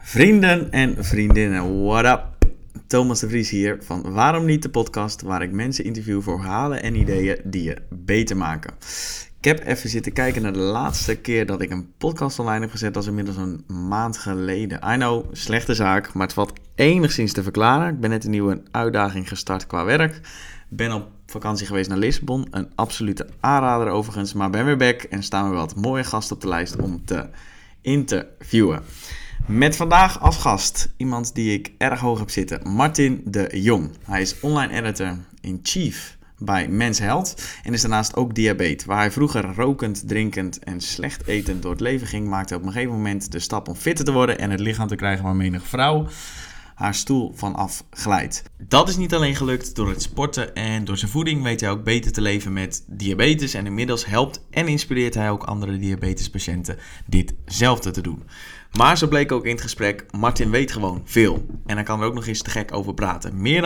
Vrienden en vriendinnen, what up? Thomas de Vries hier van Waarom Niet de podcast, waar ik mensen interview voor verhalen en ideeën die je beter maken. Ik heb even zitten kijken naar de laatste keer dat ik een podcast online heb gezet. Dat is inmiddels een maand geleden. I know, slechte zaak, maar het valt enigszins te verklaren. Ik ben net een nieuwe uitdaging gestart qua werk. Ben op vakantie geweest naar Lissabon. Een absolute aanrader overigens, maar ben weer back en staan weer wat mooie gasten op de lijst om te interviewen. Met vandaag als gast iemand die ik erg hoog heb zitten, Martin de Jong. Hij is online editor-in-chief bij Men's Health en is daarnaast ook diabetes. Waar hij vroeger rokend, drinkend en slecht etend door het leven ging, maakte hij op een gegeven moment de stap om fitter te worden en het lichaam te krijgen waar menige vrouw haar stoel vanaf glijdt. Dat is niet alleen gelukt door het sporten en door zijn voeding weet hij ook beter te leven met diabetes. En inmiddels helpt en inspireert hij ook andere diabetespatiënten ditzelfde te doen. Maar zo bleek ook in het gesprek, Martin weet gewoon veel. En hij kan er ook nog eens te gek over praten. Meer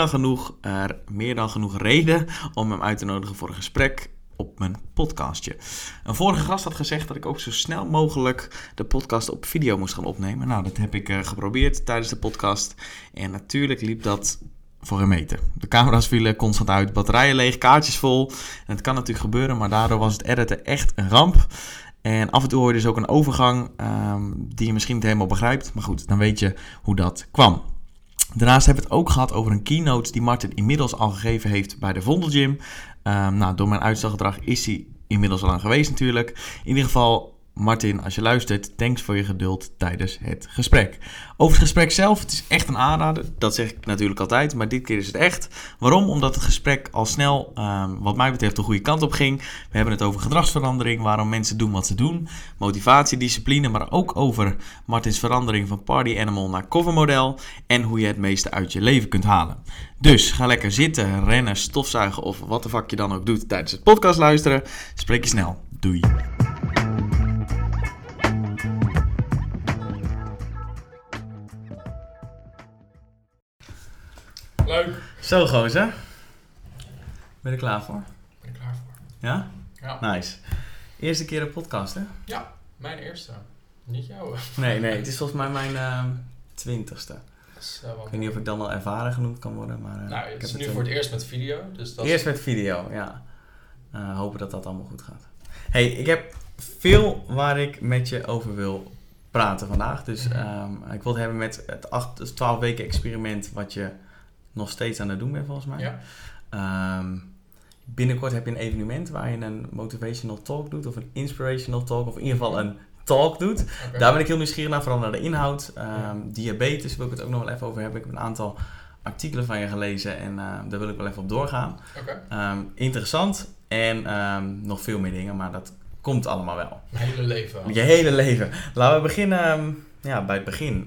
dan genoeg reden om hem uit te nodigen voor een gesprek op mijn podcastje. Een vorige gast had gezegd dat ik ook zo snel mogelijk de podcast op video moest gaan opnemen. Nou, dat heb ik geprobeerd tijdens de podcast. En natuurlijk liep dat voor een meter. De camera's vielen constant uit, batterijen leeg, kaartjes vol. En het kan natuurlijk gebeuren, maar daardoor was het editen echt een ramp. En af en toe hoor je dus ook een overgang die je misschien niet helemaal begrijpt. Maar goed, dan weet je hoe dat kwam. Daarnaast hebben we het ook gehad over een keynote die Martin inmiddels al gegeven heeft bij de Vondelgym. Door mijn uitstelgedrag is hij inmiddels al aan geweest natuurlijk. In ieder geval, Martin, als je luistert, thanks voor je geduld tijdens het gesprek. Over het gesprek zelf, het is echt een aanrader. Dat zeg ik natuurlijk altijd, maar dit keer is het echt. Waarom? Omdat het gesprek al snel, wat mij betreft, de goede kant op ging. We hebben het over gedragsverandering, waarom mensen doen wat ze doen. Motivatie, discipline, maar ook over Martins verandering van party animal naar covermodel. En hoe je het meeste uit je leven kunt halen. Dus ga lekker zitten, rennen, stofzuigen of wat de fuck je dan ook doet tijdens het podcast luisteren. Spreek je snel. Doei. Leuk. Zo, gozer. Ben je er klaar voor? Ben ik klaar voor. Ja? Ja. Nice. Eerste keer een podcast, hè? Ja, mijn eerste. Niet jouw. Nee, het is volgens mij mijn 20ste. Ik weet niet of ik dan al ervaren genoemd kan worden, maar... nou, het is nu voor het eerst met video, dus dat Eerst met video, ja. Hopen dat dat allemaal goed gaat. Hey, ik heb veel waar ik met je over wil praten vandaag. Dus ik wil het hebben met het 12 weken experiment wat je nog steeds aan het doen bent, volgens mij. Ja. Binnenkort heb je een evenement waar je een motivational talk doet, of een inspirational talk, of in ieder geval een talk doet. Okay. Daar ben ik heel nieuwsgierig naar, vooral naar de inhoud. Diabetes wil ik het ook nog wel even over hebben. Ik heb een aantal artikelen van je gelezen en daar wil ik wel even op doorgaan. Okay. Interessant en nog veel meer dingen, maar dat komt allemaal wel. Mijn hele leven. Je hele leven. Laten we beginnen bij het begin.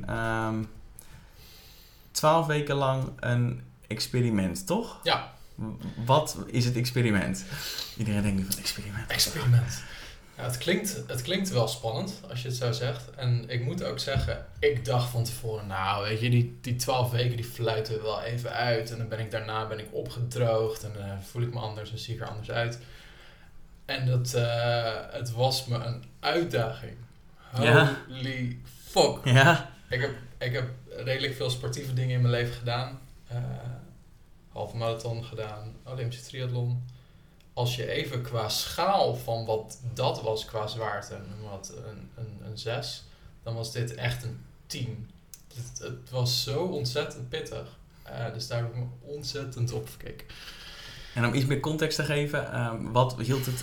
12 weken lang een experiment, toch? Ja. Wat is het experiment? Iedereen denkt nu van experiment. Ja, het klinkt wel spannend als je het zo zegt. En ik moet ook zeggen, ik dacht van tevoren, nou weet je, die 12 weken die fluiten wel even uit. En dan daarna ben ik opgedroogd en voel ik me anders en zie ik er anders uit. En het was me een uitdaging. Holy fuck. Ja. Ik heb redelijk veel sportieve dingen in mijn leven gedaan. Halve marathon gedaan, Olympische triathlon. Als je even qua schaal van wat dat was qua zwaarte, een 6, dan was dit echt een 10. Het was zo ontzettend pittig. Dus daar heb ik me ontzettend op gekeken. En om iets meer context te geven, wat hield het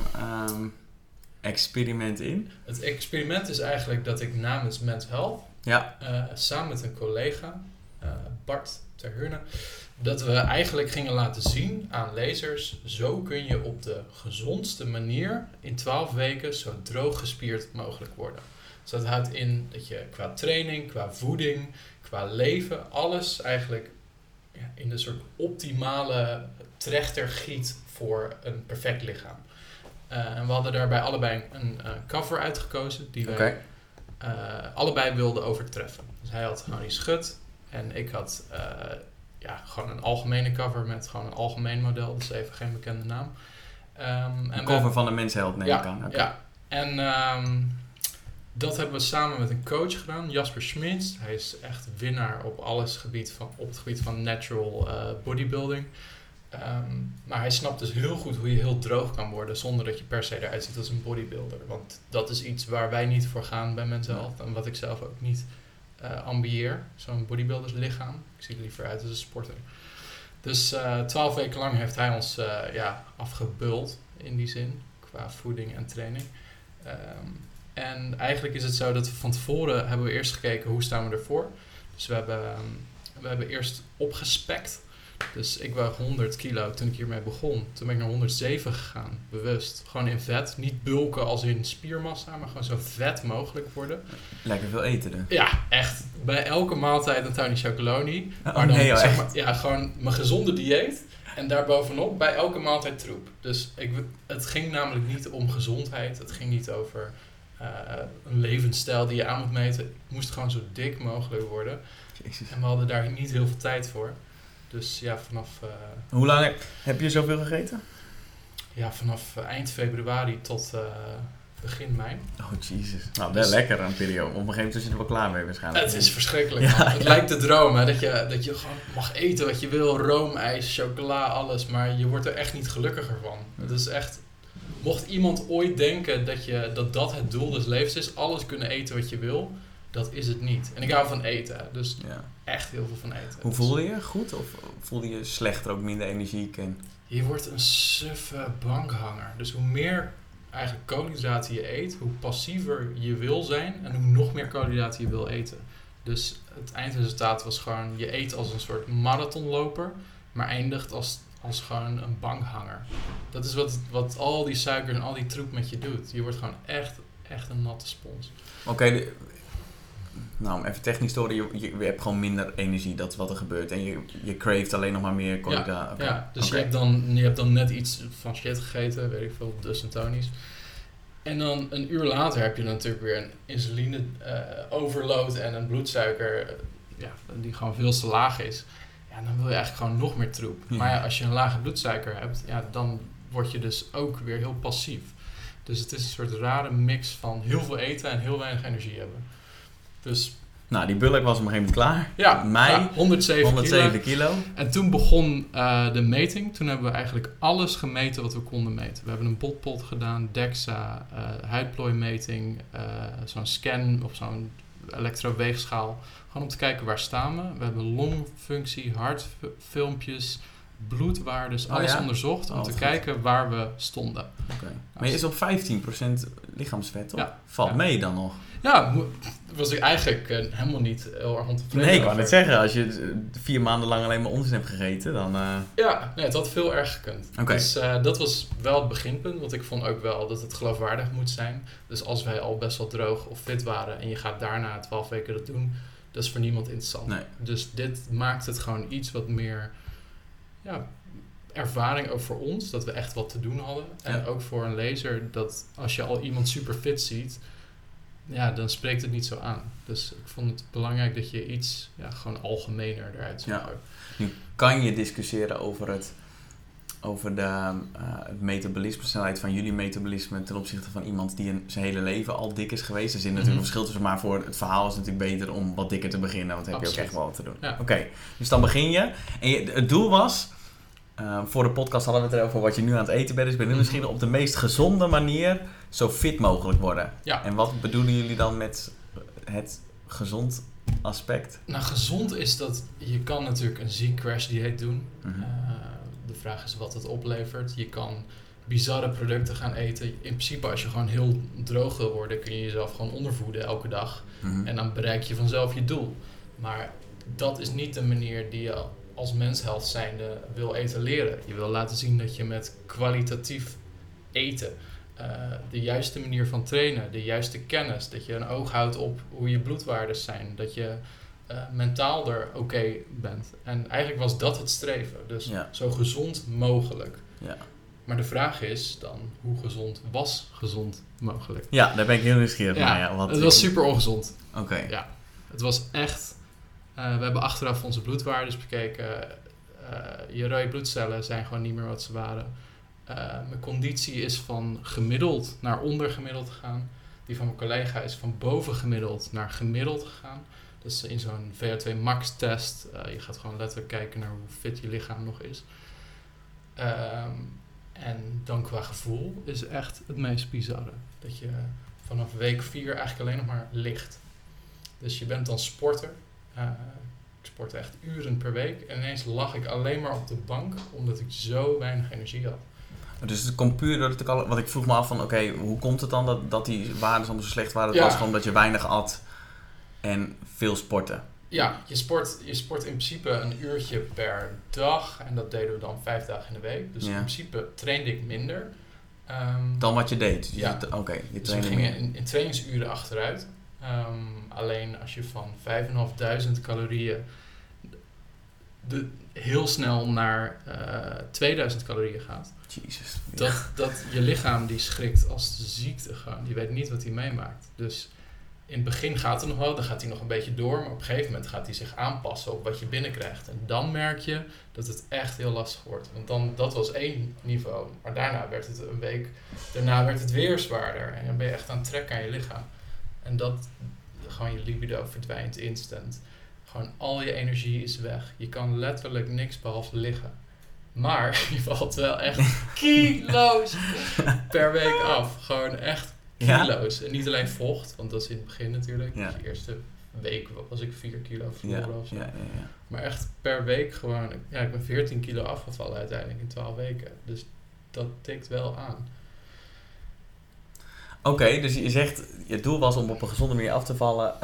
experiment in? Het experiment is eigenlijk dat ik namens Men's Health, samen met een collega, Bart ter Hurne, dat we eigenlijk gingen laten zien aan lezers, zo kun je op de gezondste manier in 12 weken zo droog gespierd mogelijk worden. Dus dat houdt in dat je qua training, qua voeding, qua leven, alles eigenlijk in een soort optimale trechter giet voor een perfect lichaam. En we hadden daarbij allebei een cover uitgekozen die wij allebei wilden overtreffen. Dus hij had Harry Schut en ik had gewoon een algemene cover met gewoon een algemeen model, dus even geen bekende naam. Een cover van de Men's Health neem ik aan. Okay. Ja, en Dat hebben we samen met een coach gedaan, Jasper Schmitz. Hij is echt winnaar op het gebied van natural bodybuilding. Maar hij snapt dus heel goed hoe je heel droog kan worden zonder dat je per se eruit ziet als een bodybuilder. Want dat is iets waar wij niet voor gaan bij Men's Health en wat ik zelf ook niet ambieer. Zo'n bodybuilderslichaam. Ik zie er liever uit als een sporter. Dus 12 weken lang heeft hij ons afgebuld in die zin, qua voeding en training. En eigenlijk is het zo dat we van tevoren hebben we eerst gekeken hoe staan we ervoor. Dus we hebben eerst opgespekt. Dus ik woog 100 kilo toen ik hiermee begon. Toen ben ik naar 107 gegaan, bewust. Gewoon in vet. Niet bulken als in spiermassa, maar gewoon zo vet mogelijk worden. Lekker veel eten dan. Ja, echt. Bij elke maaltijd een Tony Chocoloni. Oh, maar dan, nee, zeg maar, ja, gewoon mijn gezonde dieet. En daarbovenop bij elke maaltijd troep. Dus het ging namelijk niet om gezondheid. Het ging niet over een levensstijl die je aan moet meten. Ik moest gewoon zo dik mogelijk worden. Jezus. En we hadden daar niet heel veel tijd voor. Dus ja, vanaf... Hoe lang heb je zoveel gegeten? Ja, vanaf eind februari tot begin mei. Oh, jezus. Nou, wel lekker een periode. Op een gegeven moment is je er wel klaar mee waarschijnlijk. Het is verschrikkelijk, man. Het lijkt de droom, hè. Dat je gewoon mag eten wat je wil. Roomijs, chocola, alles. Maar je wordt er echt niet gelukkiger van. Het is echt... Mocht iemand ooit denken dat het doel des levens is, alles kunnen eten wat je wil, dat is het niet. En ik hou van eten, dus echt heel veel van eten. Hoe voelde je? Goed? Of voelde je slechter, ook minder energiek? Je wordt een suffe bankhanger. Dus hoe meer eigenlijk koolhydraten je eet, hoe passiever je wil zijn en hoe nog meer koolhydraten je wil eten. Dus het eindresultaat was gewoon, je eet als een soort marathonloper, maar eindigt als gewoon een bankhanger. Dat is wat al die suiker en al die troep met je doet. Je wordt gewoon echt een natte spons. Oké, nou om even technisch te horen, je hebt gewoon minder energie, dat is wat er gebeurt. En je craeft alleen nog maar meer koolhydraten. Ja, dus je hebt dan net iets van shit gegeten, weet ik veel, dus en tonisch. En dan een uur later heb je natuurlijk weer een insuline overload en een bloedsuiker die gewoon veel te laag is. Ja, dan wil je eigenlijk gewoon nog meer troep. Ja. Maar ja, als je een lage bloedsuiker hebt, dan word je dus ook weer heel passief. Dus het is een soort rare mix van heel veel eten en heel weinig energie hebben. Dus... Nou, die bulk was op een gegeven moment klaar. Ja, mei, 107 kilo. En toen begon de meting. Toen hebben we eigenlijk alles gemeten wat we konden meten. We hebben een botpot gedaan, DEXA, huidplooimeting, zo'n scan of zo'n elektroweegschaal. Gewoon om te kijken waar staan we. We hebben longfunctie, hartfilmpjes, bloedwaardes, alles onderzocht om te kijken waar we stonden. Okay. Maar je is op 15% lichaamsvet, toch? Ja. Valt mee dan nog? Ja, was ik eigenlijk helemaal niet heel erg ontevreden. Nee, ik wou net zeggen, als je 4 maanden lang alleen maar onzin hebt gegeten, dan... Ja, nee, het had veel erg gekund. Okay. Dus dat was wel het beginpunt, want ik vond ook wel dat het geloofwaardig moet zijn. Dus als wij al best wel droog of fit waren en je gaat daarna 12 weken dat doen, dat is voor niemand interessant. Nee. Dus dit maakt het gewoon iets wat meer ervaring ook voor ons, dat we echt wat te doen hadden. En ook voor een lezer, dat als je al iemand super fit ziet, dan spreekt het niet zo aan. Dus ik vond het belangrijk dat je iets gewoon algemener eruit zag. Ja. Nu kan je discussiëren over het metabolisme-snelheid van jullie metabolisme ten opzichte van iemand die zijn hele leven al dik is geweest. Er zit natuurlijk een verschil tussen, maar voor het verhaal is het natuurlijk beter om wat dikker te beginnen, want dan heb je ook echt wel wat te doen. Ja. Oké, dus dan begin je. En het doel was, voor de podcast hadden we het erover wat je nu aan het eten bent, dus ben je misschien op de meest gezonde manier zo fit mogelijk worden. Ja. En wat bedoelen jullie dan met het gezond aspect? Nou, gezond is dat je kan natuurlijk een Z-crash dieet doen. De vraag is wat het oplevert. Je kan bizarre producten gaan eten. In principe, als je gewoon heel droog wil worden, kun je jezelf gewoon ondervoeden elke dag. En dan bereik je vanzelf je doel. Maar dat is niet de manier die je als Men's Health zijnde wil etaleren. Je wil laten zien dat je met kwalitatief eten, de juiste manier van trainen, de juiste kennis, dat je een oog houdt op hoe je bloedwaardes zijn, dat je mentaal er oké bent. En eigenlijk was dat het streven. Dus zo gezond mogelijk. Ja. Maar de vraag is dan, hoe gezond was gezond mogelijk? Ja, daar ben ik heel nieuwsgierig naar. Het was super ongezond. Oké. Ja, het was echt... we hebben achteraf onze bloedwaardes bekeken. Je rode bloedcellen zijn gewoon niet meer wat ze waren. Mijn conditie is van gemiddeld naar ondergemiddeld gegaan. Die van mijn collega is van bovengemiddeld naar gemiddeld gegaan. Dus in zo'n VO2 max test, je gaat gewoon letterlijk kijken naar hoe fit je lichaam nog is. En dan qua gevoel is echt het meest bizarre. Dat je vanaf week 4 eigenlijk alleen nog maar ligt. Dus je bent dan sporter. Ik sportte echt uren per week. En ineens lag ik alleen maar op de bank, omdat ik zo weinig energie had. Dus het komt puur door het want ik vroeg me af van, oké, hoe komt het dan dat die waarden allemaal zo slecht waren? Het was gewoon dat je weinig at en veel sporten. Ja, je sport in principe een uurtje per dag. En dat deden we dan 5 dagen in de week. Dus in principe trainde ik minder. Dan wat je deed? Dus ja. Dus we gingen in trainingsuren achteruit. Alleen als je van 5.500 calorieën heel snel naar 2000 calorieën gaat. Jezus. Dat je lichaam die schrikt als de ziekte gewoon. Die weet niet wat hij meemaakt. Dus in het begin gaat het nog wel, dan gaat hij nog een beetje door. Maar op een gegeven moment gaat hij zich aanpassen op wat je binnenkrijgt. En dan merk je dat het echt heel lastig wordt. Want dat was 1 niveau. Maar daarna werd het een week, daarna werd het weer zwaarder. En dan ben je echt aan het trekken aan je lichaam. En gewoon je libido verdwijnt instant. Gewoon al je energie is weg. Je kan letterlijk niks behalve liggen. Maar je valt wel echt kilo's per week af. Gewoon echt kilo's. Ja? En niet alleen vocht, want dat is in het begin natuurlijk. Ja. De eerste week was ik 4 kilo verloren of zo. Ja. Maar echt per week gewoon. Ja, ik ben 14 kilo afgevallen uiteindelijk in 12 weken. Dus dat tikt wel aan. Oké, dus je zegt, je doel was om op een gezonde manier af te vallen.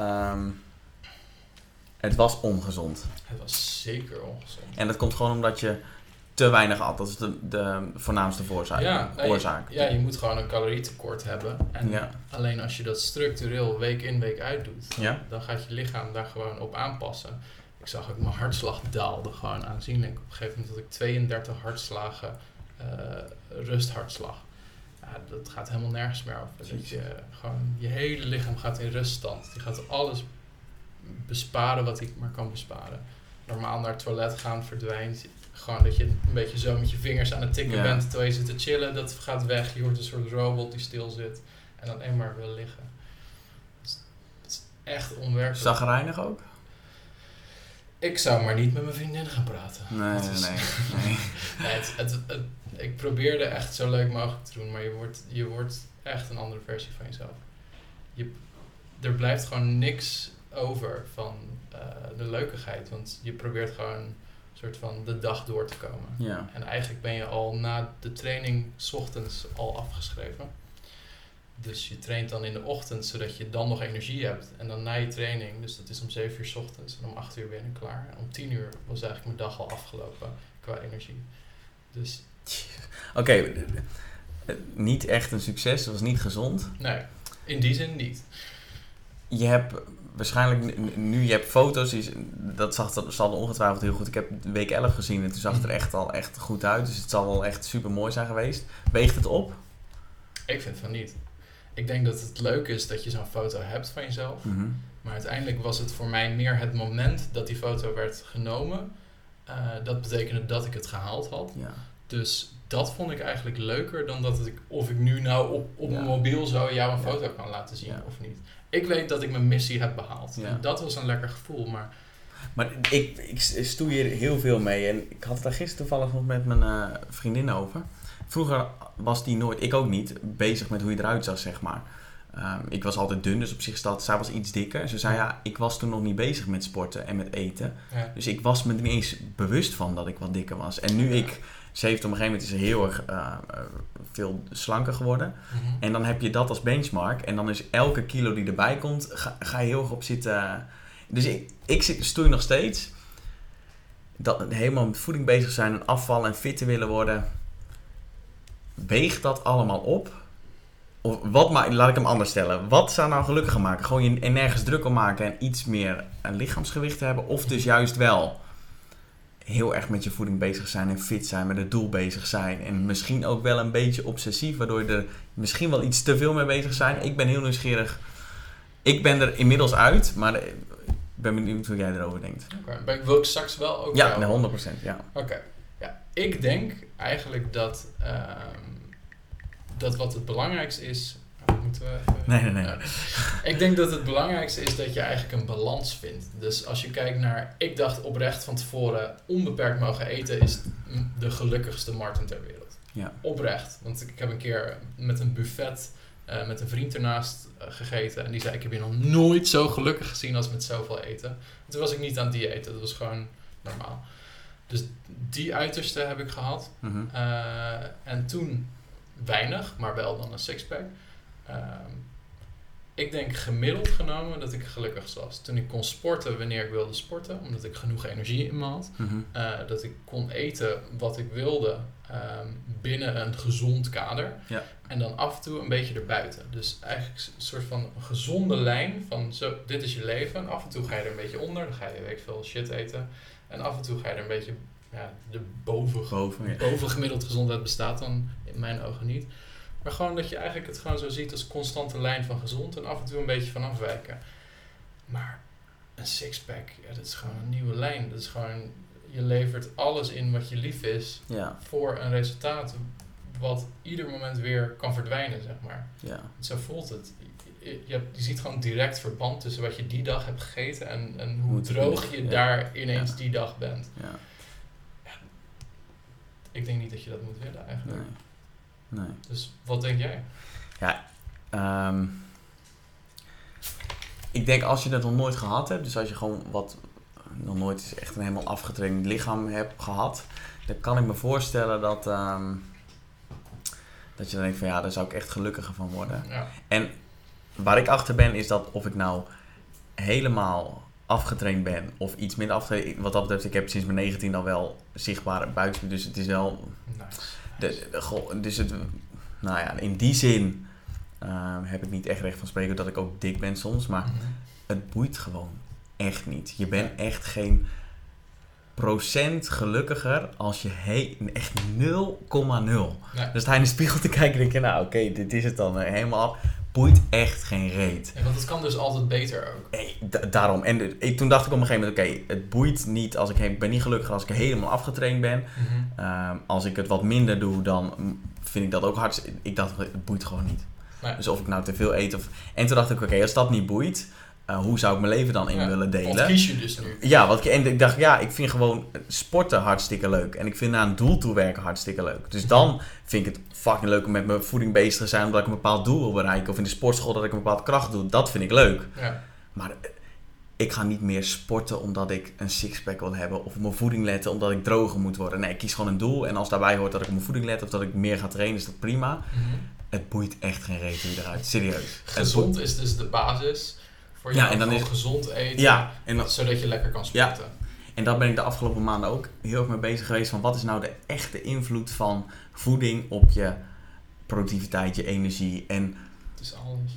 Het was ongezond. Het was zeker ongezond. En dat komt gewoon omdat je te weinig at. Dat is de voornaamste oorzaak. Ja, je moet gewoon een calorietekort hebben. En alleen als je dat structureel week in, week uit doet, dan gaat je lichaam daar gewoon op aanpassen. Ik zag ook mijn hartslag daalde gewoon aanzienlijk. Op een gegeven moment had ik 32 hartslagen rusthartslag. Ja, dat gaat helemaal nergens meer over. Dat je gewoon, je hele lichaam gaat in ruststand. Die gaat alles besparen wat hij maar kan besparen. Normaal naar het toilet gaan verdwijnt. Gewoon dat je een beetje zo met je vingers aan het tikken bent terwijl je zit te chillen. Dat gaat weg. Je wordt een soort robot die stil zit. En dan alleen maar wil liggen. Het is echt onwerkelijk. Chagrijnig ook? Ik zou maar niet met mijn vriendin gaan praten. Nee. Ik probeerde echt zo leuk mogelijk te doen. Maar je wordt echt een andere versie van jezelf. Er blijft gewoon niks over van de leukigheid. Want je probeert gewoon een soort van de dag door te komen. Ja. En eigenlijk ben je al na de training 's ochtends al afgeschreven. Dus je traint dan in de ochtend, zodat je dan nog energie hebt. En dan na je training, dus dat is om 7 uur 's ochtends. En om 8 uur ben je klaar. En om 10 uur was eigenlijk mijn dag al afgelopen qua energie. Dus... Oké, niet echt een succes. Het was niet gezond. Nee, in die zin niet. Je hebt waarschijnlijk nu, je hebt foto's, dat zal ongetwijfeld heel goed. Ik heb week 11 gezien en toen zag het er echt goed uit. Dus het zal wel echt super mooi zijn geweest. Weegt het op? Ik vind van niet. Ik denk dat het leuk is dat je zo'n foto hebt van jezelf. Mm-hmm. Maar uiteindelijk was het voor mij meer het moment dat die foto werd genomen. Dat betekende dat ik het gehaald had. Ja. Dus dat vond ik eigenlijk leuker dan dat of ik nu nou op mijn mobiel zo jou een foto kan laten zien of niet. Ik weet dat ik mijn missie heb behaald. Ja. En dat was een lekker gevoel. Maar ik stoei hier heel veel mee. En ik had het daar gisteren toevallig nog met mijn vriendin over. Vroeger was die nooit, ik ook niet, bezig met hoe je eruit zag, zeg maar. Ik was altijd dun, dus op zich zij was iets dikker. Ze zei, ik was toen nog niet bezig met sporten en met eten. Ja. Dus ik was me er niet eens bewust van dat ik wat dikker was. En nu ze heeft op een gegeven moment is ze heel erg veel slanker geworden. Mm-hmm. En dan heb je dat als benchmark. En dan is elke kilo die erbij komt, ga je heel erg op zitten. Dus ik stoei nog steeds. Helemaal met voeding bezig zijn en afvallen en fit te willen worden. Weegt dat allemaal op? Of laat ik hem anders stellen. Wat zou nou gelukkiger maken? Gewoon je nergens druk om maken en iets meer lichaamsgewicht hebben? Of dus juist wel heel erg met je voeding bezig zijn en fit zijn, met het doel bezig zijn. En misschien ook wel een beetje obsessief, waardoor je er misschien wel iets te veel mee bezig zijn. Ik ben heel nieuwsgierig. Ik ben er inmiddels uit, maar ik ben benieuwd hoe jij erover denkt. Okay. Wil ik straks wel ook... Ja, 100%. Ja. Oké. Ja, ik denk eigenlijk dat wat het belangrijkste is... Ik Moeten we even... Nee. Ik denk dat het belangrijkste is dat je eigenlijk een balans vindt. Dus als je kijkt naar... Ik dacht oprecht van tevoren... onbeperkt mogen eten is de gelukkigste Martin ter wereld. Ja. Oprecht. Want ik heb een keer met een buffet... met een vriend ernaast gegeten. En die zei, ik heb je nog nooit zo gelukkig gezien als met zoveel eten. En toen was ik niet aan het diëten. Dat was gewoon normaal. Dus die uiterste heb ik gehad. Mm-hmm. En toen weinig, maar wel dan een sixpack. Ik denk gemiddeld genomen dat ik gelukkig was. Toen ik kon sporten wanneer ik wilde sporten. Omdat ik genoeg energie in me had. Mm-hmm. Dat ik kon eten wat ik wilde. Binnen een gezond kader. Ja. En dan af en toe een beetje erbuiten. Dus eigenlijk een soort van gezonde lijn van zo, dit is je leven. En af en toe ga je er een beetje onder. Dan ga je weet ik veel shit eten. En af en toe ga je er een beetje... Ja, de bovengemiddeld gezondheid bestaat dan in mijn ogen niet. Maar gewoon dat je eigenlijk het gewoon zo ziet als constante lijn van gezond. En af en toe een beetje van afwijken. Maar een sixpack, ja, dat is gewoon een nieuwe lijn. Dat is gewoon... Je levert alles in wat je lief is voor een resultaat wat ieder moment weer kan verdwijnen, zeg maar. Ja. Zo voelt het. Je ziet gewoon direct verband tussen wat je die dag hebt gegeten en hoe droog je daar ineens die dag bent. Ja. Ja. Ik denk niet dat je dat moet willen eigenlijk. Nee. Dus wat denk jij? Ja, ik denk als je dat nog nooit gehad hebt, dus als je gewoon nog nooit echt een helemaal afgetraind lichaam hebt gehad, dan kan ik me voorstellen dat je dan denkt van ja, daar zou ik echt gelukkiger van worden. Ja. En waar ik achter ben is dat of ik nou helemaal afgetraind ben of iets minder afgetraind. Wat dat betreft, ik heb sinds mijn 19 al wel zichtbare buikspier, dus het is wel... Nice. Dus het, nou ja, in die zin heb ik niet echt recht van spreken dat ik ook dik ben soms, maar het boeit gewoon echt niet. Je bent echt geen procent gelukkiger als je echt 0,0. Nee. Dus sta je in de spiegel te kijken en denk je, nou oké, dit is het dan helemaal af. Boeit echt geen reet. Ja, want het kan dus altijd beter ook. Daarom. En toen dacht ik op een gegeven moment, oké, het boeit niet als ik ben niet gelukkiger als ik helemaal afgetraind ben. Mm-hmm. Als ik het wat minder doe, dan vind ik dat ook hartstikke... Ik dacht, het boeit gewoon niet. Nee. Dus of ik nou te veel eet of... En toen dacht ik, oké, als dat niet boeit, hoe zou ik mijn leven dan in willen delen? Wat kies je dus nu? Ja, en ik dacht, ja, ik vind gewoon sporten hartstikke leuk. En ik vind naar een doel toe werken hartstikke leuk. Dus dan vind ik het fucking leuk om met mijn voeding bezig te zijn, omdat ik een bepaald doel wil bereiken. Of in de sportschool dat ik een bepaalde kracht doe. Dat vind ik leuk. Ja. Maar ik ga niet meer sporten omdat ik een sixpack wil hebben. Of op mijn voeding letten omdat ik droger moet worden. Nee, ik kies gewoon een doel. En als daarbij hoort dat ik op mijn voeding let of dat ik meer ga trainen, is dat prima. Mm-hmm. Het boeit echt geen reet hoe je eruit. Serieus. Gezond is dus de basis. Voor je en dan is gezond eten, zodat je lekker kan sporten. Ja. En daar ben ik de afgelopen maanden ook heel erg mee bezig geweest. Van wat is nou de echte invloed van voeding op je productiviteit, je energie. En het is alles.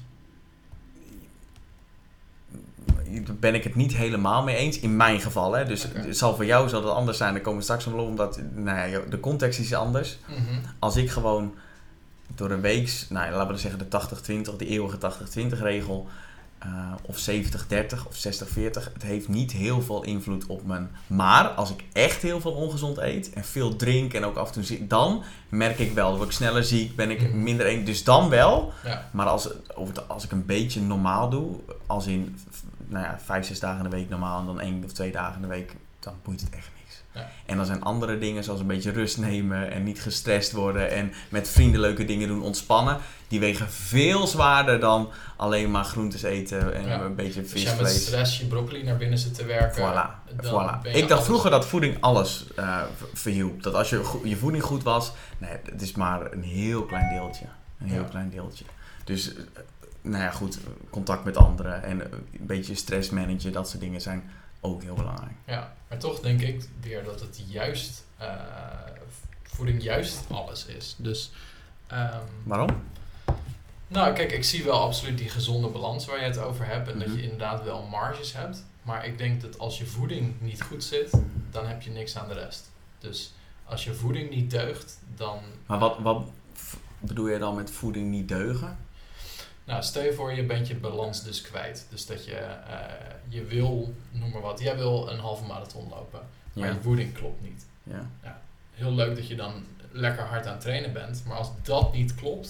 Daar ben ik het niet helemaal mee eens, in mijn geval. Hè. Dus het zal voor jou zal het anders zijn. Daar komen we straks nog op, omdat de context is anders. Mm-hmm. Als ik gewoon door een week, laten we zeggen de 80-20, de eeuwige 80-20 regel... of 70-30 of 60-40. Het heeft niet heel veel invloed op me. Maar als ik echt heel veel ongezond eet en veel drink en ook af en toe ziek, dan merk ik wel, word ik sneller ziek, ben ik minder eenzaam. Dus dan wel. Ja. Maar als ik een beetje normaal doe, als in 5-6 dagen in de week normaal en dan 1 of 2 dagen in de week, dan boeit het echt niks. Ja. En dan zijn andere dingen zoals een beetje rust nemen en niet gestrest worden en met vrienden leuke dingen doen, ontspannen. Die wegen veel zwaarder dan alleen maar groentes eten en een beetje visvlees. Dus met stress je broccoli naar binnen zit te werken. Voilà. Ik dacht vroeger dat voeding alles verhielp. Dat als je voeding goed was, het is maar een heel klein deeltje. Een heel klein deeltje. Dus, goed, contact met anderen en een beetje stress managen, dat soort dingen zijn ook heel belangrijk. Ja, maar toch denk ik weer dat het juist, voeding juist alles is. Dus... Waarom? Nou, kijk, ik zie wel absoluut die gezonde balans waar je het over hebt. En dat je inderdaad wel marges hebt. Maar ik denk dat als je voeding niet goed zit, dan heb je niks aan de rest. Dus als je voeding niet deugt, dan... Maar wat bedoel je dan met voeding niet deugen? Nou, stel je voor, je bent je balans dus kwijt. Dus dat je wil, noem maar wat, jij wil een halve marathon lopen. Maar je voeding klopt niet. Ja. Heel leuk dat je dan lekker hard aan het trainen bent. Maar als dat niet klopt,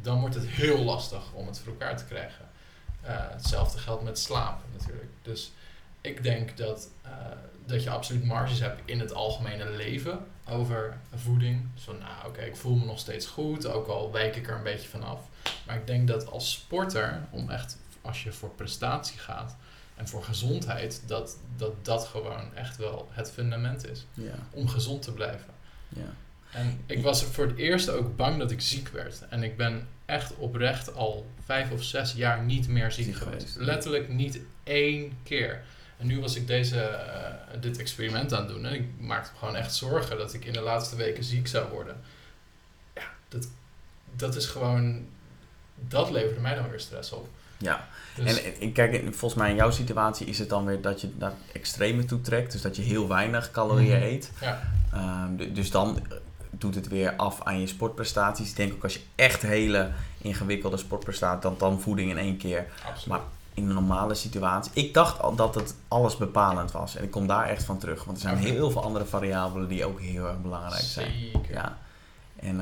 dan wordt het heel lastig om het voor elkaar te krijgen. Hetzelfde geldt met slaap natuurlijk. Dus ik denk dat je absoluut marges hebt in het algemene leven over voeding. Zo, ik voel me nog steeds goed, ook al wijk ik er een beetje vanaf. Maar ik denk dat als sporter, als je voor prestatie gaat en voor gezondheid, dat gewoon echt wel het fundament is. Ja. Om gezond te blijven. Ja. En ik was voor het eerst ook bang dat ik ziek werd. En ik ben echt oprecht al 5 of 6 jaar niet meer ziek geweest. Letterlijk niet 1 keer. En nu was ik dit experiment aan het doen. En ik maakte me gewoon echt zorgen dat ik in de laatste weken ziek zou worden. Ja, dat is gewoon... Dat leverde mij dan weer stress op. Ja, dus. En kijk, volgens mij in jouw situatie is het dan weer dat je naar extreme toe trekt. Dus dat je heel weinig calorieën eet. Ja. Dus dan doet het weer af aan je sportprestaties. Ik denk ook als je echt hele ingewikkelde sportprestaties, dan voeding in 1 keer. Absoluut. Maar in een normale situatie... Ik dacht al dat het alles bepalend was. En ik kom daar echt van terug. Want er zijn heel veel andere variabelen die ook heel erg belangrijk zijn. Zeker. Ja. En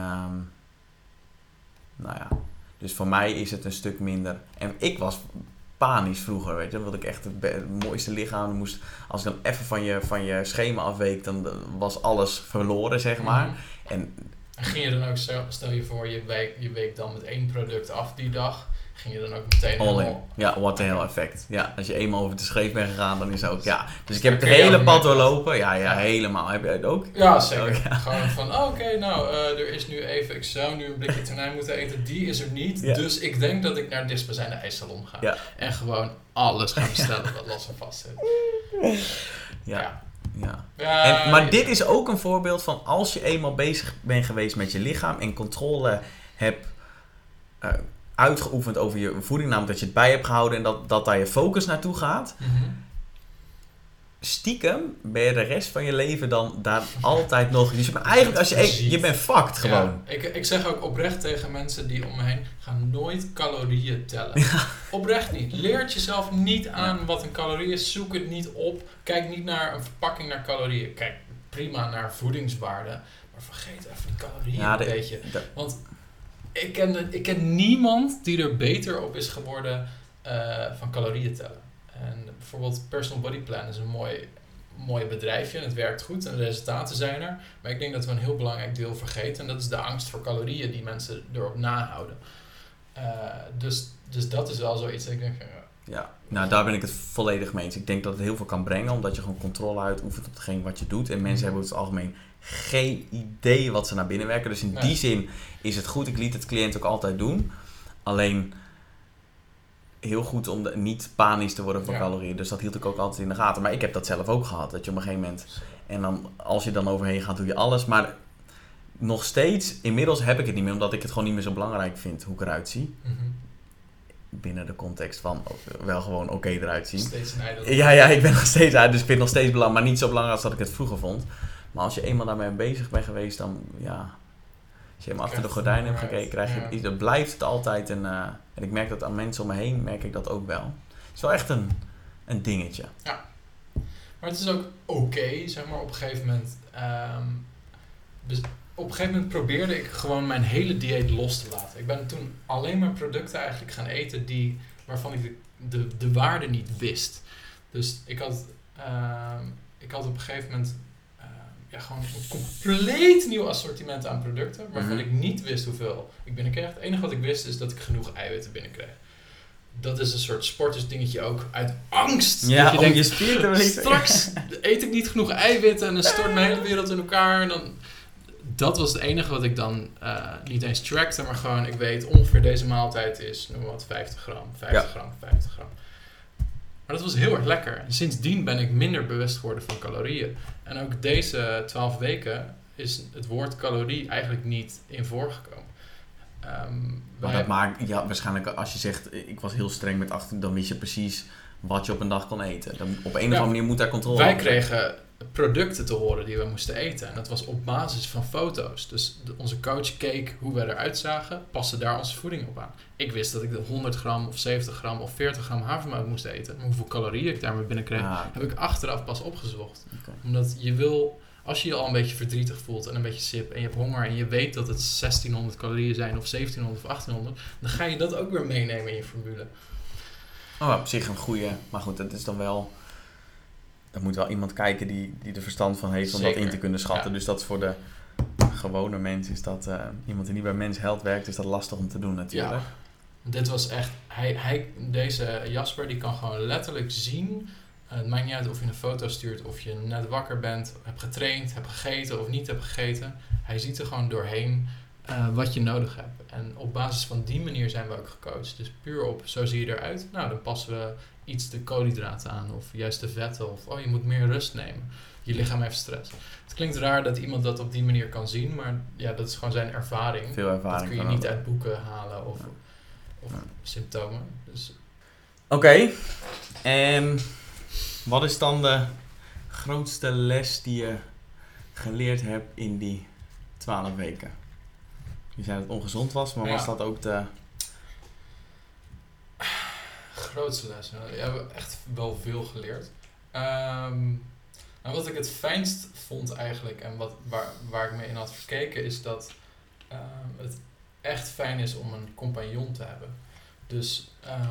dus voor mij is het een stuk minder. En ik was panisch vroeger, weet je. Dan wilde ik echt het mooiste lichaam. Als ik dan even van je schema afweek, dan was alles verloren, zeg maar. En ging je dan ook, stel je voor, je week dan met 1 product af die dag. Ging je dan ook meteen all in. Ja, what the hell effect. Ja, als je eenmaal over de scheef bent gegaan, dan is het ook, ja. Dus ik heb het hele pad doorlopen. Ja, helemaal. Heb jij het ook? Ja, zeker. Ja. Gewoon van, er is nu even, ik zou nu een blikje tonijn moeten eten, die is er niet. Ja. Dus ik denk dat ik naar het dichtstbijzijnde ijssalon ga. Ja. En gewoon alles gaan bestellen wat los en vast zit. Ja. Maar dit is ook een voorbeeld van als je eenmaal bezig bent geweest met je lichaam en controle hebt uitgeoefend over je voeding, namelijk dat je het bij hebt gehouden en dat daar je focus naartoe gaat. Stiekem ben je de rest van je leven dan daar altijd nog. Dus je bent eigenlijk, je bent fucked gewoon. Ja, ik zeg ook oprecht tegen mensen die om me heen gaan nooit calorieën tellen. Ja. Oprecht niet. Leert jezelf niet aan wat een calorie is. Zoek het niet op. Kijk niet naar een verpakking naar calorieën. Kijk prima naar voedingswaarden. Maar vergeet even die calorieën een beetje. Want ik ken niemand die er beter op is geworden van calorieën tellen. En bijvoorbeeld Personal Body Plan is een mooi bedrijfje en het werkt goed en de resultaten zijn er. Maar ik denk dat we een heel belangrijk deel vergeten en dat is de angst voor calorieën die mensen erop nahouden. Dus dat is wel zoiets dat ik denk... Ja, daar ben ik het volledig mee eens. Ik denk dat het heel veel kan brengen, omdat je gewoon controle uitoefent op hetgeen wat je doet. En mensen hebben over het algemeen geen idee wat ze naar binnen werken. Dus in die zin is het goed. Ik liet het cliënt ook altijd doen. Alleen heel goed om niet panisch te worden van calorieën. Dus dat hield ik ook altijd in de gaten. Maar ik heb dat zelf ook gehad. Dat je op een gegeven moment... En dan, als je dan overheen gaat, doe je alles. Maar nog steeds, inmiddels heb ik het niet meer. Omdat ik het gewoon niet meer zo belangrijk vind hoe ik eruit zie. Binnen de context van wel gewoon oké eruit zien. Steeds een ijdel. Ja, ik ben nog steeds uit. Dus ik vind het nog steeds belangrijk. Maar niet zo belangrijk als dat ik het vroeger vond. Maar als je eenmaal daarmee bezig bent geweest, dan als je hem achter de gordijnen hebt gekeken, dan blijft het altijd. En ik merk dat aan mensen om me heen, merk ik dat ook wel. Het is wel echt een dingetje. Ja. Maar het is ook oké, zeg maar, op een gegeven moment. Op een gegeven moment probeerde ik gewoon mijn hele dieet los te laten. Ik ben toen alleen maar producten eigenlijk gaan eten waarvan ik de waarde niet wist. Dus ik had op een gegeven moment gewoon een compleet nieuw assortiment aan producten, waarvan ik niet wist hoeveel ik binnenkreeg. Het enige wat ik wist is dat ik genoeg eiwitten binnenkreeg. Dat is een soort sportersdingetje ook uit angst. Ja, dat je denkt, je spieren te straks eet ik niet genoeg eiwitten en dan stort mijn hele wereld in elkaar. En dan, dat was het enige wat ik dan niet eens trackte, maar gewoon ik weet ongeveer deze maaltijd is, noem maar wat, 50 gram. Maar dat was heel erg lekker. En sindsdien ben ik minder bewust geworden van calorieën. En ook deze 12 weken is het woord calorie eigenlijk niet in voorgekomen. Maar dat maakt, waarschijnlijk als je zegt, ik was heel streng met 8, dan wist je precies wat je op een dag kon eten. Dan, op een of andere manier moet daar controle Wij kregen producten te horen die we moesten eten. En dat was op basis van foto's. Dus onze coach keek hoe we eruit zagen, paste daar onze voeding op aan. Ik wist dat ik 100 gram of 70 gram of 40 gram havermout moest eten. Maar hoeveel calorieën ik daarmee binnenkreeg, heb ik achteraf pas opgezocht. Okay. Omdat je wil Als je je al een beetje verdrietig voelt en een beetje sip en je hebt honger en je weet dat het 1600 calorieën zijn of 1700 of 1800, dan ga je dat ook weer meenemen in je formule. Oh, op zich een goede, maar goed, dat is dan wel... Er moet wel iemand kijken die er verstand van heeft om dat in te kunnen schatten. Ja. Dus dat is voor de gewone mens, is dat iemand die niet bij Men's Health werkt, is dat lastig om te doen natuurlijk. Ja. Dit was echt... Deze Jasper, die kan gewoon letterlijk zien... Het maakt niet uit of je een foto stuurt, of je net wakker bent, hebt getraind, hebt gegeten of niet hebt gegeten. Hij ziet er gewoon doorheen wat je nodig hebt. En op basis van die manier zijn we ook gecoacht. Dus puur op, zo zie je eruit. Nou, dan passen we iets de koolhydraten aan, of juist de vetten, of je moet meer rust nemen. Je lichaam heeft stress. Het klinkt raar dat iemand dat op die manier kan zien, maar ja, dat is gewoon zijn ervaring. Veel ervaring. Dat kun je niet uit boeken halen of symptomen. Dus... Oké. Wat is dan de grootste les die je geleerd hebt in die 12 weken? Je zei dat het ongezond was, maar was dat ook de... Grootste les? Ja, we hebben echt wel veel geleerd. Wat ik het fijnst vond eigenlijk en waar ik me in had verkeken is dat het echt fijn is om een compagnon te hebben. Dus...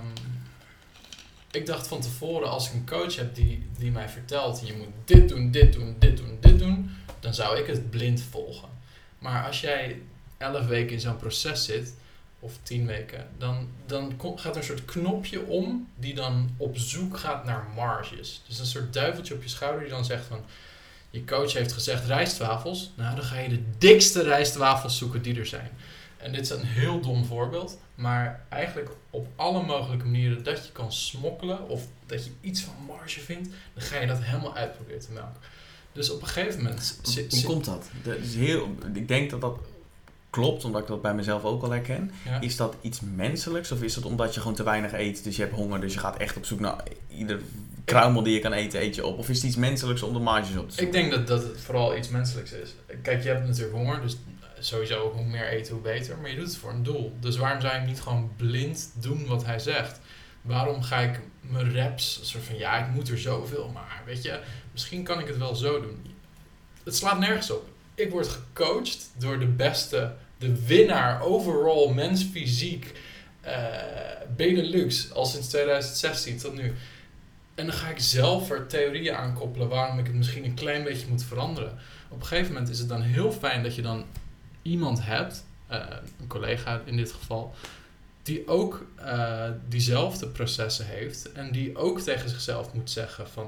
ik dacht van tevoren, als ik een coach heb die mij vertelt... je moet dit doen, dit doen, dit doen, dit doen... dan zou ik het blind volgen. Maar als jij 11 weken in zo'n proces zit... of 10 weken... dan gaat er een soort knopje om... die dan op zoek gaat naar marges. Dus een soort duiveltje op je schouder die dan zegt van... je coach heeft gezegd rijstwafels... nou, dan ga je de dikste rijstwafels zoeken die er zijn... En dit is een heel dom voorbeeld, maar eigenlijk op alle mogelijke manieren dat je kan smokkelen of dat je iets van marge vindt, dan ga je dat helemaal uitproberen te melken. Dus op een gegeven moment... Hoe komt dat? Ik denk dat dat klopt, omdat ik dat bij mezelf ook al herken. Ja. Is dat iets menselijks of is het omdat je gewoon te weinig eet, dus je hebt honger, dus je gaat echt op zoek naar ieder kruimel die je kan eten, eet je op? Of is het iets menselijks om de marges op te zoeken? Ik denk dat het vooral iets menselijks is. Kijk, je hebt natuurlijk honger, dus... Sowieso, hoe meer eten, hoe beter. Maar je doet het voor een doel. Dus waarom zou je niet gewoon blind doen wat hij zegt? Waarom ga ik mijn reps, soort van, ja, ik moet er zoveel, maar weet je, misschien kan ik het wel zo doen. Het slaat nergens op. Ik word gecoacht door de beste, de winnaar overall mens fysiek, Benelux, al sinds 2016 tot nu. En dan ga ik zelf er theorieën aan koppelen waarom ik het misschien een klein beetje moet veranderen. Op een gegeven moment is het dan heel fijn dat je dan iemand hebt, een collega in dit geval, die ook diezelfde processen heeft en die ook tegen zichzelf moet zeggen van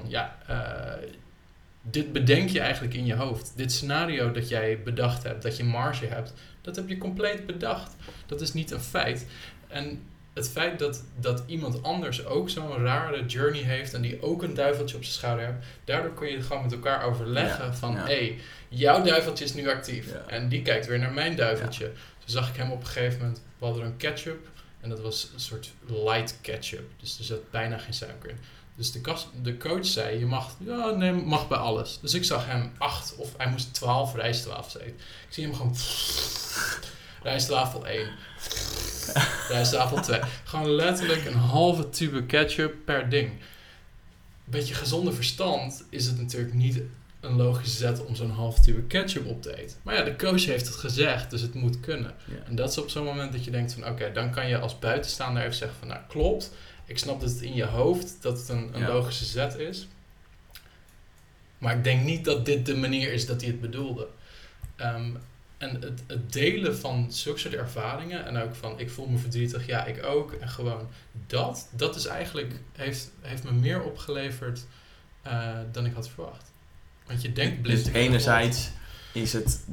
dit bedenk je eigenlijk in je hoofd. Dit scenario dat jij bedacht hebt, dat je marge hebt, dat heb je compleet bedacht. Dat is niet een feit. En het feit dat iemand anders ook zo'n rare journey heeft en die ook een duiveltje op zijn schouder heeft, daardoor kun je gewoon met elkaar overleggen van jouw duiveltje is nu actief en die kijkt weer naar mijn duiveltje. Toen zag ik hem op een gegeven moment, we hadden een ketchup en dat was een soort light ketchup, dus er zat bijna geen suiker in. Dus de coach zei, je mag bij alles. Dus ik zag hem 8 of hij moest 12 rijstwafels eten. Ik zie hem gewoon rijstwafel 1. Rijstwafel 2. Gewoon letterlijk een halve tube ketchup per ding. Beetje gezonde verstand is het natuurlijk niet een logische zet om zo'n halve tube ketchup op te eten. Maar ja, de coach heeft het gezegd, dus het moet kunnen. Ja. En dat is op zo'n moment dat je denkt van oké, dan kan je als buitenstaander even zeggen van nou klopt, ik snap dat het in je hoofd dat het een logische zet is. Maar ik denk niet dat dit de manier is dat hij het bedoelde. En het delen van zulke soort ervaringen en ook van ik voel me verdrietig, ja ik ook. En gewoon dat is eigenlijk, heeft me meer opgeleverd dan ik had verwacht. Want je denkt blind. Dus enerzijds is het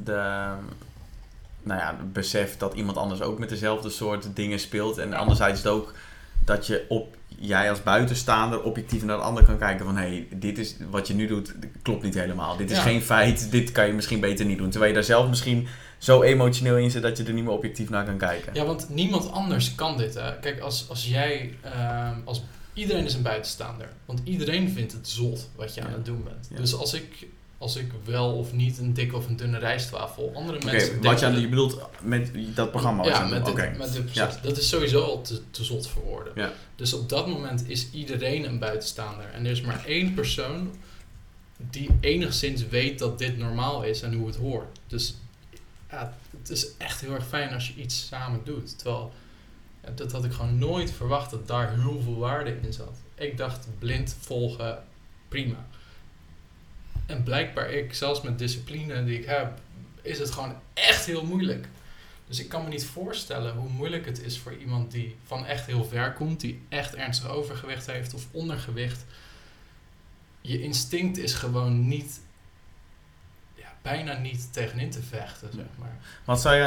het besef dat iemand anders ook met dezelfde soort dingen speelt. En anderzijds is het ook dat jij als buitenstaander objectief naar de ander kan kijken van dit is wat je nu doet, klopt niet helemaal. Dit is geen feit, dit kan je misschien beter niet doen. Terwijl je daar zelf misschien zo emotioneel in zit dat je er niet meer objectief naar kan kijken. Ja, want niemand anders kan dit. Hè? Kijk, als jij, iedereen is een buitenstaander. Want iedereen vindt het zot wat je aan het doen bent. Ja. Dus als ik wel of niet een dikke of een dunne rijstwafel, andere mensen... Je bedoelt met dat programma? Met dit proces. Ja. Dat is sowieso al te zot voor woorden. Ja. Dus op dat moment is iedereen een buitenstaander. En er is maar één persoon die enigszins weet dat dit normaal is en hoe het hoort. Dus ja, het is echt heel erg fijn als je iets samen doet. Terwijl, dat had ik gewoon nooit verwacht dat daar heel veel waarde in zat. Ik dacht, blind volgen, prima. En blijkbaar zelfs met discipline die ik heb, is het gewoon echt heel moeilijk. Dus ik kan me niet voorstellen hoe moeilijk het is voor iemand die van echt heel ver komt, die echt ernstig overgewicht heeft of ondergewicht. Je instinct is gewoon niet, bijna niet tegenin te vechten, zeg maar. Wat zou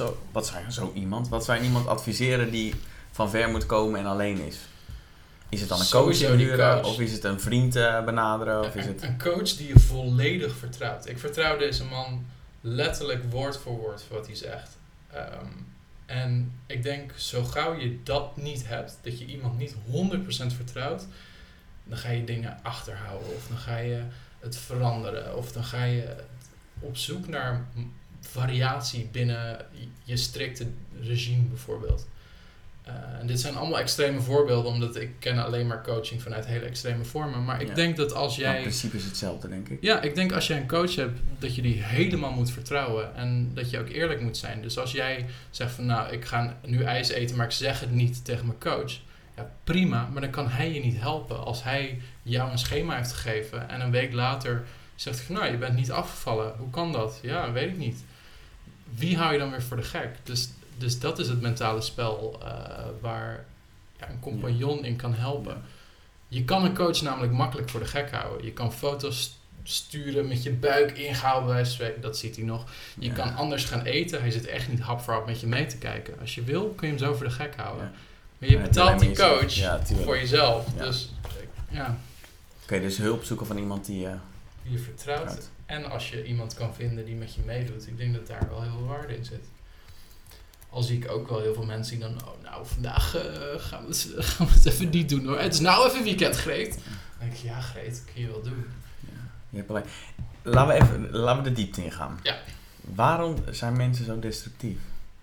je iemand adviseren die van ver moet komen en alleen is? Is het dan een coach inhuren of is het een vriend benaderen? Of is het een coach die je volledig vertrouwt. Ik vertrouw deze man letterlijk woord voor woord voor wat hij zegt. En ik denk, zo gauw je dat niet hebt, dat je iemand niet 100% vertrouwt, dan ga je dingen achterhouden of dan ga je het veranderen of dan ga je op zoek naar variatie binnen je strikte regime bijvoorbeeld. En dit zijn allemaal extreme voorbeelden, omdat ik ken alleen maar coaching vanuit hele extreme vormen. Maar ik denk dat als jij... Maar in principe is hetzelfde, denk ik. Ja, ik denk als jij een coach hebt, dat je die helemaal moet vertrouwen. En dat je ook eerlijk moet zijn. Dus als jij zegt van, nou, ik ga nu ijs eten, maar ik zeg het niet tegen mijn coach. Ja, prima, maar dan kan hij je niet helpen. Als hij jou een schema heeft gegeven en een week later zegt hij van, nou, je bent niet afgevallen. Hoe kan dat? Ja, weet ik niet. Wie hou je dan weer voor de gek? Dus dat is het mentale spel waar een compagnon in kan helpen. Je kan een coach namelijk makkelijk voor de gek houden. Je kan foto's sturen met je buik ingehouden bij spreken. Dat ziet hij nog. Je kan anders gaan eten. Hij zit echt niet hap voor hap met je mee te kijken. Als je wil, kun je hem zo voor de gek houden. Ja. Maar je betaalt die coach voor jezelf. Ja. Dus Oké, dus hulp zoeken van iemand die je vertrouwt. En als je iemand kan vinden die met je meedoet. Ik denk dat daar wel heel veel waarde in zit. Al zie ik ook wel heel veel mensen die dan, vandaag gaan we het even niet doen hoor. Het is nou even weekend, Greet. Dan denk ik, ja Greet, kun je wel doen. Ja, je hebt alleen... Laten we de diepte ingaan. Ja. Waarom zijn mensen zo destructief?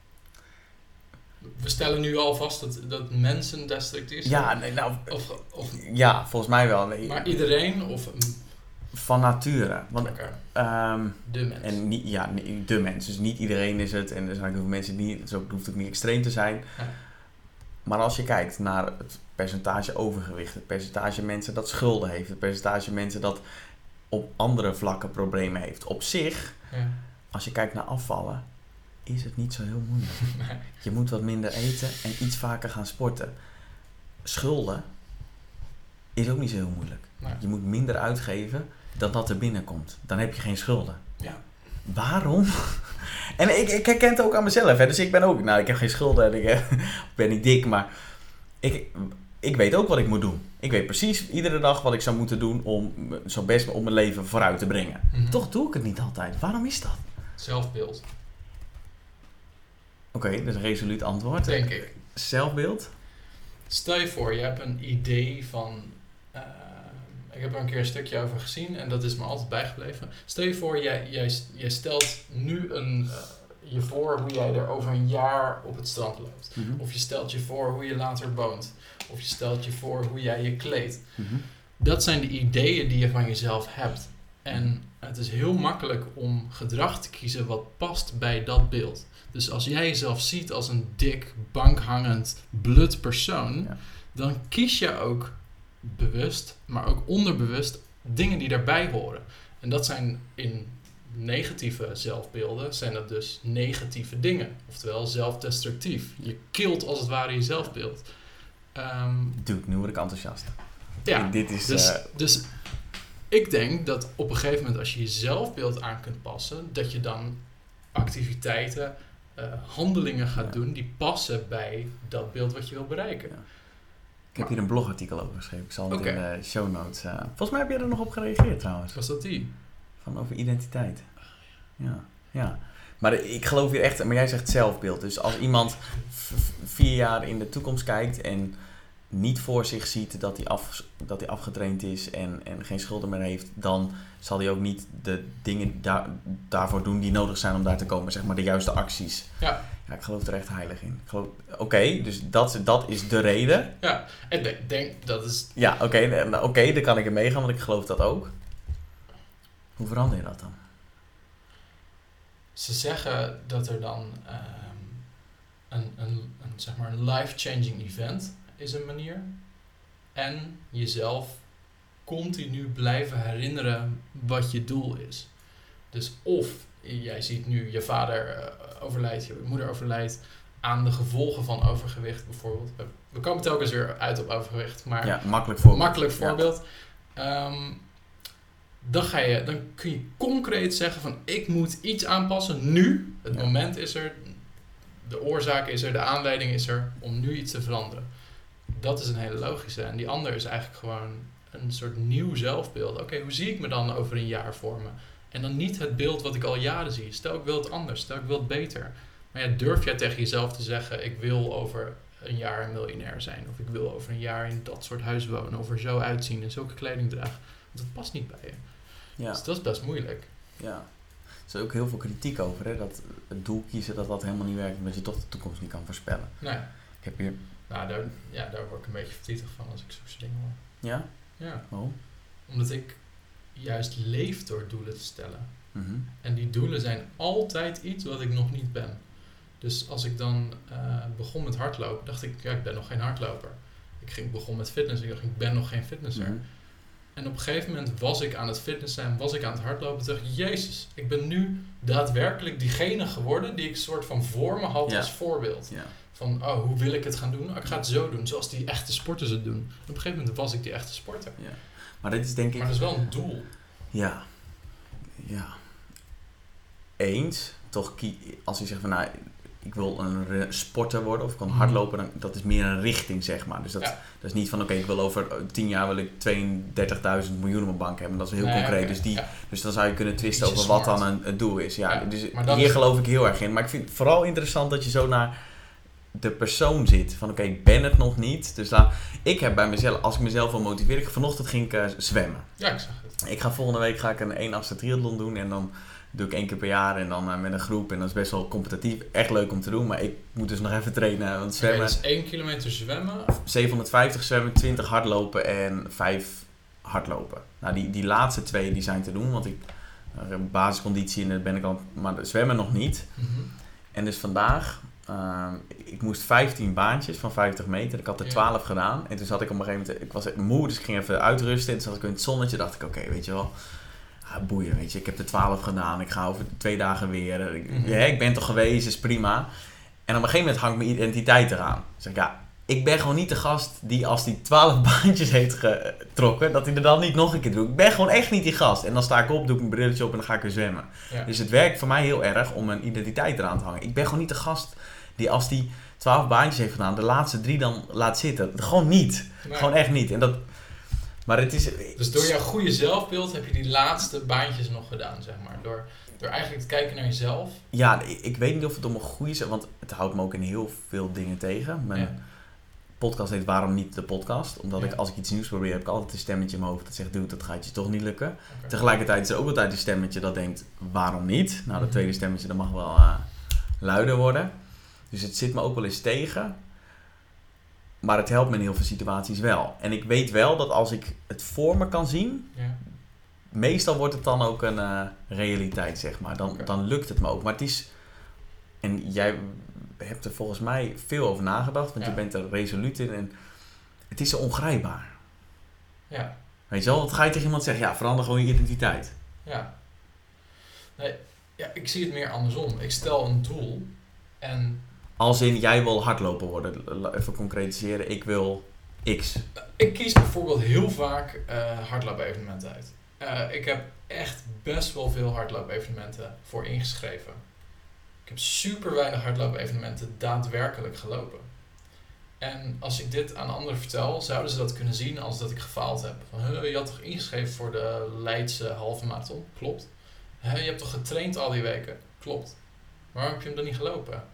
We stellen nu al vast dat mensen destructief zijn. Ja, nee, ja, volgens mij wel. Nee. Maar iedereen of... Van nature. Want, de mens. En de mens. Dus niet iedereen is het. En er zijn heel veel mensen die niet. Het hoeft ook niet extreem te zijn. Ja. Maar als je kijkt naar het percentage overgewicht. Het percentage mensen dat schulden heeft. Het percentage mensen dat op andere vlakken problemen heeft. Op zich, als je kijkt naar afvallen, is het niet zo heel moeilijk. Nee. Je moet wat minder eten en iets vaker gaan sporten. Schulden is ook niet zo heel moeilijk. Nee. Je moet minder uitgeven dan dat er binnenkomt. Dan heb je geen schulden. Ja. Waarom? En ik herken het ook aan mezelf. Hè. Dus ik ben ook... ik heb geen schulden en ik ben niet dik. Maar ik weet ook wat ik moet doen. Ik weet precies iedere dag wat ik zou moeten doen om zo best op mijn leven vooruit te brengen. Mm-hmm. Toch doe ik het niet altijd. Waarom is dat? Zelfbeeld. Oké, dat is een resoluut antwoord. Denk ik. Zelfbeeld? Stel je voor, je hebt een idee van... ik heb er een keer een stukje over gezien en dat is me altijd bijgebleven. Stel je voor, jij stelt nu je voor hoe jij er over een jaar op het strand loopt. Mm-hmm. Of je stelt je voor hoe je later woont. Of je stelt je voor hoe jij je kleedt. Mm-hmm. Dat zijn de ideeën die je van jezelf hebt. En het is heel makkelijk om gedrag te kiezen wat past bij dat beeld. Dus als jij jezelf ziet als een dik, bankhangend, blut persoon, dan kies je ook bewust, maar ook onderbewust dingen die daarbij horen. En dat zijn in negatieve zelfbeelden, zijn dat dus negatieve dingen. Oftewel zelfdestructief. Je kilt als het ware je zelfbeeld. Dude, nu word ik enthousiast. Ja, dit is, dus ik denk dat op een gegeven moment als je je zelfbeeld aan kunt passen, dat je dan activiteiten, handelingen gaat doen die passen bij dat beeld wat je wil bereiken. Ja. Ik heb hier een blogartikel over geschreven. Ik zal het in de show notes... volgens mij heb je er nog op gereageerd trouwens. Was dat die? Van over identiteit. Ja. Maar ik geloof hier echt... Maar jij zegt zelfbeeld. Dus als iemand 4 jaar in de toekomst kijkt en niet voor zich ziet dat hij afgetraind is en geen schulden meer heeft, dan zal hij ook niet de dingen daarvoor doen die nodig zijn om daar te komen. Zeg maar de juiste acties. Ja, ik geloof er echt heilig in. Oké, dus dat is de reden. Ja, en denk dat is... Ja, oké, dan kan ik er meegaan, want ik geloof dat ook. Hoe verander je dat dan? Ze zeggen dat er dan een life-changing event is een manier. En jezelf continu blijven herinneren wat je doel is. Dus of jij ziet nu je vader overlijdt, je moeder overlijdt aan de gevolgen van overgewicht bijvoorbeeld. We komen telkens weer uit op overgewicht, maar ja, makkelijk voorbeeld. Dan kun je concreet zeggen van ik moet iets aanpassen nu. Het moment is er, de oorzaak is er, de aanleiding is er om nu iets te veranderen. Dat is een hele logische. En die andere is eigenlijk gewoon een soort nieuw zelfbeeld. Oké, hoe zie ik me dan over een jaar voor me? En dan niet het beeld wat ik al jaren zie. Stel ik wil het anders, stel ik wil het beter. Maar ja, durf jij tegen jezelf te zeggen, ik wil over een jaar een miljonair zijn. Of ik wil over een jaar in dat soort huis wonen. Of er zo uitzien en zulke kleding dragen. Want dat past niet bij je. Ja. Dus dat is best moeilijk. Ja. Er is ook heel veel kritiek over, hè? Dat het doel kiezen dat helemaal niet werkt. Omdat je toch de toekomst niet kan voorspellen. Nee. Ik heb hier... Nou, daar word ik een beetje verdrietig van als ik zo'n dingen hoor. Ja? Ja. Waarom? Omdat ik juist leef door doelen te stellen. Mm-hmm. En die doelen zijn altijd iets wat ik nog niet ben. Dus als ik dan begon met hardlopen, dacht ik, ik ben nog geen hardloper. Begon met fitness en ik dacht, ik ben nog geen fitnesser. Mm-hmm. En op een gegeven moment was ik aan het fitnessen en was ik aan het hardlopen. Toen dacht ik, jezus, ik ben nu daadwerkelijk diegene geworden die ik soort van voor me had als voorbeeld. Ja. Van, hoe wil ik het gaan doen? Ik ga het zo doen, zoals die echte sporters het doen. Op een gegeven moment was ik die echte sporter. Ja. Maar dit is denk ik... Maar dat is wel een doel. Ja. Ja. Eens. Toch, als je zegt van, nou, ik wil een sporter worden of ik kan hardlopen, dan, dat is meer een richting, zeg maar. Dus dat is niet van, oké, ik wil over 10 jaar wil ik 32.000 miljoen op mijn bank hebben. Dat is heel concreet. Okay. Dus dan zou je kunnen twisten over wat dan een doel is. Ja, dus hier geloof ik heel erg in. Maar ik vind het vooral interessant dat je zo naar de persoon zit. Van oké, ik ben het nog niet. Dus ik heb bij mezelf, als ik mezelf wil motiveren, vanochtend ging ik zwemmen. Ja, ik zag het. Volgende week een 1/8 triathlon doen en dan doe ik 1 keer per jaar en dan met een groep en dat is best wel competitief. Echt leuk om te doen, maar ik moet dus nog even trainen. Want zwemmen, dus 1 kilometer zwemmen? 750 zwemmen, 20 hardlopen en 5 hardlopen. Nou, die laatste 2 die zijn te doen, want ik basisconditie en daar ben ik al, maar zwemmen nog niet. Mm-hmm. En dus vandaag, ik moest 15 baantjes van 50 meter. Ik had er 12 gedaan. En toen zat ik op een gegeven moment, ik was moe, dus ik ging even uitrusten. En toen zat ik in het zonnetje, dacht ik, oké, weet je wel, boeien, weet je. Ik heb er 12 gedaan, ik ga over 2 dagen weer. Ik ben toch geweest, is prima. En op een gegeven moment hangt mijn identiteit eraan. Dus ik ik ben gewoon niet de gast die als die 12 baantjes heeft getrokken, dat hij er dan niet nog een keer doet. Ik ben gewoon echt niet die gast. En dan sta ik op, doe ik mijn brilletje op en dan ga ik weer zwemmen. Ja. Dus het werkt voor mij heel erg om een identiteit eraan te hangen. Ik ben gewoon niet de gast die als die 12 baantjes heeft gedaan, de laatste 3 dan laat zitten. Gewoon niet. Nee. Gewoon echt niet. En dat, maar het is... Dus door jouw goede zelfbeeld heb je die laatste baantjes nog gedaan, zeg maar. Door eigenlijk te kijken naar jezelf. Ja, ik weet niet of het om een goede... Want het houdt me ook in heel veel dingen tegen. Mijn podcast heet Waarom niet de podcast? Omdat ik, als ik iets nieuws probeer, heb ik altijd een stemmetje in mijn hoofd dat zegt, dude, dat gaat je toch niet lukken. Okay. Tegelijkertijd is er ook altijd een stemmetje dat denkt, waarom niet? Nou, dat tweede stemmetje, dat mag wel luider worden. Dus het zit me ook wel eens tegen. Maar het helpt me in heel veel situaties wel. En ik weet wel dat als ik het voor me kan zien, meestal wordt het dan ook een realiteit, zeg maar. Dan lukt het me ook. Maar het is... En jij hebt er volgens mij veel over nagedacht, want je bent er resoluut in en het is zo ongrijpbaar. Ja. Weet je wel, wat ga je tegen iemand zeggen? Ja, verander gewoon je identiteit. Ja. Nee, ik zie het meer andersom. Ik stel een doel en... Als in, jij wil hardloper worden. Even concretiseren, ik wil X. Ik kies bijvoorbeeld heel vaak hardloopevenementen uit. Ik heb echt best wel veel hardloopevenementen voor ingeschreven. Ik heb super weinig hardloopevenementen daadwerkelijk gelopen. En als ik dit aan anderen vertel, zouden ze dat kunnen zien als dat ik gefaald heb. Van, je had toch ingeschreven voor de Leidse halve marathon? Klopt. Je hebt toch getraind al die weken? Klopt. Waarom heb je hem dan niet gelopen?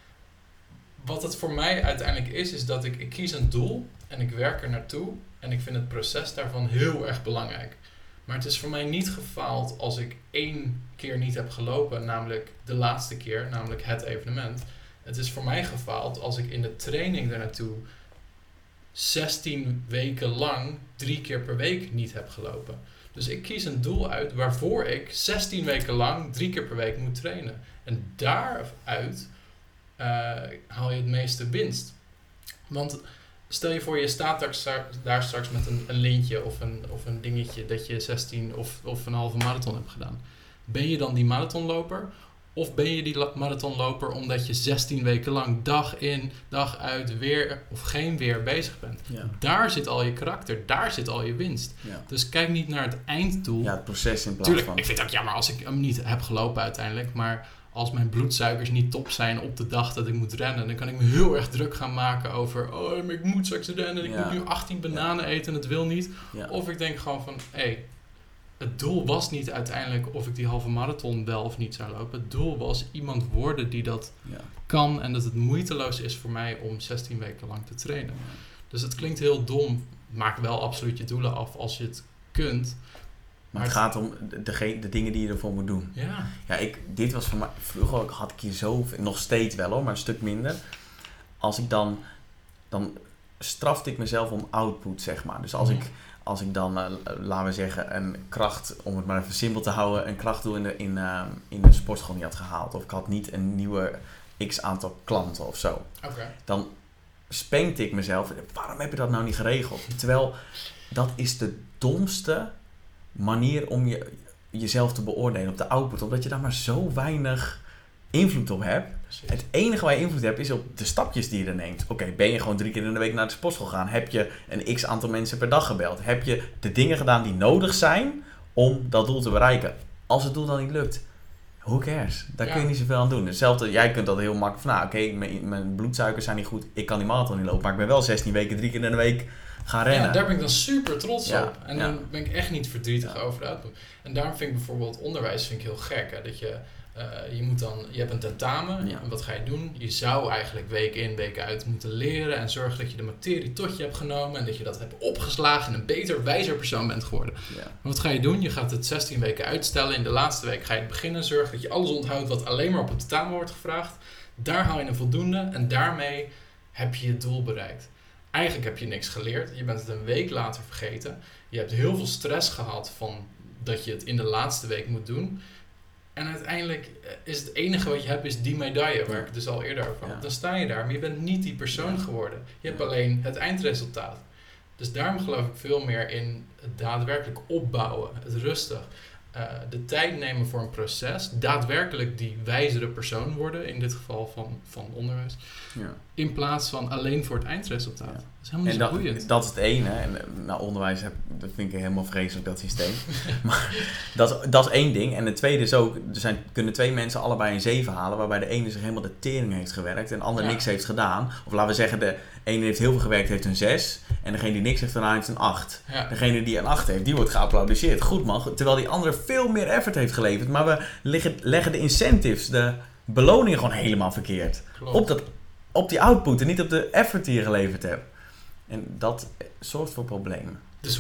Wat het voor mij uiteindelijk is dat ik kies een doel en ik werk er naartoe. En ik vind het proces daarvan heel erg belangrijk. Maar het is voor mij niet gefaald als ik 1 keer niet heb gelopen, namelijk de laatste keer, namelijk het evenement. Het is voor mij gefaald als ik in de training daarnaartoe 16 weken lang 3 keer per week niet heb gelopen. Dus ik kies een doel uit waarvoor ik 16 weken lang 3 keer per week moet trainen. En daaruit haal je het meeste winst. Want stel je voor, je staat daar straks met een lintje of een dingetje dat je 16 of een halve marathon hebt gedaan. Ben je dan die marathonloper? Of ben je die marathonloper omdat je 16 weken lang dag in, dag uit weer of geen weer bezig bent? Ja. Daar zit al je karakter, daar zit al je winst. Ja. Dus kijk niet naar het einddoel. Ja, het proces in plaats Tuurlijk, van... ik vind het ook jammer als ik hem niet heb gelopen uiteindelijk, maar als mijn bloedsuikers niet top zijn op de dag dat ik moet rennen, dan kan ik me heel erg druk gaan maken over, maar ik moet straks rennen en ik moet nu 18 bananen eten en het wil niet. Ja. Of ik denk gewoon van, het doel was niet uiteindelijk of ik die halve marathon wel of niet zou lopen. Het doel was iemand worden die dat kan en dat het moeiteloos is voor mij om 16 weken lang te trainen. Ja. Dus het klinkt heel dom. Maak wel absoluut je doelen af als je het kunt. Maar het gaat om de dingen die je ervoor moet doen. Ja, dit was voor mij... Vroeger had ik hier zo... Nog steeds wel hoor, maar een stuk minder. Als ik dan strafte ik mezelf om output, zeg maar. Dus als ik dan, laten we zeggen, een kracht, om het maar even simpel te houden, een krachtdoel in de sportschool niet had gehaald. Of ik had niet een nieuwe x aantal klanten of zo. Okay. Dan spenkte ik mezelf. Waarom heb je dat nou niet geregeld? Terwijl dat is de domste manier om jezelf te beoordelen op de output. Omdat je daar maar zo weinig invloed op hebt. Precies. Het enige waar je invloed hebt is op de stapjes die je er neemt. Oké, ben je gewoon 3 keer in de week naar de sportschool gegaan? Heb je een x aantal mensen per dag gebeld? Heb je de dingen gedaan die nodig zijn om dat doel te bereiken? Als het doel dan niet lukt, who cares? Daar kun je niet zoveel aan doen. Hetzelfde, jij kunt dat heel makkelijk van, mijn bloedsuikers zijn niet goed, ik kan die marathon niet lopen, maar ik ben wel 16 weken 3 keer in de week gaan rennen. Ja, daar ben ik dan super trots op. En dan ben ik echt niet verdrietig over de output. En daarom vind ik bijvoorbeeld onderwijs heel gek. Hè? Dat je hebt een tentamen. Ja. En wat ga je doen? Je zou eigenlijk week in, week uit moeten leren en zorgen dat je de materie tot je hebt genomen en dat je dat hebt opgeslagen en een beter, wijzer persoon bent geworden. Ja. Maar wat ga je doen? Je gaat het 16 weken uitstellen. In de laatste week ga je beginnen. Zorg dat je alles onthoudt wat alleen maar op het tentamen wordt gevraagd. Daar haal je een voldoende en daarmee heb je je doel bereikt. Eigenlijk heb je niks geleerd. Je bent het een week later vergeten. Je hebt heel veel stress gehad van dat je het in de laatste week moet doen. En uiteindelijk is het enige wat je hebt is die medaille, waar ik het dus al eerder over had. Ja. Dan sta je daar, maar je bent niet die persoon geworden. Je hebt alleen het eindresultaat. Dus daarom geloof ik veel meer in het daadwerkelijk opbouwen, het rustig. De tijd nemen voor een proces. Daadwerkelijk die wijzere persoon worden, in dit geval van onderwijs. Ja. In plaats van alleen voor het eindresultaat. Ja. Dat is helemaal niet zo boeiend. Dat is het ene. En onderwijs, dat vind ik helemaal vreselijk, dat systeem. Maar dat is één ding. En het tweede is ook, kunnen 2 mensen allebei een 7 halen, waarbij de ene zich helemaal de tering heeft gewerkt en de ander niks heeft gedaan. Of laten we zeggen, de ene heeft heel veel gewerkt, heeft een 6. En degene die niks heeft gedaan, heeft een 8. Ja. Degene die een 8 heeft, die wordt geapplaudisseerd. Goed man. Terwijl die andere veel meer effort heeft geleverd. Maar we leggen de incentives, de beloningen gewoon helemaal verkeerd. Op die output en niet op de effort die je geleverd hebt. En dat zorgt voor problemen. Dus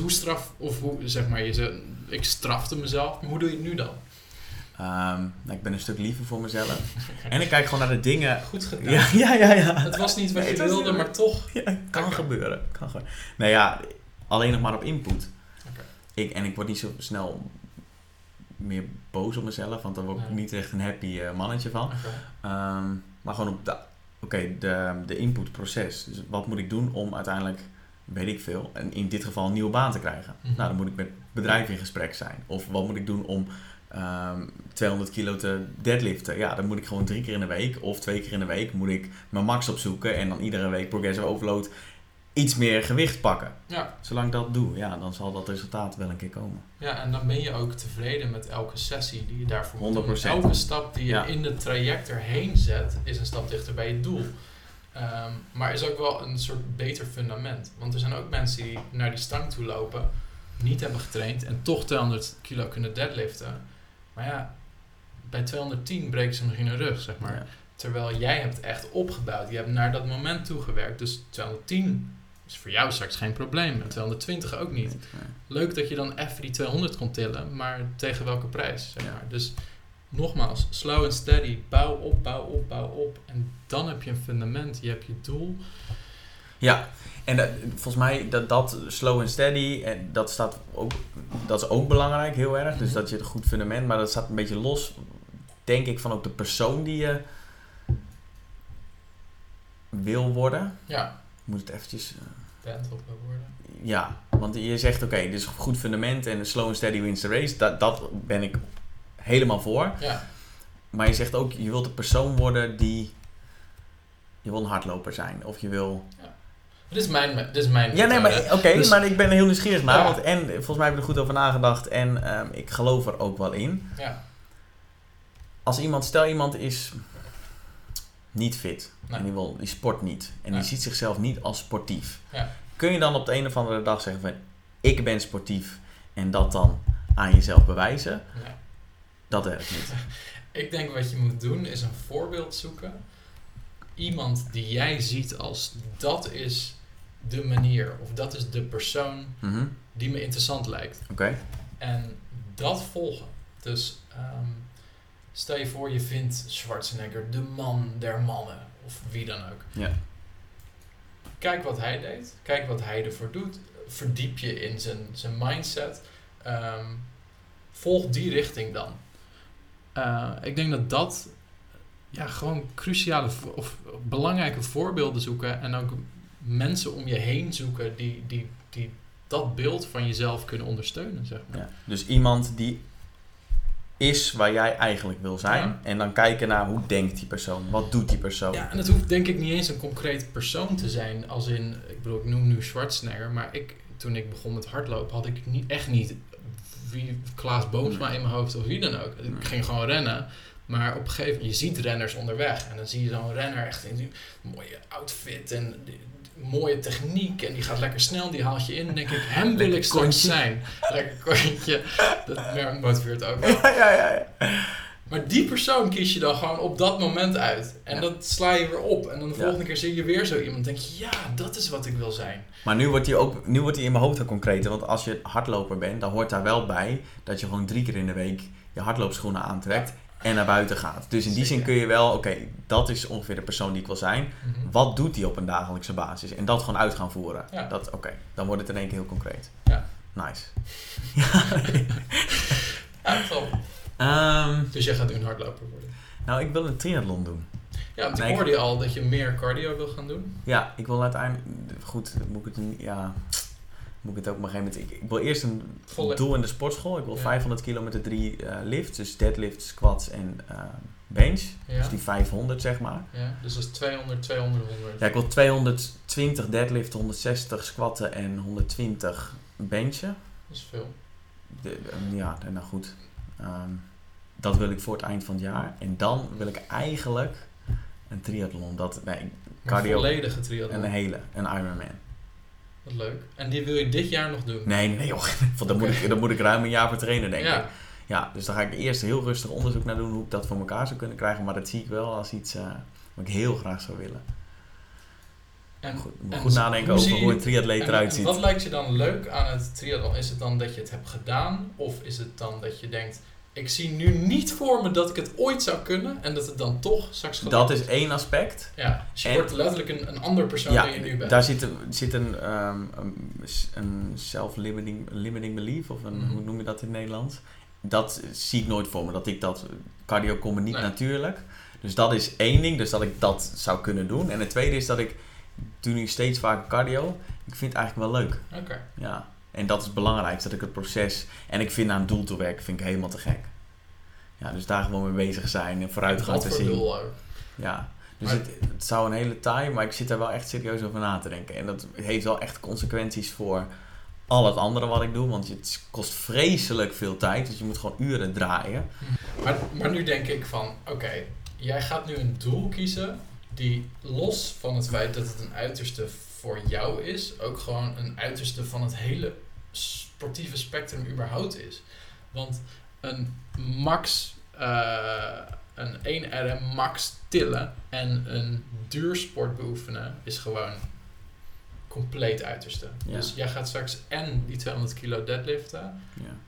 ik strafte mezelf, maar hoe doe je het nu dan? Ik ben een stuk liever voor mezelf. En ik kijk gewoon naar de dingen. Goed gedaan. Ja. Het was niet wat je wilde, maar toch. Ja, kan gebeuren. Nou ja, alleen nog maar op input. Okay. Ik word niet zo snel meer boos op mezelf, want daar word ik niet echt een happy mannetje van. Okay. Maar gewoon op de inputproces. Dus wat moet ik doen om uiteindelijk, weet ik veel, en in dit geval een nieuwe baan te krijgen? Mm-hmm. Nou, dan moet ik met bedrijven in gesprek zijn. Of wat moet ik doen om 200 kilo te deadliften? Ja, dan moet ik gewoon 3 keer in de week of 2 keer in de week moet ik mijn max opzoeken en dan iedere week progressive overload iets meer gewicht pakken. Ja. Zolang ik dat doe, dan zal dat resultaat wel een keer komen. Ja, en dan ben je ook tevreden met elke sessie die je daarvoor moet doen. Elke stap die je in het traject erheen zet, is een stap dichter bij je doel. Maar is ook wel een soort beter fundament. Want er zijn ook mensen die naar die stang toe lopen, niet hebben getraind en toch 200 kilo kunnen deadliften. Maar ja, bij 210 breken ze misschien een rug, zeg maar. Ja. Terwijl jij hebt echt opgebouwd. Je hebt naar dat moment toegewerkt. Dus 210 is voor jou straks geen probleem. En 220 ook niet. Leuk dat je dan even die 200 kon tillen, maar tegen welke prijs, zeg maar. Dus nogmaals, slow and steady. Bouw op. En dan heb je een fundament. Je hebt je doel. Ja, en volgens mij dat slow and steady, en dat is ook belangrijk, heel erg. Dus dat je het goed fundament, maar dat staat een beetje los, denk ik, van ook de persoon die je wil worden. Ja. Moet het eventjes... bent of wil worden. Ja, want je zegt oké, dus goed fundament en slow and steady wins the race. Dat ben ik helemaal voor. Ja. Maar je zegt ook, je wilt de persoon worden die... Je wil een hardloper zijn. Of je wil... Ja. Dit is mijn ja, nee, maar oké, dus, maar ik ben er heel nieuwsgierig naar. Ja. Want volgens mij heb ik er goed over nagedacht. En ik geloof er ook wel in. Ja. Stel iemand is niet fit. Nee. En die sport niet. En die ziet zichzelf niet als sportief. Ja. Kun je dan op de een of andere dag zeggen van... Ik ben sportief. En dat dan aan jezelf bewijzen? Nee. Dat werkt niet. Ik denk wat je moet doen is een voorbeeld zoeken. Iemand die jij ziet als dat is de manier. Of dat is de persoon die me interessant lijkt. Oké. En dat volgen. Dus stel je voor je vindt Schwarzenegger de man der mannen. Of wie dan ook. Ja. Kijk wat hij deed. Kijk wat hij ervoor doet. Verdiep je in zijn mindset. Volg die richting dan. Ik denk dat gewoon cruciale of belangrijke voorbeelden zoeken. En ook mensen om je heen zoeken die dat beeld van jezelf kunnen ondersteunen. Zeg maar. Ja. Dus iemand die is waar jij eigenlijk wil zijn. Ja. En dan kijken naar hoe denkt die persoon. Wat doet die persoon? Ja, en het hoeft denk ik niet eens een concreet persoon te zijn. Als in, ik noem nu Schwarzenegger. Maar toen ik begon met hardlopen had ik echt niet wie Klaas Boomsma in mijn hoofd of wie dan ook. Ik ging gewoon rennen. Maar op een gegeven moment, je ziet renners onderweg. En dan zie je zo'n renner echt in die mooie outfit en die mooie techniek. En die gaat lekker snel, die haalt je in. En denk ik, hem wil ik straks zijn. Lekker kontje. Dat motiveert ook wel. Ja. Maar die persoon kies je dan gewoon op dat moment uit. En dat sla je weer op. En dan de volgende keer zie je weer zo iemand. Denk je, ja, dat is wat ik wil zijn. Maar nu wordt hij in mijn hoofd al concreter. Want als je hardloper bent, dan hoort daar wel bij dat je gewoon 3 keer in de week je hardloopschoenen aantrekt. En naar buiten gaat. Dus in die zin kun je wel, oké, dat is ongeveer de persoon die ik wil zijn. Mm-hmm. Wat doet die op een dagelijkse basis? En dat gewoon uit gaan voeren. Ja. Dan wordt het in één keer heel concreet. Ja. Nice. Ja, top. Dus jij gaat nu een hardloper worden? Nou, ik wil een triathlon doen. Ja, want ik hoorde je al dat je meer cardio wil gaan doen. Ja, ik wil uiteindelijk... Goed, moet ik het ook op een gegeven moment... Ik wil eerst een doel in de sportschool. Ik wil 500 kilo met de 3 lifts. Dus deadlift, squats en bench. Ja. Dus die 500, zeg maar. Ja, dus dat is 200, 100. Ja, ik wil 220 deadliften, 160 squatten en 120 benchen. Dat is veel. Nou goed. Dat wil ik voor het eind van het jaar. En dan wil ik eigenlijk een triathlon. Cardio, een volledige triathlon? Een Ironman. Wat leuk. En die wil je dit jaar nog doen? Nee joh. Dan moet ik ruim een jaar voor trainen, denk ik. Ja, dus daar ga ik eerst heel rustig onderzoek naar doen hoe ik dat voor elkaar zou kunnen krijgen. Maar dat zie ik wel als iets wat ik heel graag zou willen. En goed nadenken over hoe een triatleet eruit ziet. Wat lijkt je dan leuk aan het triathlon? Is het dan dat je het hebt gedaan? Of is het dan dat je denkt... Ik zie nu niet voor me dat ik het ooit zou kunnen. En dat het dan toch straks gelukt Dat is één aspect. Ja, dus je wordt letterlijk een ander persoon dan je nu bent. Daar zit een self-limiting belief. Of hoe noem je dat in het Nederlands? Dat zie ik nooit voor me. Cardio komt niet natuurlijk. Dus dat is één ding. Dus dat ik dat zou kunnen doen. En het tweede is dat ik doe nu steeds vaker cardio. Ik vind het eigenlijk wel leuk. Oké. Ja. En dat is het belangrijkste, dat ik het proces... En ik vind aan een doel te werken, vind ik helemaal te gek. Ja, dus daar gewoon mee bezig zijn en vooruitgang te zien. Doel ook. Ja, dus het zou een hele taai, maar ik zit daar wel echt serieus over na te denken. En dat heeft wel echt consequenties voor al het andere wat ik doe. Want het kost vreselijk veel tijd, dus je moet gewoon uren draaien. Maar nu denk ik van, oké, jij gaat nu een doel kiezen... die los van het feit dat het een uiterste voor jou is... ook gewoon een uiterste van het hele... sportieve spectrum überhaupt is. Want een max, een 1RM max tillen en een duursport beoefenen is gewoon compleet uiterste. Ja. Dus jij gaat straks en die 200 kilo deadliften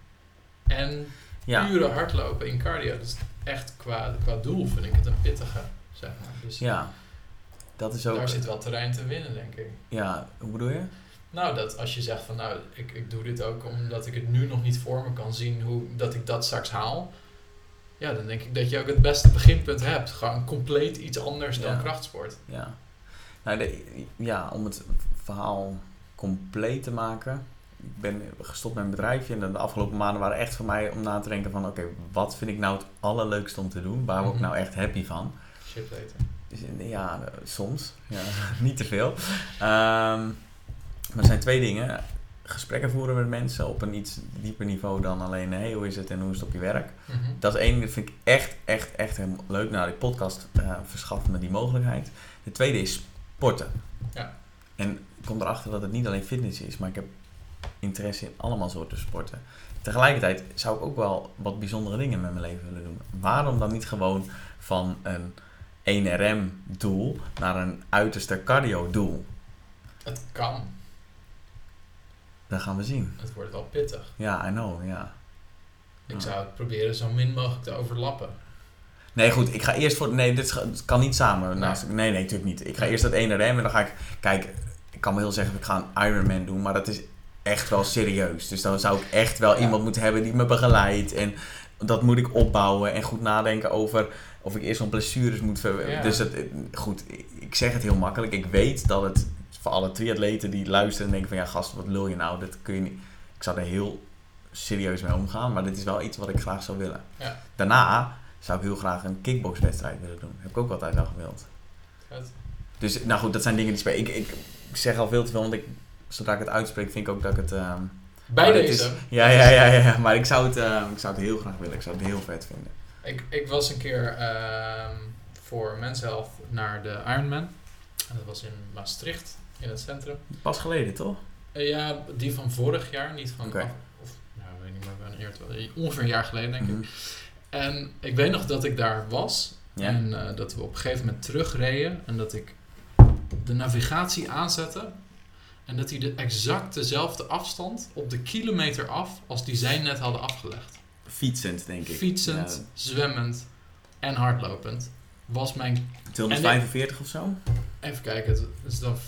en uren hardlopen in cardio. Dus echt qua doel vind ik het een pittige, zeg maar. Dus dat is ook... Daar zit wel terrein te winnen, denk ik. Ja, hoe bedoel je? Nou, dat als je zegt van nou, ik doe dit ook omdat ik het nu nog niet voor me kan zien dat ik dat straks haal. Ja, dan denk ik dat je ook het beste beginpunt hebt. Gewoon compleet iets anders dan krachtsport. Ja. Nou, om het verhaal compleet te maken. Ik ben gestopt met mijn bedrijfje en de afgelopen maanden waren echt voor mij om na te denken van oké, wat vind ik nou het allerleukste om te doen? Waar word ik nou echt happy van? Chips eten. Dus, ja, soms. Ja, niet te veel. Maar er zijn 2 dingen. Gesprekken voeren met mensen op een iets dieper niveau dan alleen hey, hoe is het en hoe is het op je werk. Mm-hmm. Dat is 1, dat vind ik echt helemaal leuk. Nou, die podcast verschaft me die mogelijkheid. De tweede is sporten. Ja. En ik kom erachter dat het niet alleen fitness is, maar ik heb interesse in allemaal soorten sporten. Tegelijkertijd zou ik ook wel wat bijzondere dingen met mijn leven willen doen. Waarom dan niet gewoon van een 1RM doel naar een uiterste cardio doel? Het kan. Dat gaan we zien. Het wordt wel pittig. Ja, I know, ja. Ik zou het proberen zo min mogelijk te overlappen. Nee, goed, ik ga eerst voor... Nee, dit kan niet samen. Nee. Nee, natuurlijk niet. Ik ga eerst dat 1RM en dan ga ik... Kijk, ik kan me heel zeggen, ik ga een Ironman doen, maar dat is echt wel serieus. Dus dan zou ik echt wel iemand moeten hebben die me begeleidt. En dat moet ik opbouwen en goed nadenken over of ik eerst nog blessures moet verwerken. Dus goed, ik zeg het heel makkelijk. Ik weet dat het voor alle triatleten die luisteren en denken van ja gast, wat lul je nou? Dat kun je niet. Ik zou er heel serieus mee omgaan, maar dit is wel iets wat ik graag zou willen. Ja. Daarna zou ik heel graag een kickboxwedstrijd willen doen. Heb ik ook altijd wel gewild. Goed. Dus nou goed, dat zijn dingen die spelen. Ik zeg al veel te veel, want zodra ik het uitspreek vind ik ook dat ik het... Bij deze? Ja, maar ik zou het heel graag willen. Ik zou het heel vet vinden. Ik was een keer voor Men's Health naar de Ironman. En dat was in Maastricht, in het centrum. Pas geleden, toch? Ja, die van vorig jaar, niet van... Okay. Ik weet niet meer wanneer ongeveer een jaar geleden, denk ik. En ik weet nog dat ik daar was. Ja. En dat we op een gegeven moment terugreden. En dat ik de navigatie aanzette. En dat hij exact dezelfde afstand op de kilometer af als die zij net hadden afgelegd. Fietsend, denk ik. Fietsend, zwemmend en hardlopend. Was mijn... 245 of zo? Even kijken, het is dan...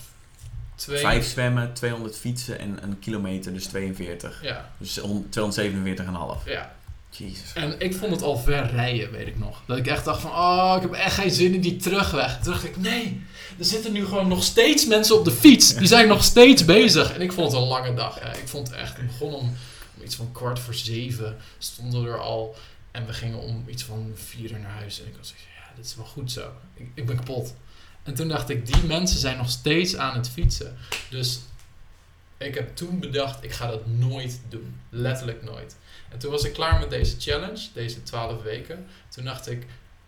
5 zwemmen, 200 fietsen en een kilometer, dus 42. Ja. Dus 247,5. Ja. Jezus. En ik vond het al ver rijden, weet ik nog. Dat ik echt dacht van, ik heb echt geen zin in die terugweg. Toen dacht ik, nee, er zitten nu gewoon nog steeds mensen op de fiets. Die zijn nog steeds bezig. En ik vond het een lange dag. Ja. Ik vond het echt, het begon om iets van 6:15 stonden we er al. En we gingen om iets van 4 naar huis. En ik was ja, dit is wel goed zo. Ik ben kapot. En toen dacht ik, die mensen zijn nog steeds aan het fietsen. Dus ik heb toen bedacht, ik ga dat nooit doen. Letterlijk nooit. En toen was ik klaar met deze challenge, deze 12 weken. Toen dacht ik,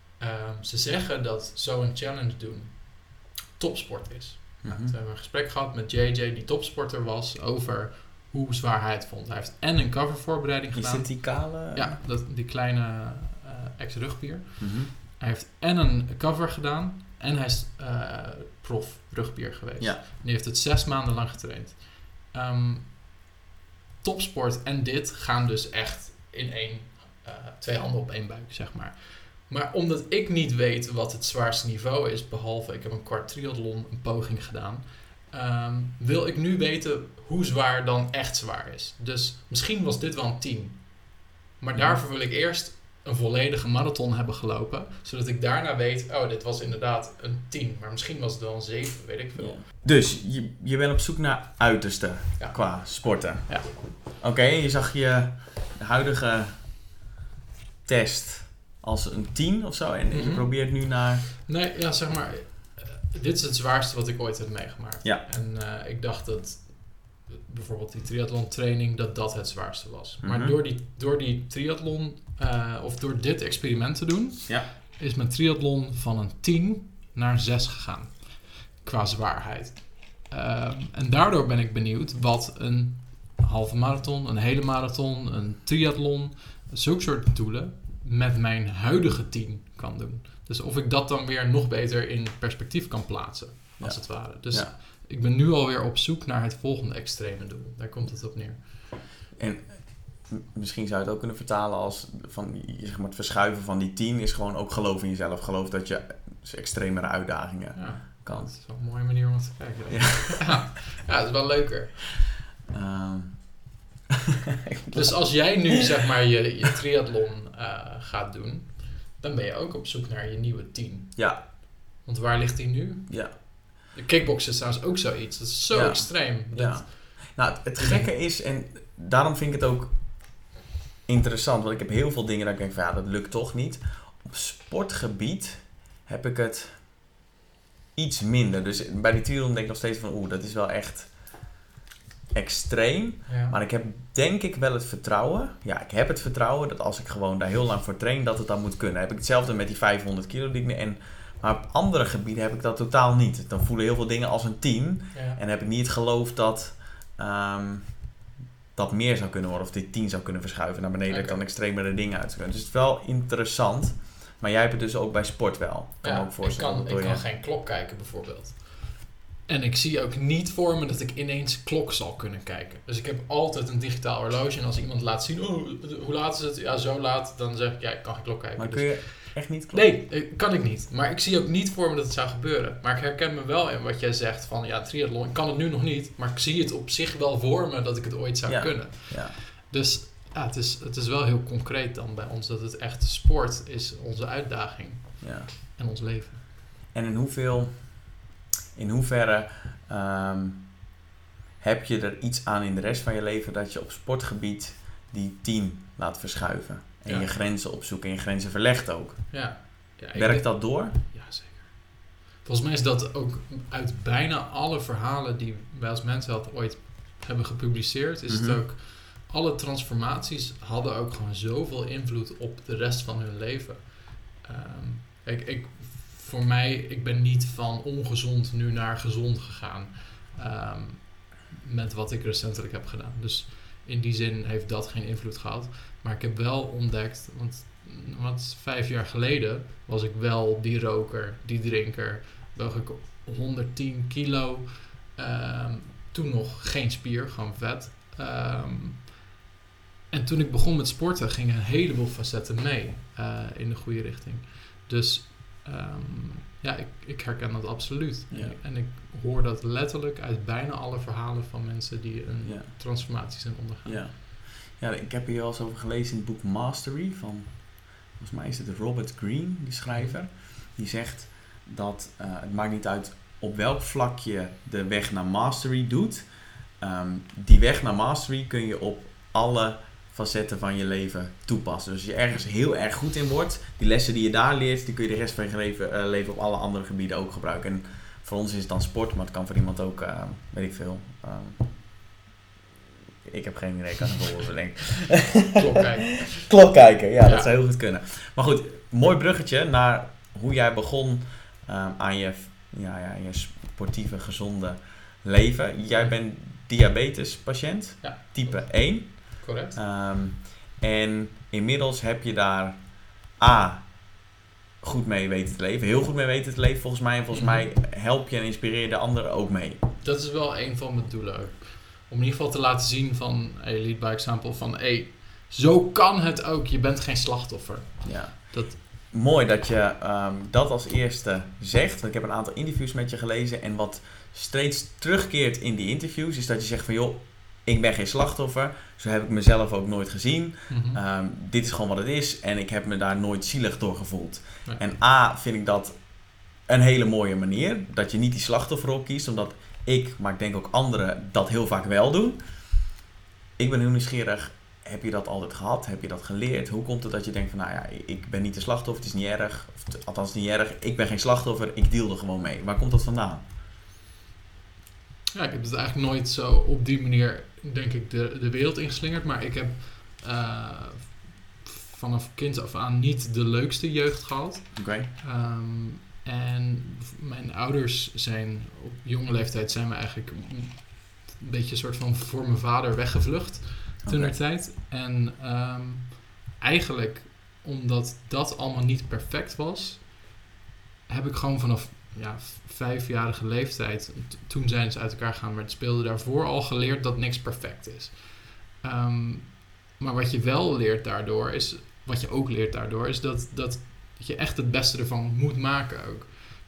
ze zeggen dat zo'n challenge doen topsport is. Nou, toen hebben we een gesprek gehad met JJ, die topsporter was, over hoe zwaar hij het vond. Hij heeft en een covervoorbereiding gedaan. Is dit die kale? Ja, die kleine ex-rugbier. Hij heeft en een cover gedaan en hij is prof rugbier geweest. Ja. En die heeft het 6 maanden lang getraind. Topsport en dit gaan dus echt in 2 handen op 1 buik, zeg maar. Maar omdat ik niet weet wat het zwaarste niveau is, behalve ik heb een kwart triathlon, een poging gedaan, wil ik nu weten hoe zwaar dan echt zwaar is. Dus misschien was dit wel een 10. Maar daarvoor wil ik eerst een volledige marathon hebben gelopen, zodat ik daarna weet, dit was inderdaad een 10. Maar misschien was het wel een 7, weet ik veel. Ja. Dus je bent op zoek naar uiterste qua sporten. Ja. Oké, je zag je huidige test als een 10 of zo en je probeert nu naar... Nee, ja, zeg maar, dit is het zwaarste wat ik ooit heb meegemaakt. Ja. En ik dacht dat bijvoorbeeld die triathlon training, dat het zwaarste was. Maar door die triathlon, of door dit experiment te doen, is mijn triathlon van een 10 naar een 6 gegaan. Qua zwaarheid. En daardoor ben ik benieuwd wat een halve marathon, een hele marathon, een triathlon, zulke soort doelen met mijn huidige 10 kan doen. Dus of ik dat dan weer nog beter in perspectief kan plaatsen, als het ware. Dus ik ben nu alweer op zoek naar het volgende extreme doel. Daar komt het op neer. En misschien zou je het ook kunnen vertalen als van, zeg maar, het verschuiven van die 10 is gewoon ook geloof in jezelf. Geloof dat je extremere uitdagingen kan. Dat is wel een mooie manier om te kijken. Ja, dat is wel leuker. Dus als jij nu zeg maar je triathlon gaat doen, dan ben je ook op zoek naar je nieuwe team. Ja. Want waar ligt die nu? Ja. De kickboksen is trouwens ook zoiets. Dat is zo extreem. Ja. Nou, het gekke is, en daarom vind ik het ook interessant, want ik heb heel veel dingen dat ik denk van dat lukt toch niet. Op sportgebied heb ik het iets minder. Dus bij die triathlon denk ik nog steeds van dat is wel echt extreem. Ja. Maar ik heb denk ik wel het vertrouwen. Ja, ik heb het vertrouwen dat als ik gewoon daar heel lang voor train, dat het dan moet kunnen. Heb ik hetzelfde met die 500 kilo die ik maar op andere gebieden heb ik dat totaal niet. Dan voelen heel veel dingen als een team. Ja. En heb ik niet het geloof dat dat meer zou kunnen worden. Of dit 10 zou kunnen verschuiven naar beneden. Dat kan extremere dingen uit kunnen. Dus het is wel interessant. Maar jij hebt het dus ook bij sport wel. Kan ook voorstellen. Ik kan geen klok kijken bijvoorbeeld. En ik zie ook niet voor me dat ik ineens klok zal kunnen kijken. Dus ik heb altijd een digitaal horloge. En als iemand laat zien, hoe laat is het? Ja, zo laat. Dan zeg ik, ik kan geen klok kijken. Maar kun je echt niet klok? Nee, kan ik niet. Maar ik zie ook niet voor me dat het zou gebeuren. Maar ik herken me wel in wat jij zegt van, triathlon. Ik kan het nu nog niet. Maar ik zie het op zich wel voor me dat ik het ooit zou kunnen. Ja. Dus het is wel heel concreet dan bij ons. Dat het echt sport is onze uitdaging. Ja. En ons leven. En in hoeverre heb je er iets aan in de rest van je leven dat je op sportgebied die 10 laat verschuiven? En je grenzen opzoekt en je grenzen verlegt ook. Ja. Werkt dat door? Ja, zeker. Volgens mij is dat ook uit bijna alle verhalen die wij als Men's ooit hebben gepubliceerd, is het ook, alle transformaties hadden ook gewoon zoveel invloed op de rest van hun leven. Voor mij, ik ben niet van ongezond nu naar gezond gegaan. Met wat ik recentelijk heb gedaan. Dus in die zin heeft dat geen invloed gehad. Maar ik heb wel ontdekt, want 5 jaar geleden was ik wel die roker, die drinker. Woog ik 110 kilo. Toen nog geen spier, gewoon vet. En toen ik begon met sporten gingen een heleboel facetten mee in de goede richting. Dus ik herken dat absoluut. Ja. En ik hoor dat letterlijk uit bijna alle verhalen van mensen die een transformatie zijn ondergaan. Ja, ik heb hier al eens over gelezen in het boek Mastery van, volgens mij is het Robert Greene, die schrijver. Die zegt dat het maakt niet uit op welk vlak je de weg naar mastery doet. Die weg naar mastery kun je op alle facetten van je leven toepassen. Dus als je ergens heel erg goed in wordt, die lessen die je daar leert, die kun je de rest van je leven op alle andere gebieden ook gebruiken. En voor ons is het dan sport, maar het kan voor iemand ook, weet ik veel. Ik heb geen idee, ik kan het wel bedenken. Klok kijken, ja, dat zou heel goed kunnen. Maar goed, mooi bruggetje naar hoe jij begon aan je sportieve, gezonde leven. Jij bent diabetespatiënt, type 1. Correct. En inmiddels heb je daar goed mee weten te leven. Heel goed mee weten te leven volgens mij. En volgens mij help je en inspireer je de anderen ook mee. Dat is wel een van mijn doelen ook. Om in ieder geval te laten zien van, lead by example, van zo kan het ook. Je bent geen slachtoffer. Ja. Mooi dat je dat als eerste zegt. Want ik heb een aantal interviews met je gelezen. En wat steeds terugkeert in die interviews is dat je zegt van, joh, ik ben geen slachtoffer. Zo heb ik mezelf ook nooit gezien. Dit is gewoon wat het is. En ik heb me daar nooit zielig door gevoeld. Nee. En vind ik dat een hele mooie manier. Dat je niet die slachtofferrol kiest. Omdat ik, maar ik denk ook anderen, dat heel vaak wel doen. Ik ben heel nieuwsgierig. Heb je dat altijd gehad? Heb je dat geleerd? Hoe komt het dat je denkt van, ik ben niet de slachtoffer. Het is niet erg. Althans niet erg. Ik ben geen slachtoffer. Ik deal er gewoon mee. Waar komt dat vandaan? Ja, ik heb het eigenlijk nooit zo op die manier, denk ik, de wereld ingeslingerd. Maar ik heb vanaf kind af aan niet de leukste jeugd gehad. Okay. En mijn ouders zijn, op jonge leeftijd zijn we eigenlijk een beetje een soort van voor mijn vader weggevlucht toentertijd. En eigenlijk, omdat dat allemaal niet perfect was, heb ik gewoon vanaf 5-jarige leeftijd, toen zijn ze uit elkaar gegaan, maar het speelde daarvoor al geleerd dat niks perfect is. Maar wat je wel leert daardoor is, wat je ook leert daardoor, is dat je echt het beste ervan moet maken ook.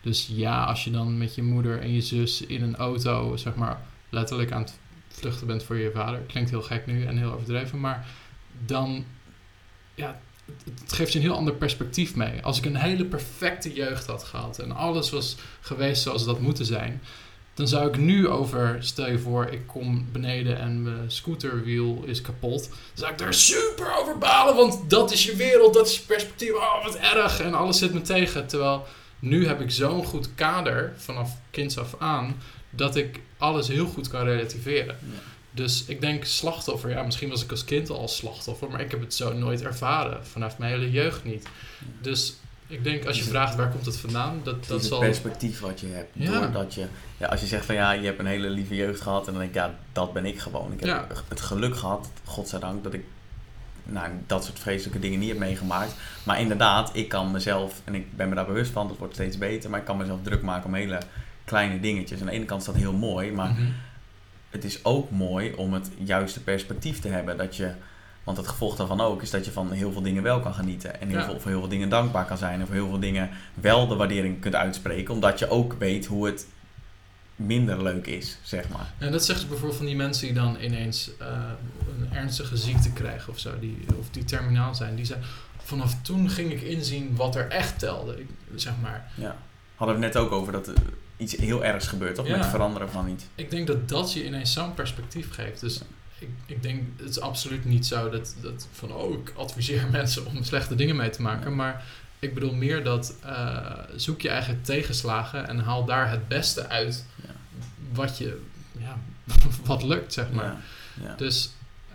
Dus ja, als je dan met je moeder en je zus in een auto, zeg maar, letterlijk aan het vluchten bent voor je vader. Klinkt heel gek nu en heel overdreven, maar dan, ja, het geeft je een heel ander perspectief mee. Als ik een hele perfecte jeugd had gehad en alles was geweest zoals dat moeten zijn, dan zou ik nu stel je voor, ik kom beneden en mijn scooterwiel is kapot. Dan zou ik daar super over balen, want dat is je wereld, dat is je perspectief. Oh, wat erg. En alles zit me tegen. Terwijl nu heb ik zo'n goed kader, vanaf kinds af aan, dat ik alles heel goed kan relativeren. Ja. Dus ik denk slachtoffer, ja, misschien was ik als kind al slachtoffer, maar ik heb het zo nooit ervaren. Vanaf mijn hele jeugd niet. Ja. Dus ik denk, als je vraagt waar komt het vandaan, dat is het perspectief wat je hebt. Ja. Doordat je, als je zegt van ja, je hebt een hele lieve jeugd gehad, en dan denk ik, ja, dat ben ik gewoon. Ik heb het geluk gehad, godzijdank, dat ik dat soort vreselijke dingen niet heb meegemaakt. Maar inderdaad, ik kan mezelf, en ik ben me daar bewust van, dat wordt steeds beter, maar ik kan mezelf druk maken om hele kleine dingetjes. Aan de ene kant is dat heel mooi, maar het is ook mooi om het juiste perspectief te hebben. Want het gevolg daarvan ook is dat je van heel veel dingen wel kan genieten. En voor heel veel dingen dankbaar kan zijn. En voor heel veel dingen wel de waardering kunt uitspreken. Omdat je ook weet hoe het minder leuk is, zeg maar. En dat zeggen ze bijvoorbeeld van die mensen die dan ineens een ernstige ziekte krijgen of zo. Of die terminaal zijn. Die zeggen, vanaf toen ging ik inzien wat er echt telde. Zeg maar. Ja, hadden we het net ook over dat iets heel ergs gebeurt. Toch? Met het veranderen van iets. Ik denk dat je ineens zo'n perspectief geeft. Dus ik denk, het is absoluut niet zo dat van, ik adviseer mensen om slechte dingen mee te maken. Ja. Maar ik bedoel meer dat zoek je eigen tegenslagen en haal daar het beste uit wat lukt, zeg maar. Ja. Ja. Dus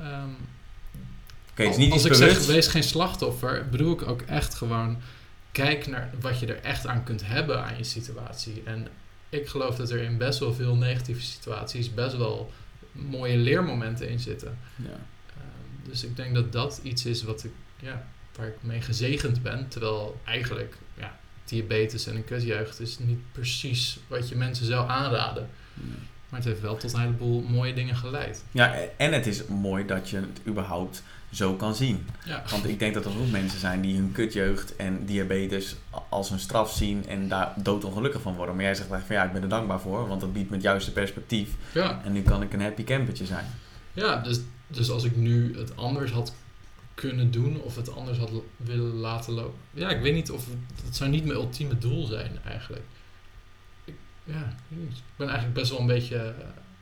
als ik zeg, wees geen slachtoffer, bedoel ik ook echt gewoon, kijk naar wat je er echt aan kunt hebben aan je situatie. En ik geloof dat er in best wel veel negatieve situaties best wel mooie leermomenten in zitten. Ja. Dus ik denk dat iets is waar ik mee gezegend ben. Terwijl eigenlijk diabetes en een kutjeugd is niet precies wat je mensen zou aanraden. Nee. Maar het heeft wel tot een heleboel mooie dingen geleid. Ja, en het is mooi dat je het überhaupt zo kan zien. Ja. Want ik denk dat er ook mensen zijn die hun kutjeugd en diabetes als een straf zien en daar doodongelukkig van worden. Maar jij zegt van ik ben er dankbaar voor, want dat biedt me het juiste perspectief. Ja. En nu kan ik een happy campertje zijn. Ja, dus als ik nu het anders had kunnen doen of het anders had willen laten lopen. Ja, ik weet niet of het zou niet mijn ultieme doel zijn eigenlijk. Ik ben eigenlijk best wel een beetje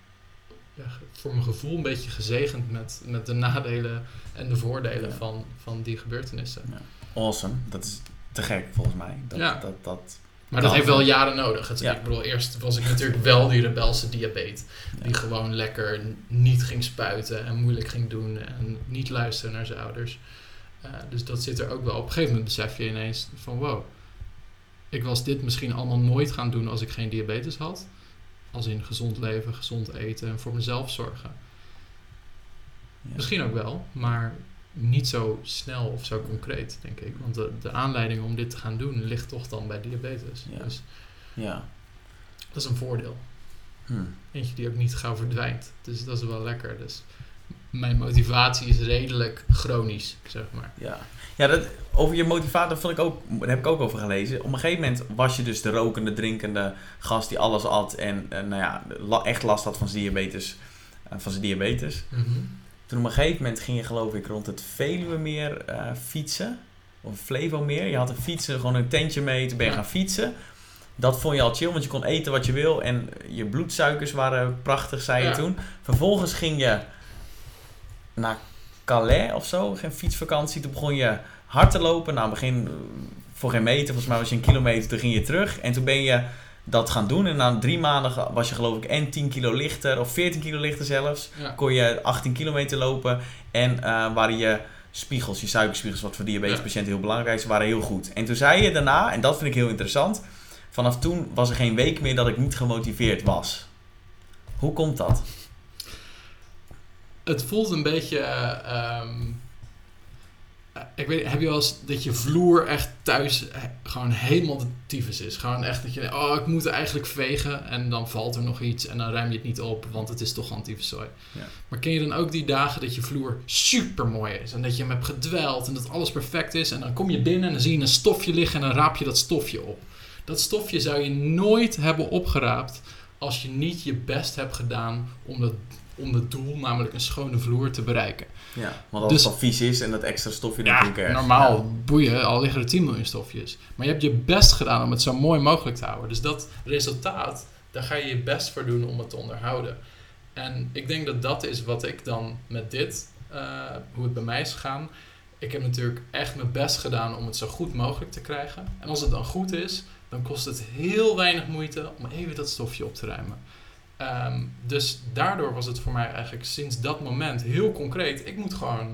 voor mijn gevoel een beetje gezegend met de nadelen en de voordelen van die gebeurtenissen. Ja. Awesome. Dat is te gek volgens mij. Maar dat heeft wel jaren nodig. Ik bedoel, eerst was ik natuurlijk wel die rebelse diabetes. Die gewoon lekker niet ging spuiten en moeilijk ging doen en niet luisteren naar zijn ouders. Dus dat zit er ook wel. Op een gegeven moment besef je ineens van wow, ik was dit misschien allemaal nooit gaan doen als ik geen diabetes had. Als in gezond leven, gezond eten en voor mezelf zorgen. Ja. Misschien ook wel, maar niet zo snel of zo concreet, denk ik. Want de aanleiding om dit te gaan doen ligt toch dan bij diabetes. Ja. Dus dat is een voordeel. Eentje die ook niet gauw verdwijnt. Dus dat is wel lekker. Dus mijn motivatie is redelijk chronisch, zeg maar. Ja, over je motivatie daar heb ik ook over gelezen. Op een gegeven moment was je dus de rokende, drinkende gast die alles at en echt last had van zijn diabetes. Mm-hmm. Toen op een gegeven moment ging je geloof ik rond het Veluwemeer fietsen. Of Flevomeer. Je had een fietsen, gewoon een tentje mee, toen ben je gaan fietsen. Dat vond je al chill, want je kon eten wat je wil. En je bloedsuikers waren prachtig, zei je toen. Vervolgens ging je naar Calais of zo, geen fietsvakantie. Toen begon je hard te lopen. Nou, begin voor geen meter, volgens mij was je een kilometer, toen ging je terug. En toen ben je dat gaan doen. En na 3 maanden was je geloof ik en 10 kilo lichter, of 14 kilo lichter zelfs. Ja. Kon je 18 kilometer lopen. En waren je spiegels, je suikerspiegels, wat voor diabetespatiënten heel belangrijk is, waren heel goed. En toen zei je daarna, en dat vind ik heel interessant, vanaf toen was er geen week meer dat ik niet gemotiveerd was. Hoe komt dat? Het voelt een beetje ik weet, heb je wel eens dat je vloer echt thuis gewoon helemaal de tyfus is? Gewoon echt dat je, ik moet eigenlijk vegen en dan valt er nog iets en dan ruim je het niet op, want het is toch gewoon tyfuszooi. Ja. Maar ken je dan ook die dagen dat je vloer super mooi is en dat je hem hebt gedweld en dat alles perfect is en dan kom je binnen en dan zie je een stofje liggen en dan raap je dat stofje op. Dat stofje zou je nooit hebben opgeraapt als je niet je best hebt gedaan om het doel, namelijk een schone vloer, te bereiken. Ja, want als het al vies is en dat extra stofje natuurlijk erg. Normaal boeien, al liggen er 10 miljoen stofjes. Maar je hebt je best gedaan om het zo mooi mogelijk te houden. Dus dat resultaat, daar ga je je best voor doen om het te onderhouden. En ik denk dat is wat ik dan met dit, hoe het bij mij is gegaan. Ik heb natuurlijk echt mijn best gedaan om het zo goed mogelijk te krijgen. En als het dan goed is, dan kost het heel weinig moeite om even dat stofje op te ruimen. Dus daardoor was het voor mij eigenlijk sinds dat moment heel concreet. Ik moet gewoon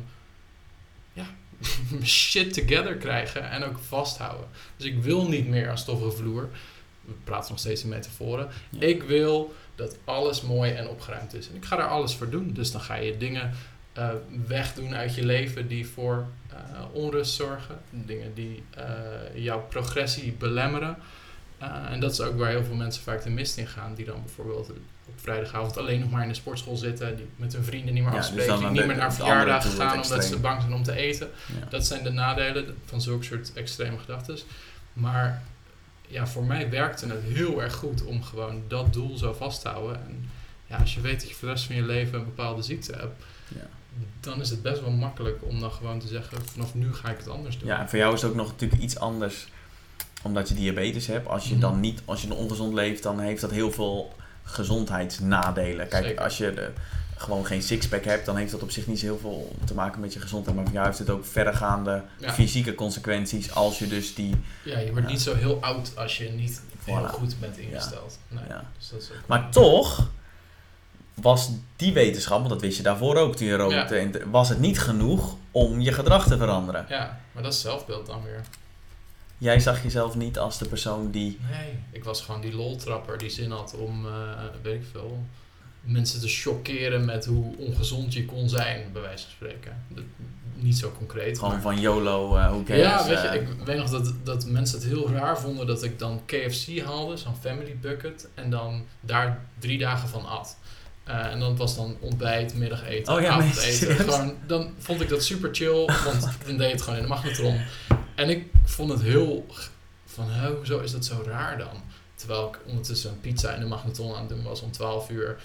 shit together krijgen en ook vasthouden. Dus ik wil niet meer een stoffige vloer. We praten nog steeds in metaforen. Ja. Ik wil dat alles mooi en opgeruimd is. En ik ga daar alles voor doen. Dus dan ga je dingen wegdoen uit je leven die voor onrust zorgen. Dingen die jouw progressie belemmeren. En dat is ook waar heel veel mensen vaak de mist in gaan. Die dan bijvoorbeeld op vrijdagavond alleen nog maar in de sportschool zitten. Die met hun vrienden niet meer afspreken. Dus die niet meer naar verjaardagen gaan omdat ze bang zijn om te eten. Ja. Dat zijn de nadelen van zulke soort extreme gedachten. Maar ja, voor mij werkte het heel erg goed om gewoon dat doel zo vast te houden. En ja, als je weet dat je voor de rest van je leven een bepaalde ziekte hebt, dan is het best wel makkelijk om dan gewoon te zeggen, vanaf nu ga ik het anders doen. Ja, en voor jou is het ook nog natuurlijk iets anders, omdat je diabetes hebt. Als je dan ongezond leeft, dan heeft dat heel veel gezondheidsnadelen. Kijk, zeker. Als je gewoon geen sixpack hebt, dan heeft dat op zich niet zo heel veel te maken met je gezondheid. Maar voor jou heeft het ook verregaande fysieke consequenties als je dus die... Ja, je wordt niet zo heel oud als je niet heel goed bent ingesteld. Ja. Nee, dus dat is ook maar toch was die wetenschap, want dat wist je daarvoor ook toen je rookte, was het niet genoeg om je gedrag te veranderen. Ja, maar dat is zelfbeeld dan weer. Jij zag jezelf niet als de persoon die... Nee, ik was gewoon die loltrapper die zin had om, weet ik veel, mensen te chockeren met hoe ongezond je kon zijn, bij wijze van spreken. Niet zo concreet. Gewoon van YOLO, hoe cares. Ja, weet je, ik weet nog dat mensen het heel raar vonden dat ik dan KFC haalde, zo'n family bucket, en dan daar 3 dagen van at. En dan was dan ontbijt, middageten, avondeten. Gewoon, dan vond ik dat super chill, want dan deed je het gewoon in de magnetron. En ik vond het heel van, hoezo is dat zo raar dan? Terwijl ik ondertussen een pizza in de magnetron aan het doen was om 12 uur.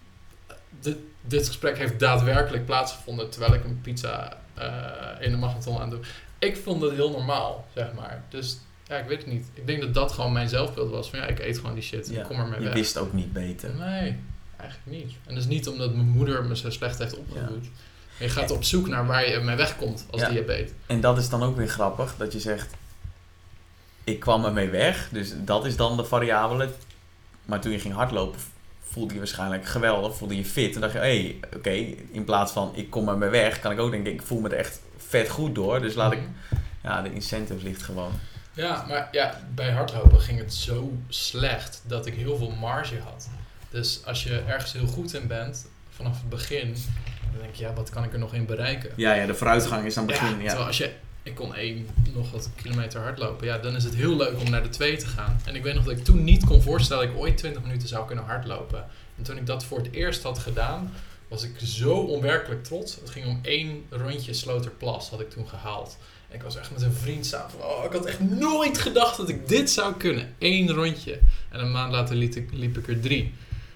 Dit gesprek heeft daadwerkelijk plaatsgevonden terwijl ik een pizza in de magnetron aan het doen. Ik vond het heel normaal, zeg maar. Dus ja, ik weet het niet. Ik denk dat gewoon mijn zelfbeeld was. Van ik eet gewoon die shit en ik kom ermee weg. Je wist ook niet beter. Nee, eigenlijk niet. En dat is niet omdat mijn moeder me zo slecht heeft opgevoed. Ja. Je gaat op zoek naar waar je mee wegkomt als diabetes. En dat is dan ook weer grappig, dat je zegt, ik kwam ermee weg, dus dat is dan de variabele. Maar toen je ging hardlopen, voelde je waarschijnlijk geweldig, voelde je fit. En dacht je, oké, in plaats van ik kom ermee weg, kan ik ook denken, ik voel me er echt vet goed door. Dus laat ik, de incentive ligt gewoon. Ja, maar bij hardlopen ging het zo slecht dat ik heel veel marge had. Dus als je ergens heel goed in bent, vanaf het begin, dan denk je, wat kan ik er nog in bereiken? Ja, de vooruitgang is aan het begin. Terwijl ik kon nog wat kilometer hardlopen. Dan is het heel leuk om naar de 2 te gaan. En ik weet nog dat ik toen niet kon voorstellen dat ik ooit 20 minuten zou kunnen hardlopen. En toen ik dat voor het eerst had gedaan, was ik zo onwerkelijk trots. Het ging om 1 rondje Sloterplas, had ik toen gehaald. En ik was echt met een vriend samen van, ik had echt nooit gedacht dat ik dit zou kunnen. 1 rondje. En een maand later liep ik er 3.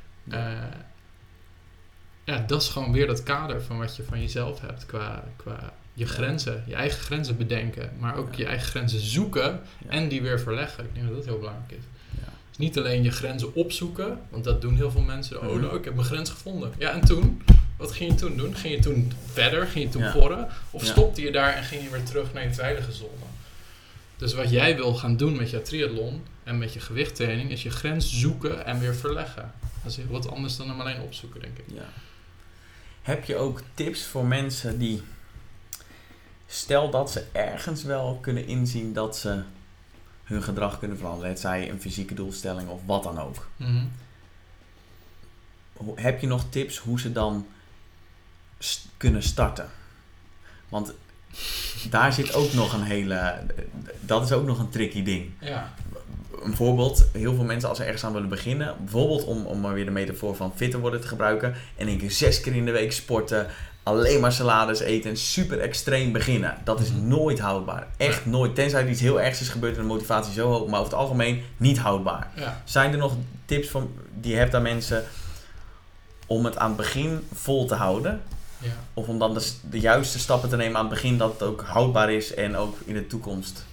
Dat is gewoon weer dat kader van wat je van jezelf hebt qua je grenzen, je eigen grenzen bedenken, maar ook je eigen grenzen zoeken en die weer verleggen. Ik denk dat dat heel belangrijk is. Ja. Dus niet alleen je grenzen opzoeken, want dat doen heel veel mensen. Ik heb mijn grens gevonden. Ja, en toen? Wat ging je toen doen? Ging je toen verder? Ging je toen porren? Of stopte je daar en ging je weer terug naar je veilige zone? Dus wat jij wil gaan doen met je triathlon en met je gewichttraining, is je grens zoeken en weer verleggen. Dat is heel wat anders dan hem alleen opzoeken, denk ik. Ja. Heb je ook tips voor mensen die, stel dat ze ergens wel kunnen inzien dat ze hun gedrag kunnen veranderen, het zij een fysieke doelstelling of wat dan ook. Mm-hmm. Heb je nog tips hoe ze dan kunnen starten? Want daar zit ook nog dat is ook nog een tricky ding. Ja. Een voorbeeld, heel veel mensen als ze ergens aan willen beginnen, bijvoorbeeld om maar weer de metafoor van fitter worden te gebruiken, en 6 keer in de week sporten, alleen maar salades eten en super extreem beginnen. Dat is nooit houdbaar. Echt nooit. Tenzij er iets heel ergs is gebeurd en de motivatie zo hoog. Maar over het algemeen niet houdbaar. Ja. Zijn er nog tips die je hebt aan mensen om het aan het begin vol te houden? Ja. Of om dan de juiste stappen te nemen aan het begin dat het ook houdbaar is en ook in de toekomst?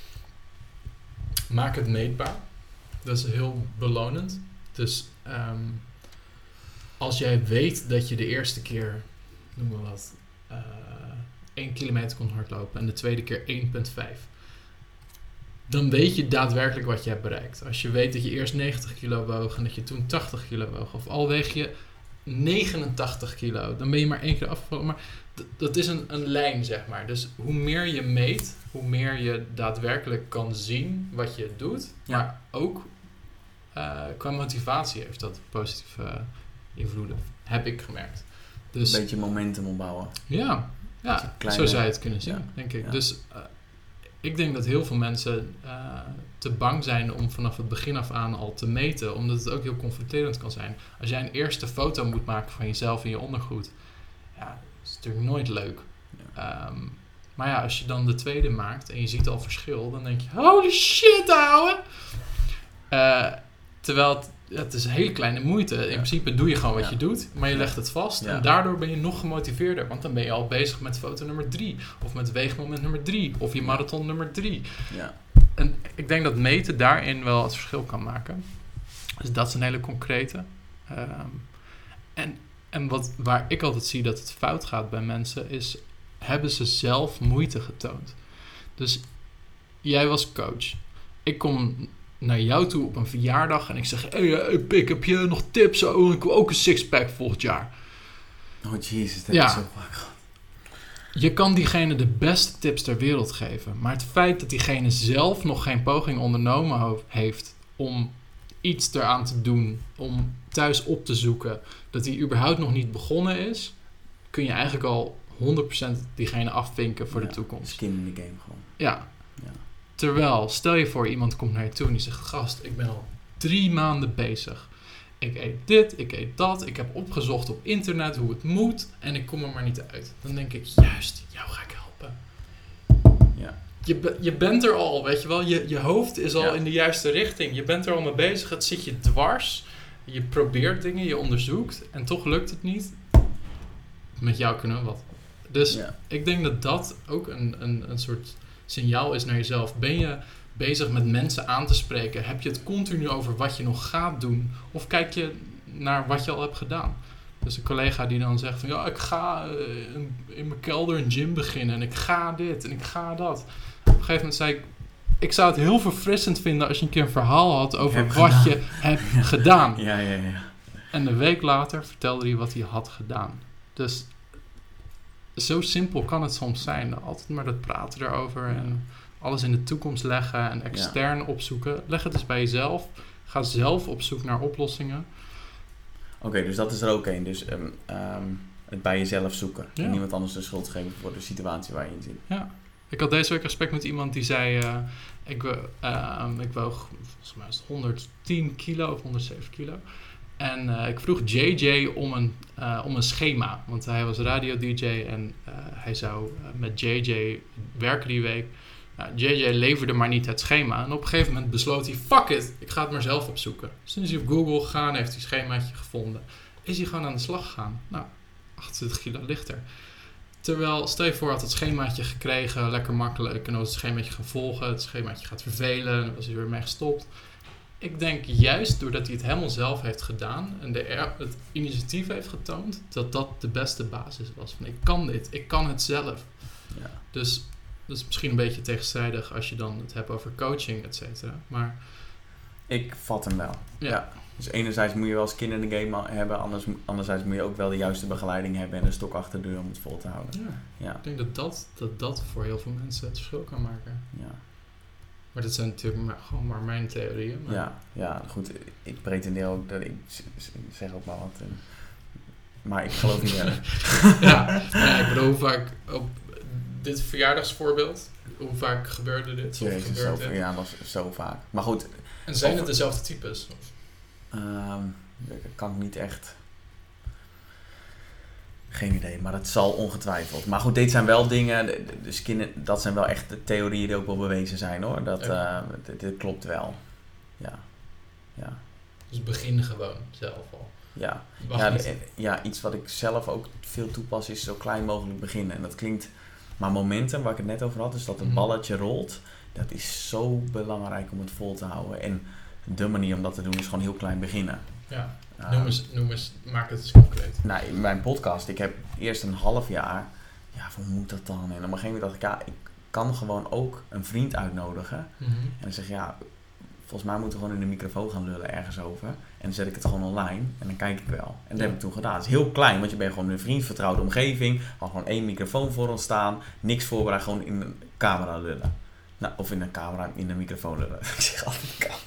Maak het meetbaar. Dat is heel belonend. Dus als jij weet dat je de eerste keer, noem maar wat, 1 kilometer kon hardlopen en de tweede keer 1,5. Dan weet je daadwerkelijk wat je hebt bereikt. Als je weet dat je eerst 90 kilo woog en dat je toen 80 kilo woog. Of al weeg je 89 kilo, dan ben je maar 1 keer afgevallen. Maar dat is een lijn, zeg maar. Dus hoe meer je meet, hoe meer je daadwerkelijk kan zien wat je doet. Ja. Maar ook qua motivatie heeft dat positieve invloeden. Heb ik gemerkt. Dus, een beetje momentum opbouwen. Ja, zo zou je het kunnen zien, denk ik. Ja. Dus ik denk dat heel veel mensen te bang zijn om vanaf het begin af aan al te meten. Omdat het ook heel confronterend kan zijn. Als jij een eerste foto moet maken van jezelf in je ondergoed. Ja, dat is natuurlijk nooit leuk. Ja. Maar ja, als je dan de tweede maakt en je ziet al verschil. Dan denk je, holy shit ouwe! Terwijl het is een hele kleine moeite. In principe doe je gewoon wat je doet. Maar je legt het vast. Ja. En daardoor ben je nog gemotiveerder. Want dan ben je al bezig met foto nummer 3. Of met weegmoment nummer 3. Of je marathon nummer 3. Ja. En ik denk dat meten daarin wel het verschil kan maken. Dus dat is een hele concrete. En waar ik altijd zie dat het fout gaat bij mensen is, hebben ze zelf moeite getoond. Dus jij was coach. Ik kom naar jou toe op een verjaardag en ik zeg, hey Pik, heb je nog tips? Oh, ik wil ook een sixpack volgend jaar. Oh jezus, dat is zo vaak. Je kan diegene de beste tips ter wereld geven. Maar het feit dat diegene zelf nog geen poging ondernomen heeft om iets eraan te doen, om thuis op te zoeken, dat hij überhaupt nog niet begonnen is, kun je eigenlijk al 100% diegene afvinken voor de toekomst. Skin in the game gewoon. Ja. Terwijl, stel je voor, iemand komt naar je toe en die zegt, gast, ik ben al 3 maanden bezig. Ik eet dit, ik eet dat, ik heb opgezocht op internet hoe het moet en ik kom er maar niet uit. Dan denk ik, juist, jou ga ik helpen. Ja. Je bent er al, weet je wel. Je hoofd is al in de juiste richting. Je bent er al mee bezig, het zit je dwars. Je probeert dingen, je onderzoekt en toch lukt het niet. Met jou kunnen we wat. Dus ik denk dat ook een soort signaal is naar jezelf. Ben je bezig met mensen aan te spreken? Heb je het continu over wat je nog gaat doen? Of kijk je naar wat je al hebt gedaan? Dus een collega die dan zegt van, ik ga in mijn kelder een gym beginnen en ik ga dit en ik ga dat. Op een gegeven moment zei ik zou het heel verfrissend vinden als je een keer een verhaal had over wat je hebt gedaan. Ja. En een week later vertelde hij wat hij had gedaan. Dus zo simpel kan het soms zijn. Altijd maar dat praten erover en alles in de toekomst leggen en extern opzoeken. Leg het eens bij jezelf. Ga zelf op zoek naar oplossingen. Oké, dus dat is er ook één. Dus het bij jezelf zoeken. Ja. En niemand anders de schuld geven voor de situatie waar je in zit. Ja. Ik had deze week gesprek met iemand die zei, ik woog volgens mij 110 kilo of 107 kilo. En ik vroeg JJ om een schema. Want hij was radio-dj en hij zou met JJ werken die week. JJ leverde maar niet het schema. En op een gegeven moment besloot hij, fuck it, ik ga het maar zelf opzoeken. Dus toen is hij op Google gegaan, heeft hij een schemaatje gevonden. Is hij gewoon aan de slag gegaan. 28 kilo lichter. Terwijl, stel je voor, had het schemaatje gekregen, lekker makkelijk. En dan was het schemaatje gaan volgen, het schemaatje gaat vervelen. En dan was hij weer mee gestopt. Ik denk juist doordat hij het helemaal zelf heeft gedaan en het initiatief heeft getoond, dat de beste basis was. Van ik kan dit, ik kan het zelf. Ja. Dus dat is misschien een beetje tegenstrijdig als je dan het hebt over coaching, et cetera. Maar ik vat hem wel. Ja. Dus enerzijds moet je wel skin in the game hebben, anderzijds moet je ook wel de juiste begeleiding hebben en een stok achter de deur om het vol te houden. Ja. Ik denk dat voor heel veel mensen het verschil kan maken. Ja. Maar dat zijn natuurlijk gewoon maar mijn theorieën. Maar ja, goed. Ik pretendeer ook dat ik zeg ook maar wat. Maar ik geloof niet wel. Ik bedoel, hoe vaak op dit verjaardagsvoorbeeld, hoe vaak gebeurde dit? Jezus, dat was zo vaak. Maar goed. En zijn het dezelfde types? Dat kan ik niet echt Geen idee, maar het zal ongetwijfeld. Maar goed, dit zijn wel dingen, dat zijn wel echt de theorieën die ook wel bewezen zijn hoor. Dit klopt wel. Ja. Dus begin gewoon zelf al. Ja, iets wat ik zelf ook veel toepas is zo klein mogelijk beginnen. En dat klinkt, maar momentum waar ik het net over had, dus dat het balletje rolt, dat is zo belangrijk om het vol te houden. En de manier om dat te doen is gewoon heel klein beginnen. Ja. Noem eens, maak het eens concreet. Nou, in mijn podcast, ik heb eerst een half jaar, hoe moet dat dan? En op een gegeven moment dacht ik, ik kan gewoon ook een vriend uitnodigen. En dan zeg je, volgens mij moeten we gewoon in de microfoon gaan lullen ergens over. En dan zet ik het gewoon online en dan kijk ik wel. En dat heb ik toen gedaan. Het is heel klein, want je bent gewoon in een vriendvertrouwde omgeving. Al gewoon 1 microfoon voor ons staan. Niks voorbereid, gewoon in een camera lullen. Nou, of in een camera, in de microfoon lullen. Ik zeg altijd camera.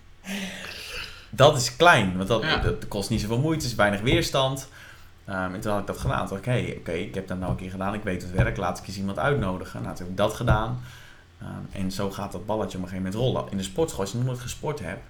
Dat is klein, want dat kost niet zoveel moeite, het is weinig weerstand. En toen had ik dat gedaan. Toen dacht ik, oké, ik heb dat nou een keer gedaan, ik weet het werk, laat ik eens iemand uitnodigen. Nou, toen heb ik dat gedaan. En zo gaat dat balletje op een gegeven moment rollen. In de sportschool, als je nog nooit gesport hebt,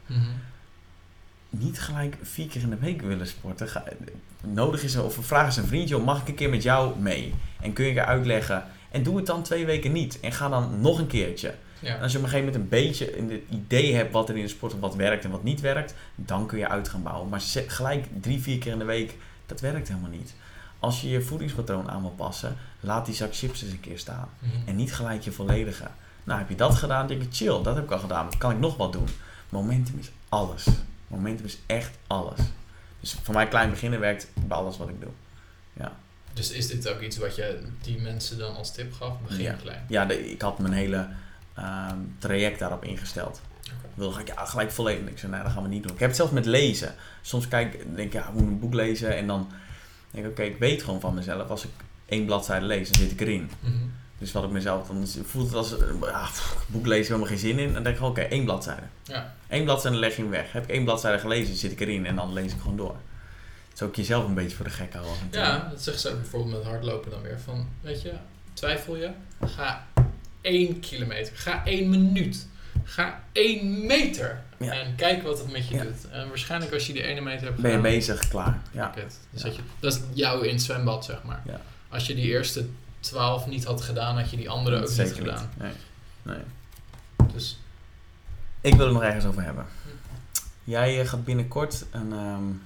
niet gelijk 4 keer in de week willen sporten. Nodig is, of vraag eens een vriendje, mag ik een keer met jou mee? En kun je je uitleggen. En doe het dan 2 weken niet. En ga dan nog een keertje. Ja. En als je op een gegeven moment een beetje een idee hebt wat er in de sport wat werkt en wat niet werkt, dan kun je uit gaan bouwen. Maar gelijk 3-4 keer in de week, dat werkt helemaal niet. Als je je voedingspatroon aan wil passen, laat die zak chips eens een keer staan. En niet gelijk je volledige. Nou, heb je dat gedaan, denk ik, chill, dat heb ik al gedaan. Kan ik nog wat doen? Momentum is alles. Momentum is echt alles. Dus voor mij klein beginnen werkt bij alles wat ik doe. Ja. Dus is dit ook iets wat je die mensen dan als tip gaf? Begin klein. Ja, ik had mijn hele traject daarop ingesteld. Okay. Wilde ik gelijk volledig. Ik zei, nee, dat gaan we niet doen. Ik heb het zelfs met lezen. Soms denk ik, ik moet een boek lezen en dan denk ik, oké, ik weet gewoon van mezelf. Als ik 1 bladzijde lees, dan zit ik erin. Dus wat ik mezelf, dan voelt het als, boek lezen helemaal geen zin in. En dan denk ik, oké, 1 bladzijde. Ja. 1 bladzijde leg je hem weg. Heb ik 1 bladzijde gelezen, zit ik erin en dan lees ik gewoon door. Dus ook jezelf een beetje voor de gek houden. Ja, dat zeggen ze ook bijvoorbeeld met hardlopen dan weer. Van, weet je, twijfel je? Ga 1 kilometer. Ga 1 minuut. Ga 1 meter. Ja. En kijk wat het met je doet. En waarschijnlijk als je die 1 meter hebt gedaan, ben je bezig, klaar. Ja. Dus dat is jou in het zwembad, zeg maar. Ja. Als je die eerste 12 niet had gedaan, had je die andere ook niet gedaan. Nee. Dus ik wil het nog ergens over hebben. Jij gaat binnenkort een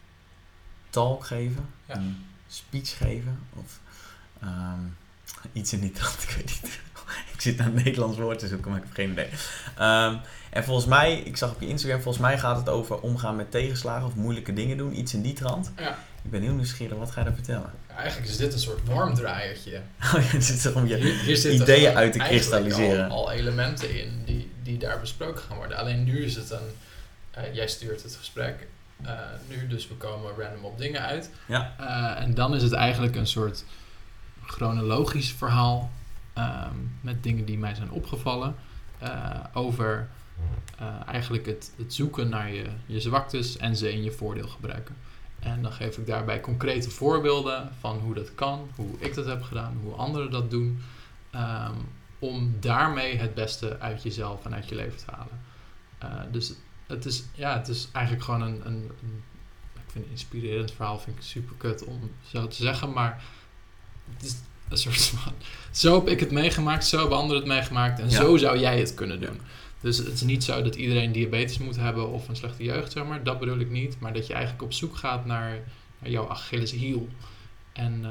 talk geven, een speech geven of iets in die trant, ik weet niet. Ik zit naar een Nederlands woord te zoeken, maar ik heb geen idee. En volgens mij, ik zag op je Instagram, volgens mij gaat het over omgaan met tegenslagen of moeilijke dingen doen, iets in die trant. Ja. Ik ben heel nieuwsgierig, wat ga je daar vertellen? Ja, eigenlijk is dit een soort warmdraaiertje. Het zit er om je ideeën uit te kristalliseren. Al elementen in die daar besproken gaan worden. Alleen nu is het jij stuurt het gesprek. Nu dus we komen random op dingen uit. Ja. En dan is het eigenlijk een soort chronologisch verhaal met dingen die mij zijn opgevallen. Over eigenlijk het zoeken naar je zwaktes en ze in je voordeel gebruiken. En dan geef ik daarbij concrete voorbeelden van hoe dat kan, hoe ik dat heb gedaan, hoe anderen dat doen. Om daarmee het beste uit jezelf en uit je leven te halen. Dus het is eigenlijk gewoon een ik vind een inspirerend verhaal, vind ik super kut om zo te zeggen, maar het is een soort van, zo heb ik het meegemaakt, zo hebben anderen het meegemaakt en zo zou jij het kunnen doen. Dus het is niet zo dat iedereen diabetes moet hebben of een slechte jeugd, zeg maar. Dat bedoel ik niet. Maar dat je eigenlijk op zoek gaat naar jouw Achilleshiel. En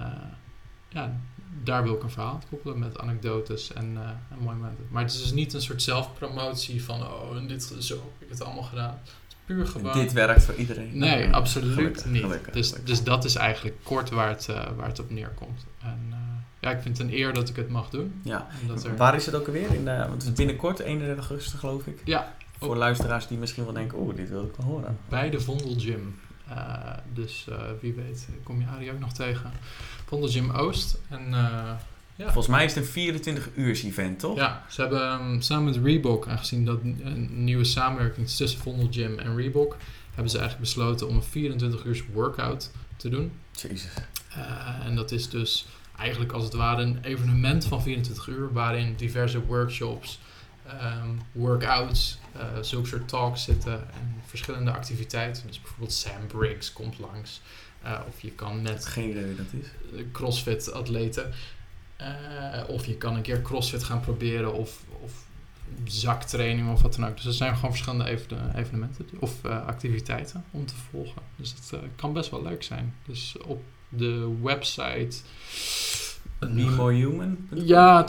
daar wil ik een verhaal aan koppelen met anekdotes en mooie momenten. Maar het is dus niet een soort zelfpromotie van en zo heb ik het allemaal gedaan. Het is puur gewoon. Dit werkt voor iedereen. Nee, absoluut niet. Dus dat is eigenlijk kort waar het op neerkomt. En ik vind het een eer dat ik het mag doen. Ja. Waar is het ook alweer? Want het is binnenkort, 31 augustus geloof ik. Ja. Voor luisteraars die misschien wel denken, dit wil ik wel horen. Bij de Vondel Gym. Dus wie weet kom je Arie ook nog tegen. Vondel Gym Oost. En, volgens mij is het een 24 uur event, toch? Ja, ze hebben samen met Reebok, aangezien dat een nieuwe samenwerking is tussen Vondel Gym en Reebok, hebben ze eigenlijk besloten om een 24 uur workout te doen. Jezus. En dat is dus eigenlijk als het ware een evenement van 24 uur, waarin diverse workshops, workouts, zulke soort talks zitten en verschillende activiteiten. Dus bijvoorbeeld Sam Briggs komt langs. Of je kan net... Geen idee wie dat is. CrossFit-atleten. Of je kan een keer CrossFit gaan proberen of zaktraining of wat dan ook. Dus er zijn gewoon verschillende evenementen of activiteiten om te volgen. Dus het kan best wel leuk zijn. Dus op de website... Be More Human? Ja,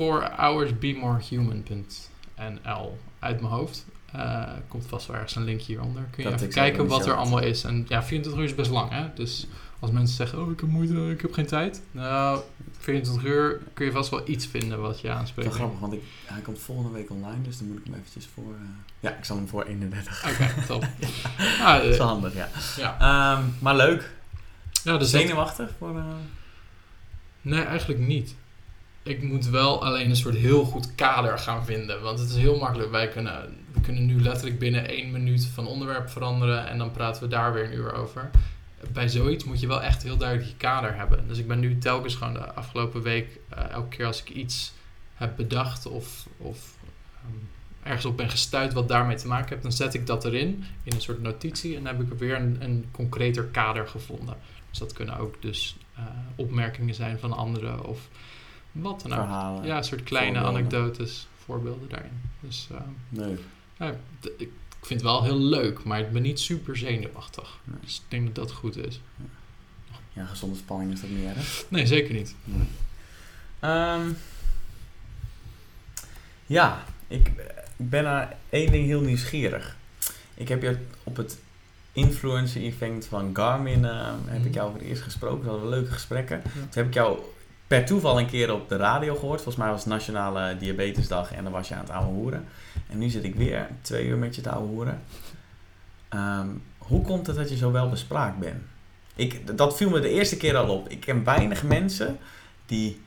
24hoursbemorehuman.nl uit mijn hoofd. Komt vast wel ergens een link hieronder. Kun je even kijken wat er allemaal is. En ja, 24 uur is best lang, hè? Dus als mensen zeggen, ik heb moeite, ik heb geen tijd. Nou, 24 uur kun je vast wel iets vinden wat je aanspreekt. Dat is grappig, want hij komt volgende week online, dus dan moet ik hem eventjes voor... Ja, ik zal hem voor 31. Oké, top. Dat is wel handig, ja. Maar leuk. Ja, dus zenuwachtig voor... Nee, eigenlijk niet. Ik moet wel alleen een soort heel goed kader gaan vinden. Want het is heel makkelijk. We kunnen nu letterlijk binnen 1 minuut van onderwerp veranderen. En dan praten we daar weer 1 uur over. Bij zoiets moet je wel echt heel duidelijk je kader hebben. Dus ik ben nu telkens gewoon de afgelopen week... elke keer als ik iets heb bedacht of ergens op ben gestuurd wat daarmee te maken heeft... dan zet ik dat erin in een soort notitie. En dan heb ik weer een concreter kader gevonden. Dus dat kunnen ook dus opmerkingen zijn van anderen of wat dan ook. Verhalen. Ja, een soort kleine anekdotes, voorbeelden daarin. Dus leuk. Ik vind het wel heel leuk, maar ik ben niet super zenuwachtig. Nee. Dus ik denk dat dat goed is. Ja, gezonde spanning is dat niet erg? Nee, zeker niet. Nee. Ja, ik ben naar 1 ding heel nieuwsgierig. Ik heb je op het influencer event van Garmin heb ik jou voor het eerst gesproken. We hadden leuke gesprekken. Ja. Toen heb ik jou per toeval een keer op de radio gehoord. Volgens mij was het Nationale Diabetesdag en dan was je aan het ouwe hoeren. En nu zit ik weer 2 uur met je te ouwe hoeren. Hoe komt het dat je zo wel bespraakt bent? Dat viel me de eerste keer al op. Ik ken weinig mensen die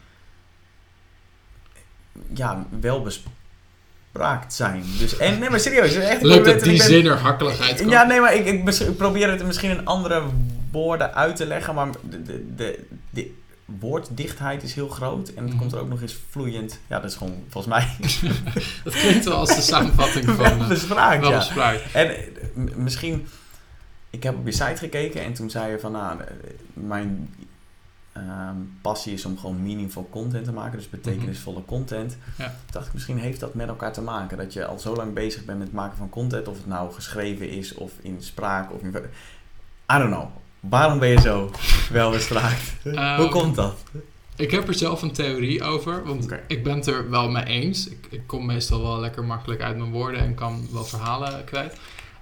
wel bespraakt zijn. Dus, nee, maar serieus. Echt leuk dat die zin er hakkelig uitkomt. Ja, nee, maar ik probeer het misschien in andere woorden uit te leggen. Maar de woorddichtheid is heel groot. En het komt er ook nog eens vloeiend. Ja, dat is gewoon volgens mij... Dat klinkt wel als de samenvatting van... wel bespraakt, wel ja. bespraakt. En misschien... Ik heb op je site gekeken en toen zei je van... mijn passie is om gewoon meaningful content te maken. Dus betekenisvolle content. Ja. Toen dacht ik, misschien heeft dat met elkaar te maken. Dat je al zo lang bezig bent met het maken van content. Of het nou geschreven is of in spraak. Of in... I don't know. Waarom ben je zo wel bespraakt? Hoe komt dat? Ik heb er zelf een theorie over. Want ik ben het er wel mee eens. Ik kom meestal wel lekker makkelijk uit mijn woorden. En kan wel verhalen kwijt.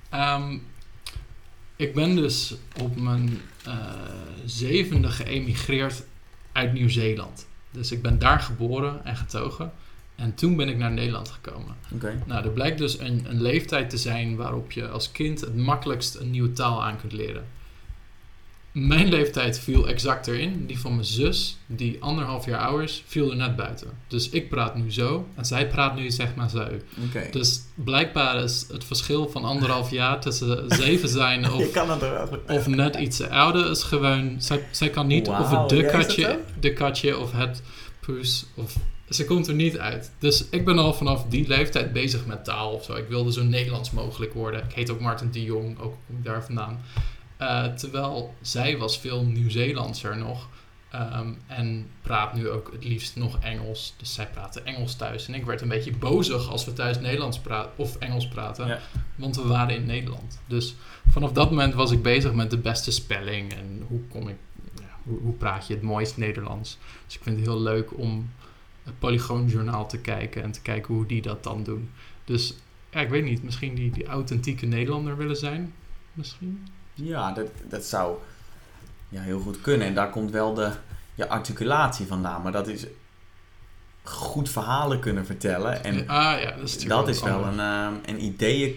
Ik ben dus op mijn 7e geëmigreerd uit Nieuw-Zeeland. Dus ik ben daar geboren en getogen. En toen ben ik naar Nederland gekomen. Nou, er blijkt dus een leeftijd te zijn waarop je als kind het makkelijkst een nieuwe taal aan kunt leren. Mijn leeftijd viel exact erin. Die van mijn zus, die 1,5 jaar ouder is, viel er net buiten. Dus ik praat nu zo en zij praat nu zeg maar zo. Dus blijkbaar is het verschil van 1,5 jaar tussen 7 zijn of net iets ouder is gewoon... Zij kan niet of het de katje of het poes of... Ze komt er niet uit. Dus ik ben al vanaf die leeftijd bezig met taal of zo. Ik wilde zo Nederlands mogelijk worden. Ik heet ook Martin de Jong, ook kom ik daar vandaan. Terwijl zij was veel Nieuw-Zeelandser nog. En praat nu ook het liefst nog Engels. Dus zij praatte Engels thuis. En ik werd een beetje bozig als we thuis Nederlands praten of Engels praten. Ja. Want we waren in Nederland. Dus vanaf dat moment was ik bezig met de beste spelling. En hoe praat je het mooist Nederlands. Dus ik vind het heel leuk om het Polygoonjournaal te kijken. En te kijken hoe die dat dan doen. Dus ja, ik weet niet. Misschien die authentieke Nederlander willen zijn. Misschien. Ja, dat zou heel goed kunnen. En daar komt wel je articulatie vandaan. Maar dat is goed verhalen kunnen vertellen. En dat is wel een ideeën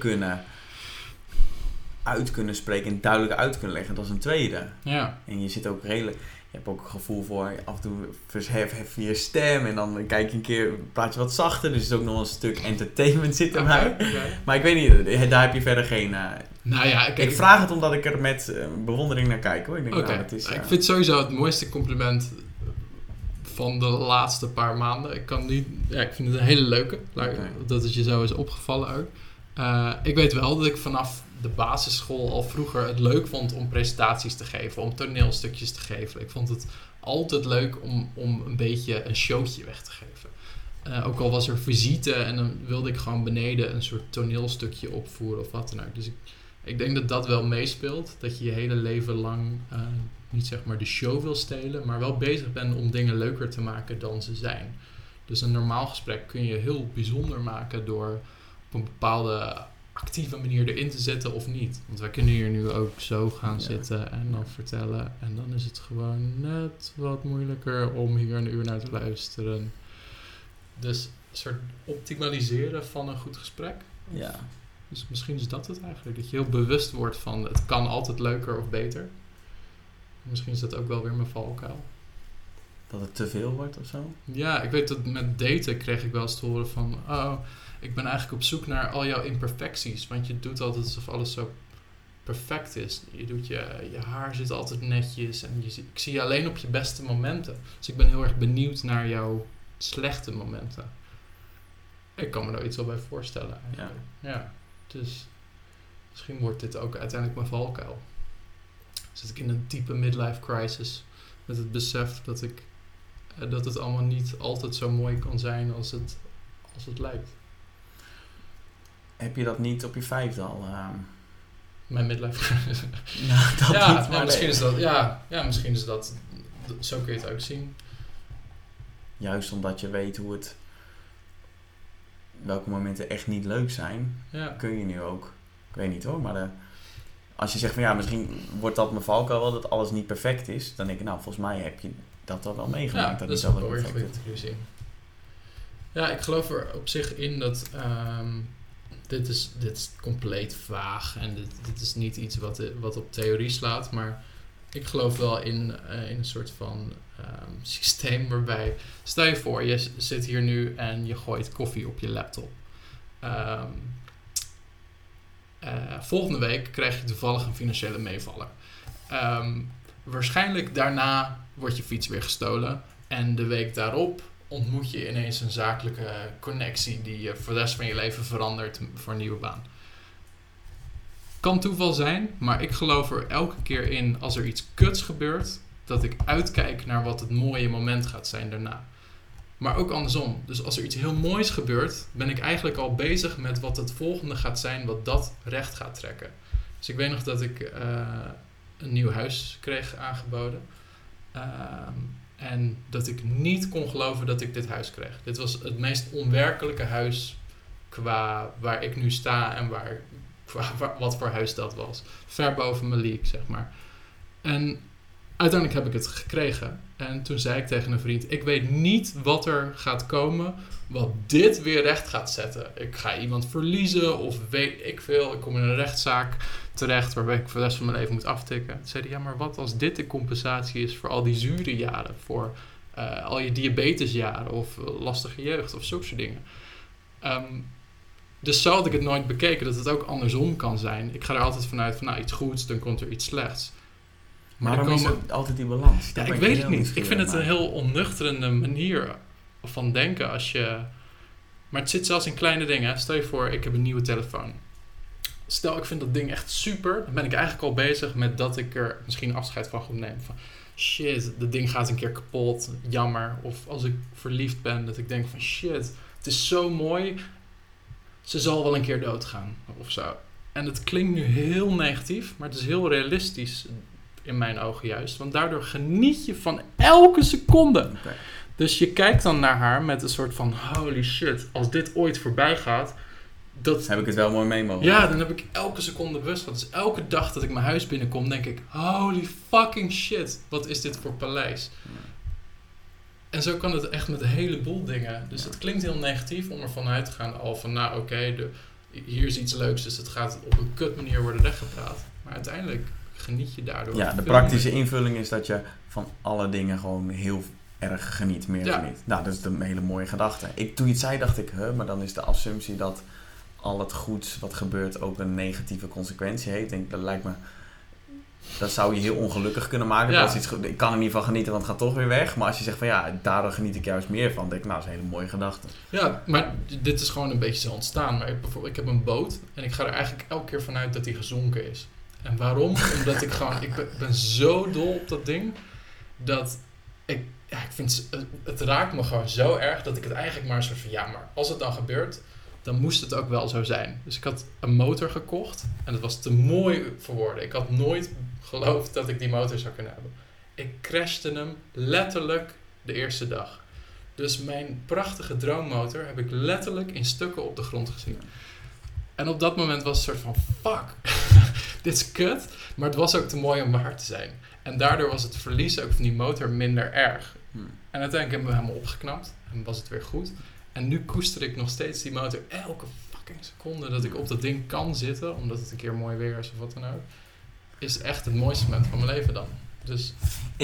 uit kunnen spreken en duidelijk uit kunnen leggen. Dat is een tweede. Ja. En je zit ook redelijk... Je hebt ook een gevoel voor... Af en toe verhef je stem en dan kijk je een keer... Praat je wat zachter. Dus er is ook nog een stuk entertainment zit erbij. Okay. Maar ik weet niet, daar heb je verder geen... ik vraag het omdat ik er met bewondering naar kijk, hoor. Ik denk, ik vind sowieso het mooiste compliment van de laatste paar maanden. Ik vind het een hele leuke. Dat het je zo is opgevallen ook. Ik weet wel dat ik vanaf de basisschool al vroeger het leuk vond om presentaties te geven, om toneelstukjes te geven. Ik vond het altijd leuk om een beetje een showtje weg te geven. Ook al was er visite en dan wilde ik gewoon beneden een soort toneelstukje opvoeren of wat dan ook. Dus ik denk dat dat wel meespeelt. Dat je je hele leven lang niet zeg maar de show wil stelen, maar wel bezig bent om dingen leuker te maken dan ze zijn. Dus een normaal gesprek kun je heel bijzonder maken door op een bepaalde actieve manier erin te zetten of niet. Want wij kunnen hier nu ook zo gaan zitten en dan vertellen. En dan is het gewoon net wat moeilijker om hier een uur naar te luisteren. Dus een soort optimaliseren van een goed gesprek. Ja. Dus misschien is dat het eigenlijk. Dat je heel bewust wordt van het kan altijd leuker of beter. Misschien is dat ook wel weer mijn valkuil. Dat het te veel wordt of zo? Ja, ik weet dat met daten kreeg ik wel eens te horen van... Oh, ik ben eigenlijk op zoek naar al jouw imperfecties. Want je doet altijd alsof alles zo perfect is. Je doet je haar zit altijd netjes. En ik zie je alleen op je beste momenten. Dus ik ben heel erg benieuwd naar jouw slechte momenten. Ik kan me daar iets wel bij voorstellen eigenlijk. Ja. Dus misschien wordt dit ook uiteindelijk mijn valkuil. Zit ik in een diepe midlife crisis. Met het besef dat het allemaal niet altijd zo mooi kan zijn als het lijkt. Heb je dat niet op je 5e al? Mijn midlife crisis. Nou, dat ja, niet, maar misschien is dat. Ja, misschien is dat. Zo kun je het ook zien. Juist omdat je weet welke momenten echt niet leuk zijn, kun je nu ook. Ik weet niet hoor, maar als je zegt van misschien wordt dat mijn valkuil wel dat alles niet perfect is, dan denk ik volgens mij heb je dat wel meegemaakt. Ja, dat is wel een goede conclusie. Ja, ik geloof er op zich in dat dit is compleet vaag en dit is niet iets wat op theorie slaat, maar ik geloof wel in een soort van systeem waarbij, stel je voor, je zit hier nu en je gooit koffie op je laptop. Volgende week krijg je toevallig een financiële meevaller. Waarschijnlijk daarna wordt je fiets weer gestolen en de week daarop ontmoet je ineens een zakelijke connectie die je voor de rest van je leven verandert voor een nieuwe baan. Kan toeval zijn, maar ik geloof er elke keer in als er iets kuts gebeurt, dat ik uitkijk naar wat het mooie moment gaat zijn daarna. Maar ook andersom. Dus als er iets heel moois gebeurt, ben ik eigenlijk al bezig met wat het volgende gaat zijn, wat dat recht gaat trekken. Dus ik weet nog dat ik een nieuw huis kreeg aangeboden. En dat ik niet kon geloven dat ik dit huis kreeg. Dit was het meest onwerkelijke huis qua waar ik nu sta en wat voor huis dat was. Ver boven mijn league, zeg maar. En uiteindelijk heb ik het gekregen. En toen zei ik tegen een vriend, ik weet niet wat er gaat komen wat dit weer recht gaat zetten. Ik ga iemand verliezen of weet ik veel. Ik kom in een rechtszaak terecht waarbij ik voor de rest van mijn leven moet aftikken. Toen zei hij, maar wat als dit de compensatie is voor al die zure jaren, voor al je diabetesjaren of lastige jeugd of zulke soort dingen. Dus zo had ik het nooit bekeken, dat het ook andersom kan zijn. Ik ga er altijd vanuit van iets goeds, dan komt er iets slechts. Maar waarom is het altijd die balans? Ja, ik weet het niet. Ik vind het een heel onnuchterende manier van denken als je... Maar het zit zelfs in kleine dingen. Stel je voor, ik heb een nieuwe telefoon. Stel, ik vind dat ding echt super. Dan ben ik eigenlijk al bezig met dat ik er misschien afscheid van goed neem. Van, shit, dat ding gaat een keer kapot. Jammer. Of als ik verliefd ben, dat ik denk van shit, het is zo mooi. Ze zal wel een keer doodgaan. Of zo. En het klinkt nu heel negatief, maar het is heel realistisch in mijn ogen juist. Want daardoor geniet je van elke seconde. Okay. Dus je kijkt dan naar haar met een soort van holy shit, als dit ooit voorbij gaat, heb ik het wel mooi mee mogen. Ja, dan heb ik elke seconde bewust van. Dus elke dag dat ik mijn huis binnenkom, denk ik, holy fucking shit, wat is dit voor paleis? Ja. En zo kan het echt met een heleboel dingen. Dus het klinkt heel negatief om ervan uit te gaan al van, hier is iets leuks, dus het gaat op een kut manier worden weggepraat. Maar uiteindelijk geniet je daardoor. Ja, de praktische invulling is dat je van alle dingen gewoon heel erg geniet, geniet. Nou, dat is een hele mooie gedachte. Toen je het zei, dacht ik, maar dan is de assumptie dat al het goeds wat gebeurt ook een negatieve consequentie heeft. Ik denk, dat lijkt me dat zou je heel ongelukkig kunnen maken. Dat is iets, ik kan er niet van genieten, want het gaat toch weer weg. Maar als je zegt van daar geniet ik juist meer van. Denk ik, dat is een hele mooie gedachte. Ja, maar dit is gewoon een beetje zo ontstaan. Maar ik heb een boot en ik ga er eigenlijk elke keer vanuit dat die gezonken is. En waarom? Omdat ik ben zo dol op dat ding, dat ik vind het raakt me gewoon zo erg dat ik het eigenlijk maar een soort van, maar als het dan gebeurt, dan moest het ook wel zo zijn. Dus ik had een motor gekocht en dat was te mooi voor woorden. Ik had nooit geloofd dat ik die motor zou kunnen hebben. Ik crashte hem letterlijk de eerste dag. Dus mijn prachtige droommotor heb ik letterlijk in stukken op de grond gezien. En op dat moment was het een soort van, fuck, dit is kut. Maar het was ook te mooi om waar te zijn. En daardoor was het verlies ook van die motor minder erg. En uiteindelijk hebben we hem opgeknapt en was het weer goed. En nu koester ik nog steeds die motor elke fucking seconde dat ik op dat ding kan zitten, omdat het een keer mooi weer is of wat dan ook. Is echt het mooiste moment van mijn leven dan. Dus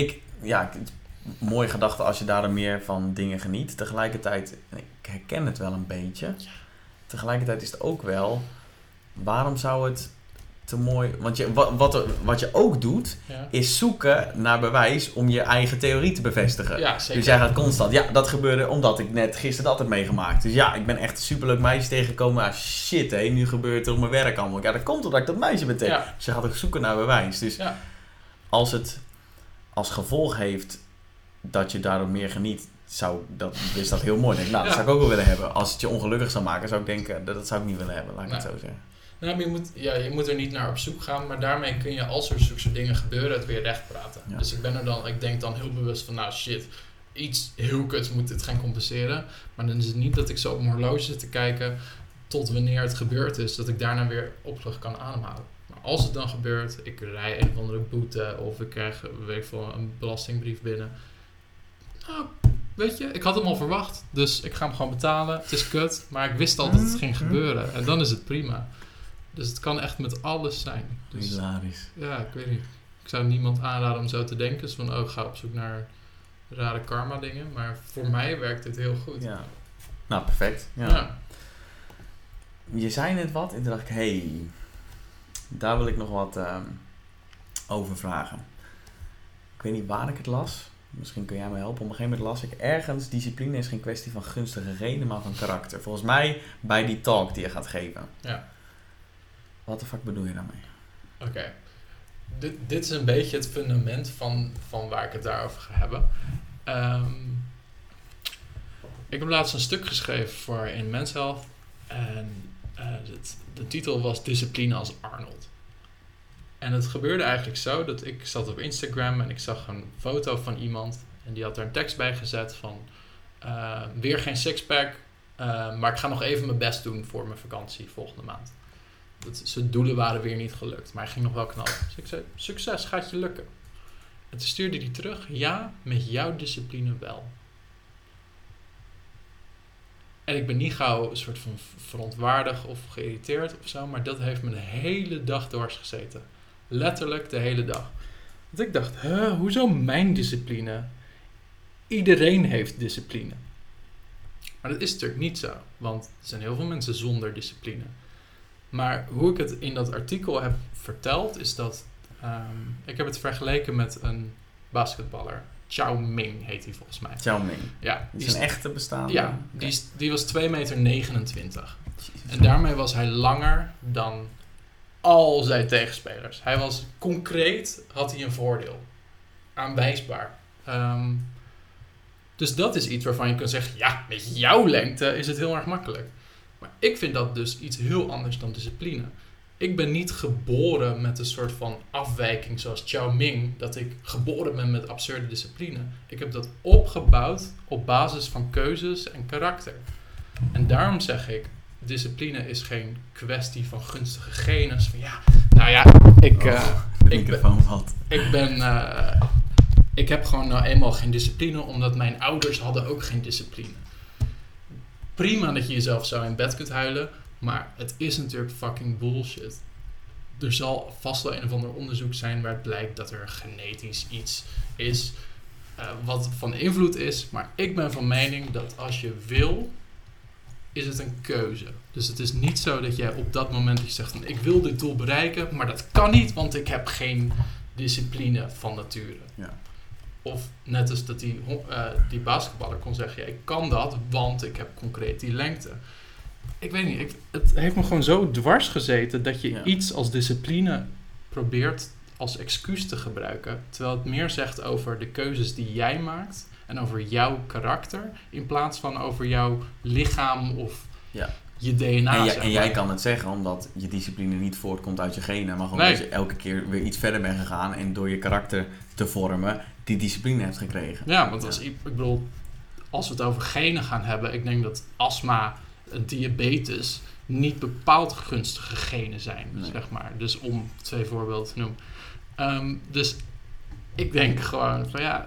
mooie gedachte als je daar meer van dingen geniet. Tegelijkertijd, ik herken het wel een beetje. Ja. Tegelijkertijd is het ook wel, waarom zou het te mooi... Want wat je ook doet, is zoeken naar bewijs om je eigen theorie te bevestigen. Ja, zeker. Dus jij gaat constant, dat gebeurde omdat ik net gisteren dat heb meegemaakt. Dus ik ben echt een superleuk meisje tegengekomen. Shit, nu gebeurt er op mijn werk allemaal. Ja, dat komt omdat ik dat meisje ben tegen. Ja. Dus je gaat ook zoeken naar bewijs. Dus als het als gevolg heeft dat je daardoor meer geniet, is dat heel mooi. Denk, dat zou ik ook wel willen hebben. Als het je ongelukkig zou maken, zou ik denken, dat zou ik niet willen hebben. Laat ik het zo zeggen. Nou, maar je moet er niet naar op zoek gaan, maar daarmee kun je, als er zulke soort dingen gebeuren, het weer recht praten. Ja. Dus ik denk dan heel bewust van, shit, iets heel kuts moet dit gaan compenseren. Maar dan is het niet dat ik zo op mijn horloge zit te kijken tot wanneer het gebeurd is, dat ik daarna weer opgelucht kan ademhalen. Maar als het dan gebeurt, ik rij een of andere boete of ik krijg een belastingbrief binnen. Nou, weet je, ik had hem al verwacht, dus ik ga hem gewoon betalen. Het is kut, maar ik wist al dat het ging gebeuren. En dan is het prima. Dus het kan echt met alles zijn. Dus, hilarisch. Ja, ik weet niet. Ik zou niemand aanraden om zo te denken. Dus van, ik ga op zoek naar rare karma dingen. Maar voor mij werkt dit heel goed. Ja. Nou, perfect. Ja. Je zei net wat en toen dacht ik, daar wil ik nog wat over vragen. Ik weet niet waar ik het las. Misschien kun jij me helpen. Op een gegeven moment las ik ergens, discipline is geen kwestie van gunstige reden, maar van karakter. Volgens mij bij die talk die je gaat geven. Ja. Wat de fuck bedoel je daarmee? Oké. Dit is een beetje het fundament van waar ik het daarover ga hebben. Ik heb laatst een stuk geschreven voor in Men's Health. En de titel was Discipline als Arnold. En het gebeurde eigenlijk zo dat ik zat op Instagram en ik zag een foto van iemand. En die had er een tekst bij gezet van, weer geen sixpack, maar ik ga nog even mijn best doen voor mijn vakantie volgende maand. Zijn doelen waren weer niet gelukt, maar hij ging nog wel knallen. Dus ik zei, succes, gaat je lukken. En toen stuurde hij terug, ja, met jouw discipline wel. En ik ben niet gauw een soort van verontwaardigd of geïrriteerd of zo, maar dat heeft me de hele dag dwars gezeten. Letterlijk de hele dag. Want ik dacht, hoezo mijn discipline? Iedereen heeft discipline. Maar dat is natuurlijk niet zo, want er zijn heel veel mensen zonder discipline. Maar hoe ik het in dat artikel heb verteld, is dat ik heb het vergeleken met een basketballer. Chao Ming heet hij volgens mij. Chao Ming. Ja, die is een echte bestaande. Ja, okay. Die was 2,29 meter. En daarmee was hij langer dan al zijn tegenspelers. Hij was concreet, had hij een voordeel. Aanwijsbaar. Dus dat is iets waarvan je kunt zeggen, ja, met jouw lengte is het heel erg makkelijk. Maar ik vind dat dus iets heel anders dan discipline. Ik ben niet geboren met een soort van afwijking zoals Chao Ming, dat ik geboren ben met absurde discipline. Ik heb dat opgebouwd op basis van keuzes en karakter. En daarom zeg ik, discipline is geen kwestie van gunstige genes. Van ik heb gewoon nou eenmaal geen discipline, omdat mijn ouders hadden ook geen discipline. Prima dat je jezelf zo in bed kunt huilen, maar het is natuurlijk fucking bullshit. Er zal vast wel een of ander onderzoek zijn waar het blijkt dat er genetisch iets is wat van invloed is. Maar ik ben van mening dat als je wil, is het een keuze. Dus het is niet zo dat jij op dat moment zegt van, ik wil dit doel bereiken, maar dat kan niet, want ik heb geen discipline van nature. Ja. Of net als dat die basketballer kon zeggen, ik kan dat, want ik heb concreet die lengte. Ik weet niet, het heeft me gewoon zo dwars gezeten dat je iets als discipline probeert als excuus te gebruiken, terwijl het meer zegt over de keuzes die jij maakt en over jouw karakter, in plaats van over jouw lichaam of je DNA. En jij kan het zeggen omdat je discipline niet voortkomt uit je genen, maar gewoon dat je elke keer weer iets verder bent gegaan en door je karakter te vormen die discipline hebt gekregen. Ja, want ik bedoel, als we het over genen gaan hebben, ik denk dat astma, diabetes niet bepaald gunstige genen zijn, zeg maar. Dus om 2 voorbeelden te noemen. Dus ik denk gewoon van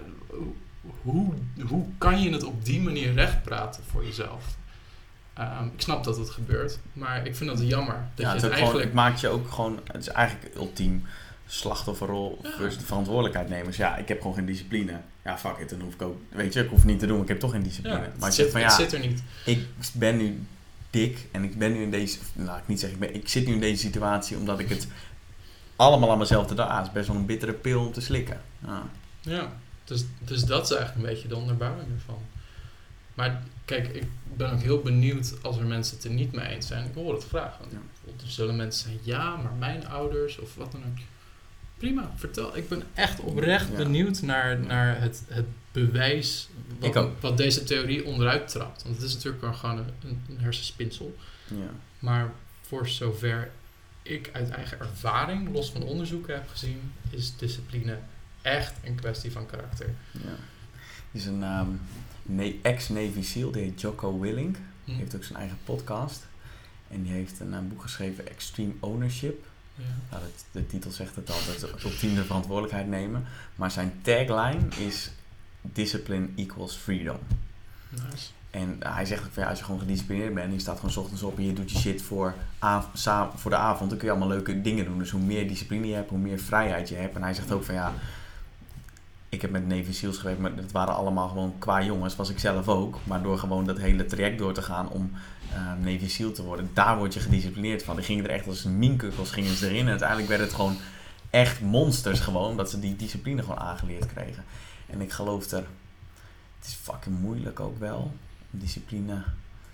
hoe kan je het op die manier recht praten voor jezelf? Ik snap dat het gebeurt, maar ik vind het jammer. Dat je het eigenlijk... Het maakt je ook gewoon, het is eigenlijk ultiem slachtofferrol versus de verantwoordelijkheid nemen. Dus ik heb gewoon geen discipline. Ja, fuck it, dan hoef ik ook, weet je, ik hoef niet te doen, ik heb toch geen discipline. Maar het zit er niet. Ik ben nu dik en ik ben nu in deze, ik zit nu in deze situatie omdat ik het allemaal aan mezelf te doen. Het is best wel een bittere pil om te slikken. Ja, dus dat is eigenlijk een beetje de onderbouwing ervan. Maar kijk, ik ben ook heel benieuwd als er mensen het er niet mee eens zijn. Ik hoor het graag. Want er zullen mensen zeggen, maar mijn ouders of wat dan ook. Prima, vertel. Ik ben echt oprecht benieuwd naar het bewijs wat deze theorie onderuit trapt. Want het is natuurlijk wel gewoon een hersenspinsel. Ja. Maar voor zover ik uit eigen ervaring, los van onderzoeken heb gezien, is discipline echt een kwestie van karakter. Ja. Er is een ex-Navy SEAL, die heet Jocko Willink. Die heeft ook zijn eigen podcast. En die heeft een boek geschreven, Extreme Ownership. Ja. Nou, de titel zegt het al, dat is ultiem de verantwoordelijkheid nemen. Maar zijn tagline is Discipline equals freedom. Nice. En hij zegt ook van als je gewoon gedisciplineerd bent en je staat gewoon 's ochtends op en je doet je shit voor de avond, dan kun je allemaal leuke dingen doen. Dus hoe meer discipline je hebt, hoe meer vrijheid je hebt. En hij zegt ook van ik heb met Navy SEALs gewerkt, maar dat waren allemaal gewoon qua jongens, was ik zelf ook. Maar door gewoon dat hele traject door te gaan om Navy SEAL te worden, daar word je gedisciplineerd van. Die gingen er echt als minkukkels gingen ze erin. En uiteindelijk werden het gewoon echt monsters gewoon, omdat ze die discipline gewoon aangeleerd kregen. En ik geloof het is fucking moeilijk ook wel, discipline.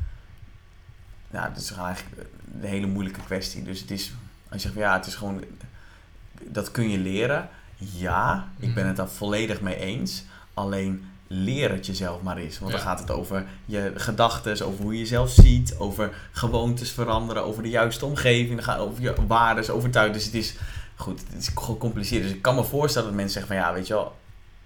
Ja, dat is eigenlijk een hele moeilijke kwestie. Dus het is, als je zegt het is gewoon, dat kun je leren. Ja, ik ben het daar volledig mee eens. Alleen leer het jezelf maar eens. Want dan gaat het over je gedachten, over hoe je jezelf ziet, over gewoontes veranderen, over de juiste omgeving, dan gaat over je waardes, overtuiging. Dus het is goed, het is gecompliceerd. Dus ik kan me voorstellen dat mensen zeggen van weet je wel,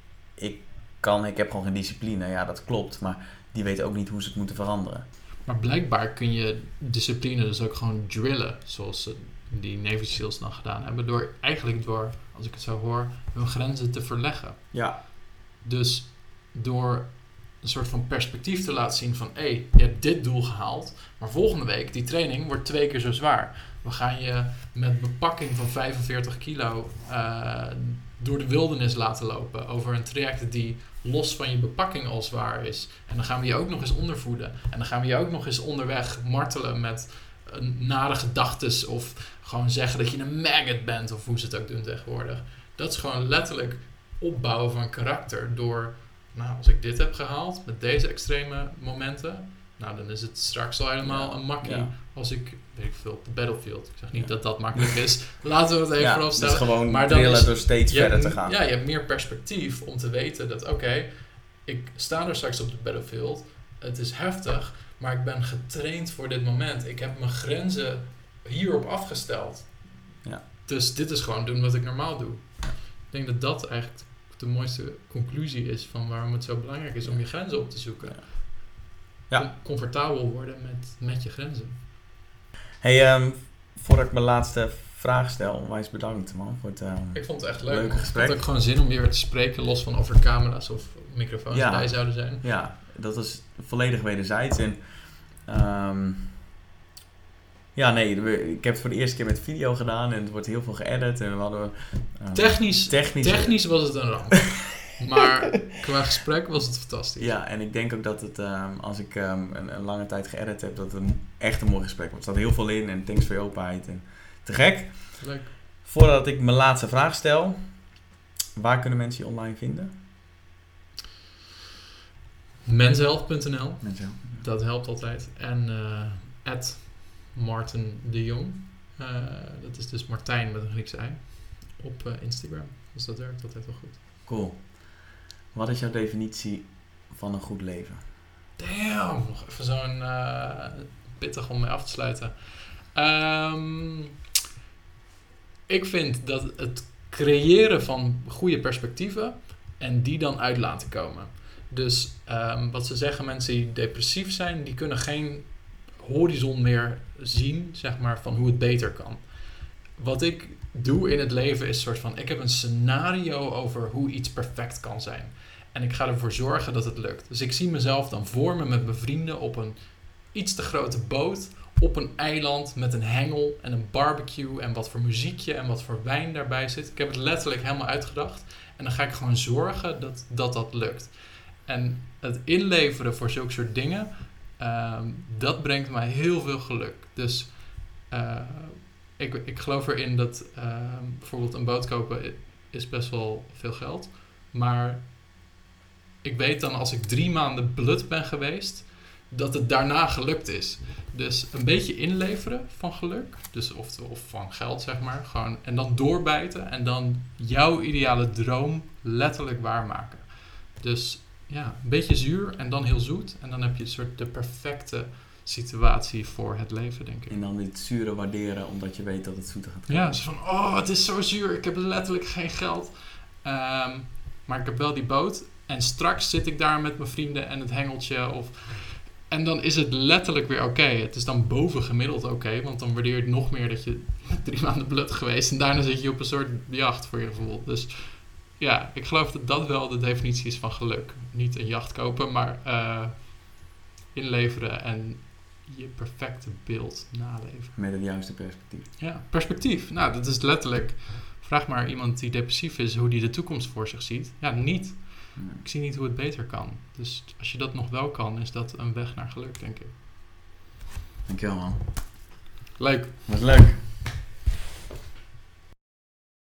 ik heb gewoon geen discipline. Ja, dat klopt, maar die weten ook niet hoe ze het moeten veranderen. Maar blijkbaar kun je discipline dus ook gewoon drillen, zoals die Navy SEALs dan gedaan hebben, door, als ik het zo hoor, hun grenzen te verleggen. Ja. Dus door een soort van perspectief te laten zien van, je hebt dit doel gehaald, maar volgende week, die training wordt 2 keer zo zwaar. We gaan je met bepakking van 45 kilo door de wildernis laten lopen over een traject die los van je bepakking al zwaar is. En dan gaan we je ook nog eens ondervoeden. En dan gaan we je ook nog eens onderweg martelen met nare gedachtes of gewoon zeggen dat je een maggot bent of hoe ze het ook doen tegenwoordig. Dat is gewoon letterlijk opbouwen van karakter door, als ik dit heb gehaald met deze extreme momenten, dan is het straks al helemaal een makkie als ik, weet ik veel, op de battlefield. Ik zeg niet dat dat makkelijk is. Laten we het even vooropstellen. Dus gewoon maar drillen door steeds verder te gaan. Ja, je hebt meer perspectief om te weten dat ik sta er straks op de battlefield. Het is heftig, maar ik ben getraind voor dit moment. Ik heb mijn grenzen hierop afgesteld. Ja. Dus dit is gewoon doen wat ik normaal doe. Ja. Ik denk dat dat eigenlijk de mooiste conclusie is van waarom het zo belangrijk is om je grenzen op te zoeken. Ja. Comfortabel worden met je grenzen. Hey, voordat ik mijn laatste vraag stel, onwijs bedankt man voor het ik vond het echt leuk. Leuke gesprek. Ik had ook gewoon zin om weer te spreken, los van of er camera's of microfoons bij zouden zijn. Ja, dat is volledig wederzijds. En ik heb het voor de eerste keer met video gedaan en het wordt heel veel geëdit en we hadden technisch was het een ramp. Maar qua gesprek was het fantastisch. Ja, en ik denk ook dat het, als ik een lange tijd geëdit heb, dat het echt een mooi gesprek wordt. Er staat heel veel in en thanks voor je openheid. En te gek. Leuk. Voordat ik mijn laatste vraag stel, Waar kunnen mensen je online vinden? Mensenhealth.nl. Dat helpt altijd. En @Martin de Jong. Dat is dus Martijn met een Griekse ei. Op Instagram. Dus dat werkt altijd wel goed. Cool. Wat is jouw definitie van een goed leven? Damn, nog even zo'n pittig om mee af te sluiten. Ik vind dat het creëren van goede perspectieven en die dan uit laten komen. Dus wat ze zeggen, mensen die depressief zijn, die kunnen geen horizon meer zien, zeg maar, van hoe het beter kan. Wat ik doe in het leven is soort van, ik heb een scenario over hoe iets perfect kan zijn. En ik ga ervoor zorgen dat het lukt. Dus ik zie mezelf dan voor me met mijn vrienden op een iets te grote boot, op een eiland met een hengel en een barbecue en wat voor muziekje en wat voor wijn daarbij zit. Ik heb het letterlijk helemaal uitgedacht. En dan ga ik gewoon zorgen dat lukt. En het inleveren voor zulke soort dingen, dat brengt mij heel veel geluk. Dus ik geloof erin dat bijvoorbeeld een boot kopen is best wel veel geld. Maar ik weet dan als ik 3 maanden blut ben geweest, dat het daarna gelukt is. Dus een beetje inleveren van geluk. Dus of van geld, zeg maar. Gewoon, en dan doorbijten. En dan jouw ideale droom letterlijk waarmaken. Dus ja, een beetje zuur en dan heel zoet. En dan heb je een soort de perfecte situatie voor het leven, denk ik. En dan dit zure waarderen, omdat je weet dat het zoete gaat komen. Ja, zo van, het is zo zuur. Ik heb letterlijk geen geld. Maar ik heb wel die boot. En straks zit ik daar met mijn vrienden en het hengeltje. En dan is het letterlijk weer oké. Het is dan bovengemiddeld oké. Want dan waardeer je het nog meer dat je 3 maanden blut geweest. En daarna zit je op een soort jacht voor je gevoel. Dus ja, ik geloof dat dat wel de definitie is van geluk. Niet een jacht kopen, maar inleveren en je perfecte beeld naleven. Met het juiste perspectief. Ja, perspectief. Nou, dat is letterlijk. Vraag maar iemand die depressief is hoe die de toekomst voor zich ziet. Ja, niet. Nee. Ik zie niet hoe het beter kan. Dus als je dat nog wel kan, is dat een weg naar geluk, denk ik. Dankjewel, man. Leuk. Was leuk.